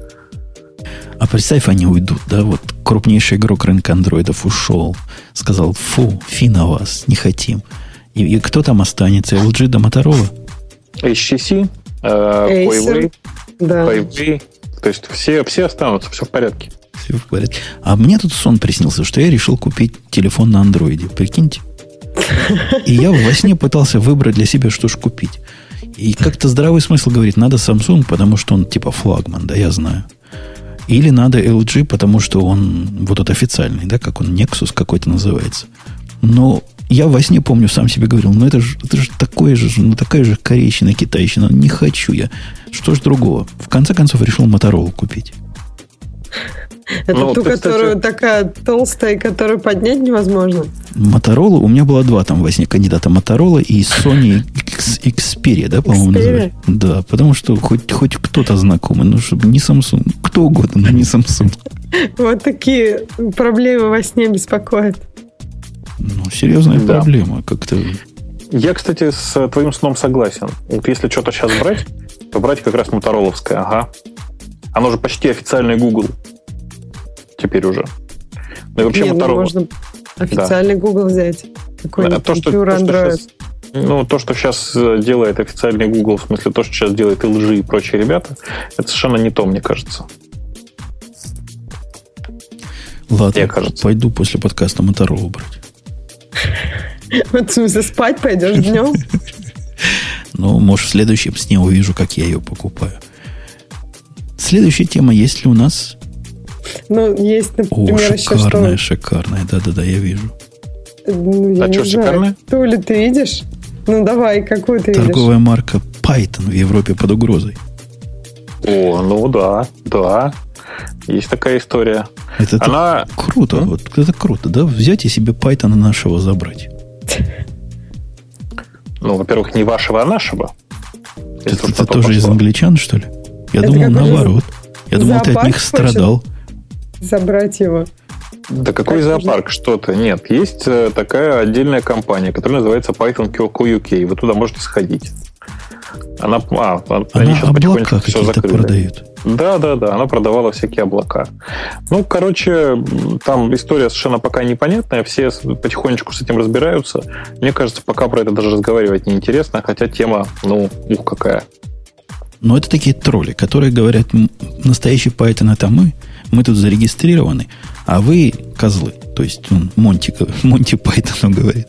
А представь, они уйдут, да? Вот крупнейший игрок рынка андроидов ушел. Сказал, фу, фи на вас, не хотим. И, и кто там останется? эл джи до Motorola? эйч ти си, э, Huawei, да. Huawei. То есть все, все останутся, все в порядке. Все в порядке. А мне тут сон приснился, что я решил купить телефон на андроиде. Прикиньте. И я во сне пытался выбрать для себя, что ж купить. И как-то здравый смысл говорит, надо Samsung, потому что он типа флагман, да, я знаю. Или надо эл джи, потому что он вот этот официальный, да, как он, Nexus какой-то называется. Но я во сне, помню, сам себе говорил, ну это же, это же такое же, ну такая же корейщина, китайщина, не хочу я. Что ж другого? В конце концов решил Motorola купить. Это ну, ту, ты, которую кстати... такая толстая, которую поднять невозможно. Motorola, у меня было два там во сне кандидата, Motorola и Sony Xperia, да, по-моему, называют. Да, потому что хоть, хоть кто-то знакомый, ну, чтобы не Samsung, кто угодно, но не Samsung. Вот такие проблемы во сне беспокоят. Ну, серьезная да. проблема как-то. Я, кстати, с твоим сном согласен. Вот если что-то сейчас брать, то брать как раз мотороловское, ага. Оно же почти официальный Google. Теперь уже. Ну и вообще Нет, Motorola... ну, можно официальный да. Google взять. Какой-нибудь то, что, то, что сейчас, ну, то, что сейчас делает официальный Google, в смысле то, что сейчас делает эл джи и прочие ребята, это совершенно не то, мне кажется. Ладно, кажется. Пойду после подкаста Motorola брать. Вот в смысле спать пойдешь днем? Ну, может, в следующем сне увижу, как я ее покупаю. Следующая тема есть ли у нас? Ну, есть, например, О, еще шикарная, что... шикарная. Да-да-да, я вижу. Ну, я а не что, знаю. шикарная? То ли ты видишь? Ну, давай, какую ты Торговая видишь? марка Python в Европе под угрозой. О, ну да, да. Есть такая история. Это Она... круто. Mm? Вот, это круто, да? Взять и себе Python нашего забрать. Ну, во-первых, не вашего, а нашего. Это, это тоже пошло. Из англичан, что ли? Я это думал, наоборот. Я думал, ты от них страдал. Забрать его. Да какой зоопарк? Что-то. Нет. Есть такая отдельная компания, которая называется Python ю кей. Вы туда можете сходить. Она, а, она они сейчас облака какие-то продают. Да, да, да. Она продавала всякие облака. Ну, короче, там история совершенно пока непонятная. Все потихонечку с этим разбираются. Мне кажется, пока про это даже разговаривать неинтересно, хотя тема, ну, ух, какая. Но это такие тролли, которые говорят, настоящий Python это мы, мы тут зарегистрированы, а вы козлы. То есть он Монти, Монти Пайтону говорит.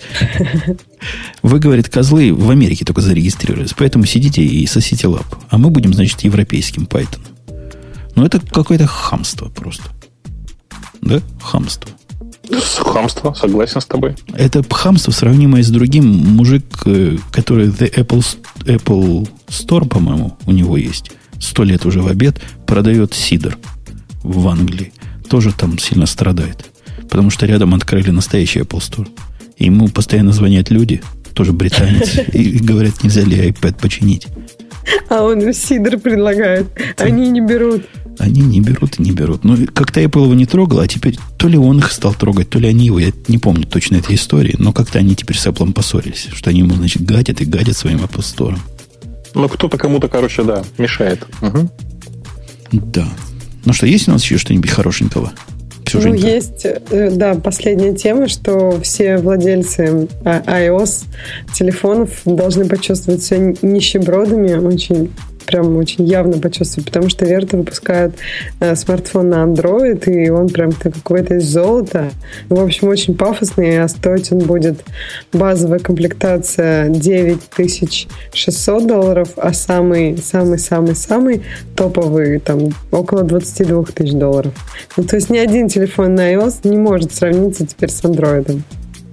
Вы, говорит, козлы в Америке только зарегистрировались, поэтому сидите и сосите лапу. А мы будем, значит, европейским Python. Ну, это какое-то хамство просто. Да? Хамство. Хамство, согласен с тобой. Это хамство, сравнимое с другим. Мужик, который The Apple, Apple Store, по-моему, у него есть. Сто лет уже в обед. Продает сидр в Англии. Тоже там сильно страдает. Потому что рядом открыли настоящий Apple Store. И ему постоянно звонят люди, тоже британец, и говорят, нельзя ли iPad починить. А он сидр предлагает. Они не берут. Они не берут и не берут. Ну, как-то Apple его не трогал, а теперь то ли он их стал трогать, то ли они его. Я не помню точно этой истории, но как-то они теперь с Apple поссорились, что они ему, значит, гадят и гадят своим Apple Store. Ну, кто-то кому-то, короче, да, мешает. Угу. Да. Ну что, есть у нас еще что-нибудь хорошенького? Ну, есть, да, последняя тема, что все владельцы iOS телефонов должны почувствовать себя нищебродами, очень, прям очень явно почувствовать, потому что Верта выпускает э, смартфон на Android, и он прям какой-то из золота. В общем, очень пафосный, а стоить он будет базовая комплектация девять тысяч шестьсот долларов, а самый-самый-самый-самый топовый там около двадцать два тысяч долларов. Ну, то есть ни один телефон на iOS не может сравниться теперь с Android.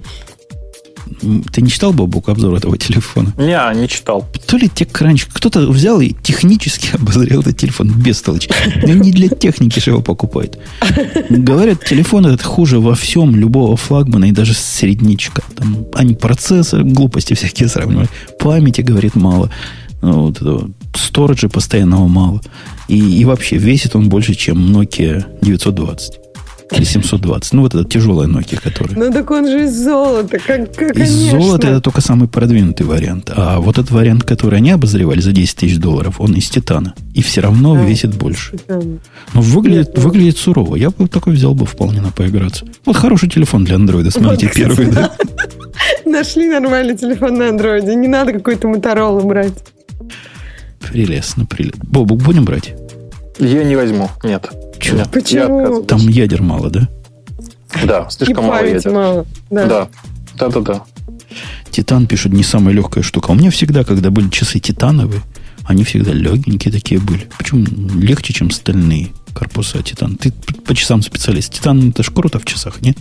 Ты не читал, Бобук, обзор этого телефона? Не, не читал. То ли TechCrunch, кто-то взял и технически обозрел этот телефон без толочи. Но не для техники же его покупают. Говорят, телефон этот хуже во всем любого флагмана и даже среднячка. Там они процессор, глупости всякие сравнивают. Памяти, говорит, мало. Вот, сториджа постоянного мало. И, и вообще весит он больше, чем Nokia девятьсот двадцать. Или семьсот двадцать. Ну, вот эта тяжелая Nokia, которая... Ну, так он же из золота, как, как Из конечно. золота это только самый продвинутый вариант. А вот этот вариант, который они обозревали за десять тысяч долларов, он из титана. И все равно да, весит больше. Титан. Но выглядит, Нет, выглядит сурово. Я бы такой взял бы вполне на поиграться. Вот хороший телефон для андроида. Смотрите, вот, первый, да? Нашли нормальный телефон на андроиде. Не надо какой-то Моторолу брать. Прелестно, прелестно. Бобук, будем брать? Я не возьму, нет. Чего? Почему? Там ядер мало, да? Да, слишком и мало ядер. Мало. Да. да, да, да, да. Титан, пишут, не самая легкая штука. У меня всегда, когда были часы титановые, они всегда легенькие такие были. Причем легче, чем стальные корпуса Титан. Ты по часам специалист. Титан, это ж круто в часах, не?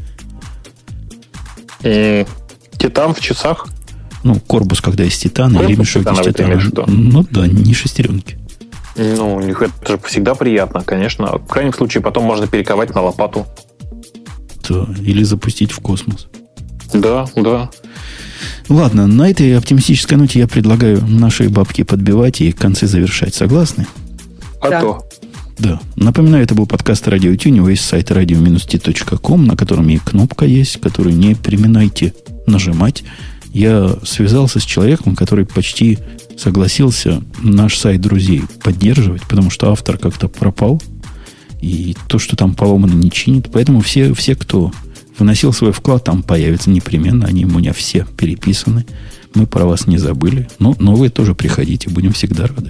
И Титан в часах? Ну, корпус, когда из титана, или ремешок из титана. Ну да, не шестеренки. Ну, это же всегда приятно, конечно. В крайнем случае, потом можно перековать на лопату. Да, или запустить в космос. Да, да. Ладно, на этой оптимистической ноте я предлагаю наши бабки подбивать и концы завершать. Согласны? А да. то. Да. Напоминаю, это был подкаст Радио Ти. У него есть сайт радио ти точка ком, на котором и кнопка есть, которую не преминайте нажимать. Я связался с человеком, который почти согласился наш сайт друзей поддерживать, потому что автор как-то пропал, и то, что там поломано, не чинит. Поэтому все, все, кто вносил свой вклад, там появятся непременно. Они у меня все переписаны. Мы про вас не забыли. Но новые тоже приходите. Будем всегда рады.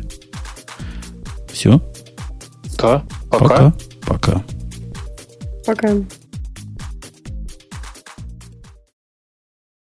Все? Да. Пока. Пока. Пока. Пока.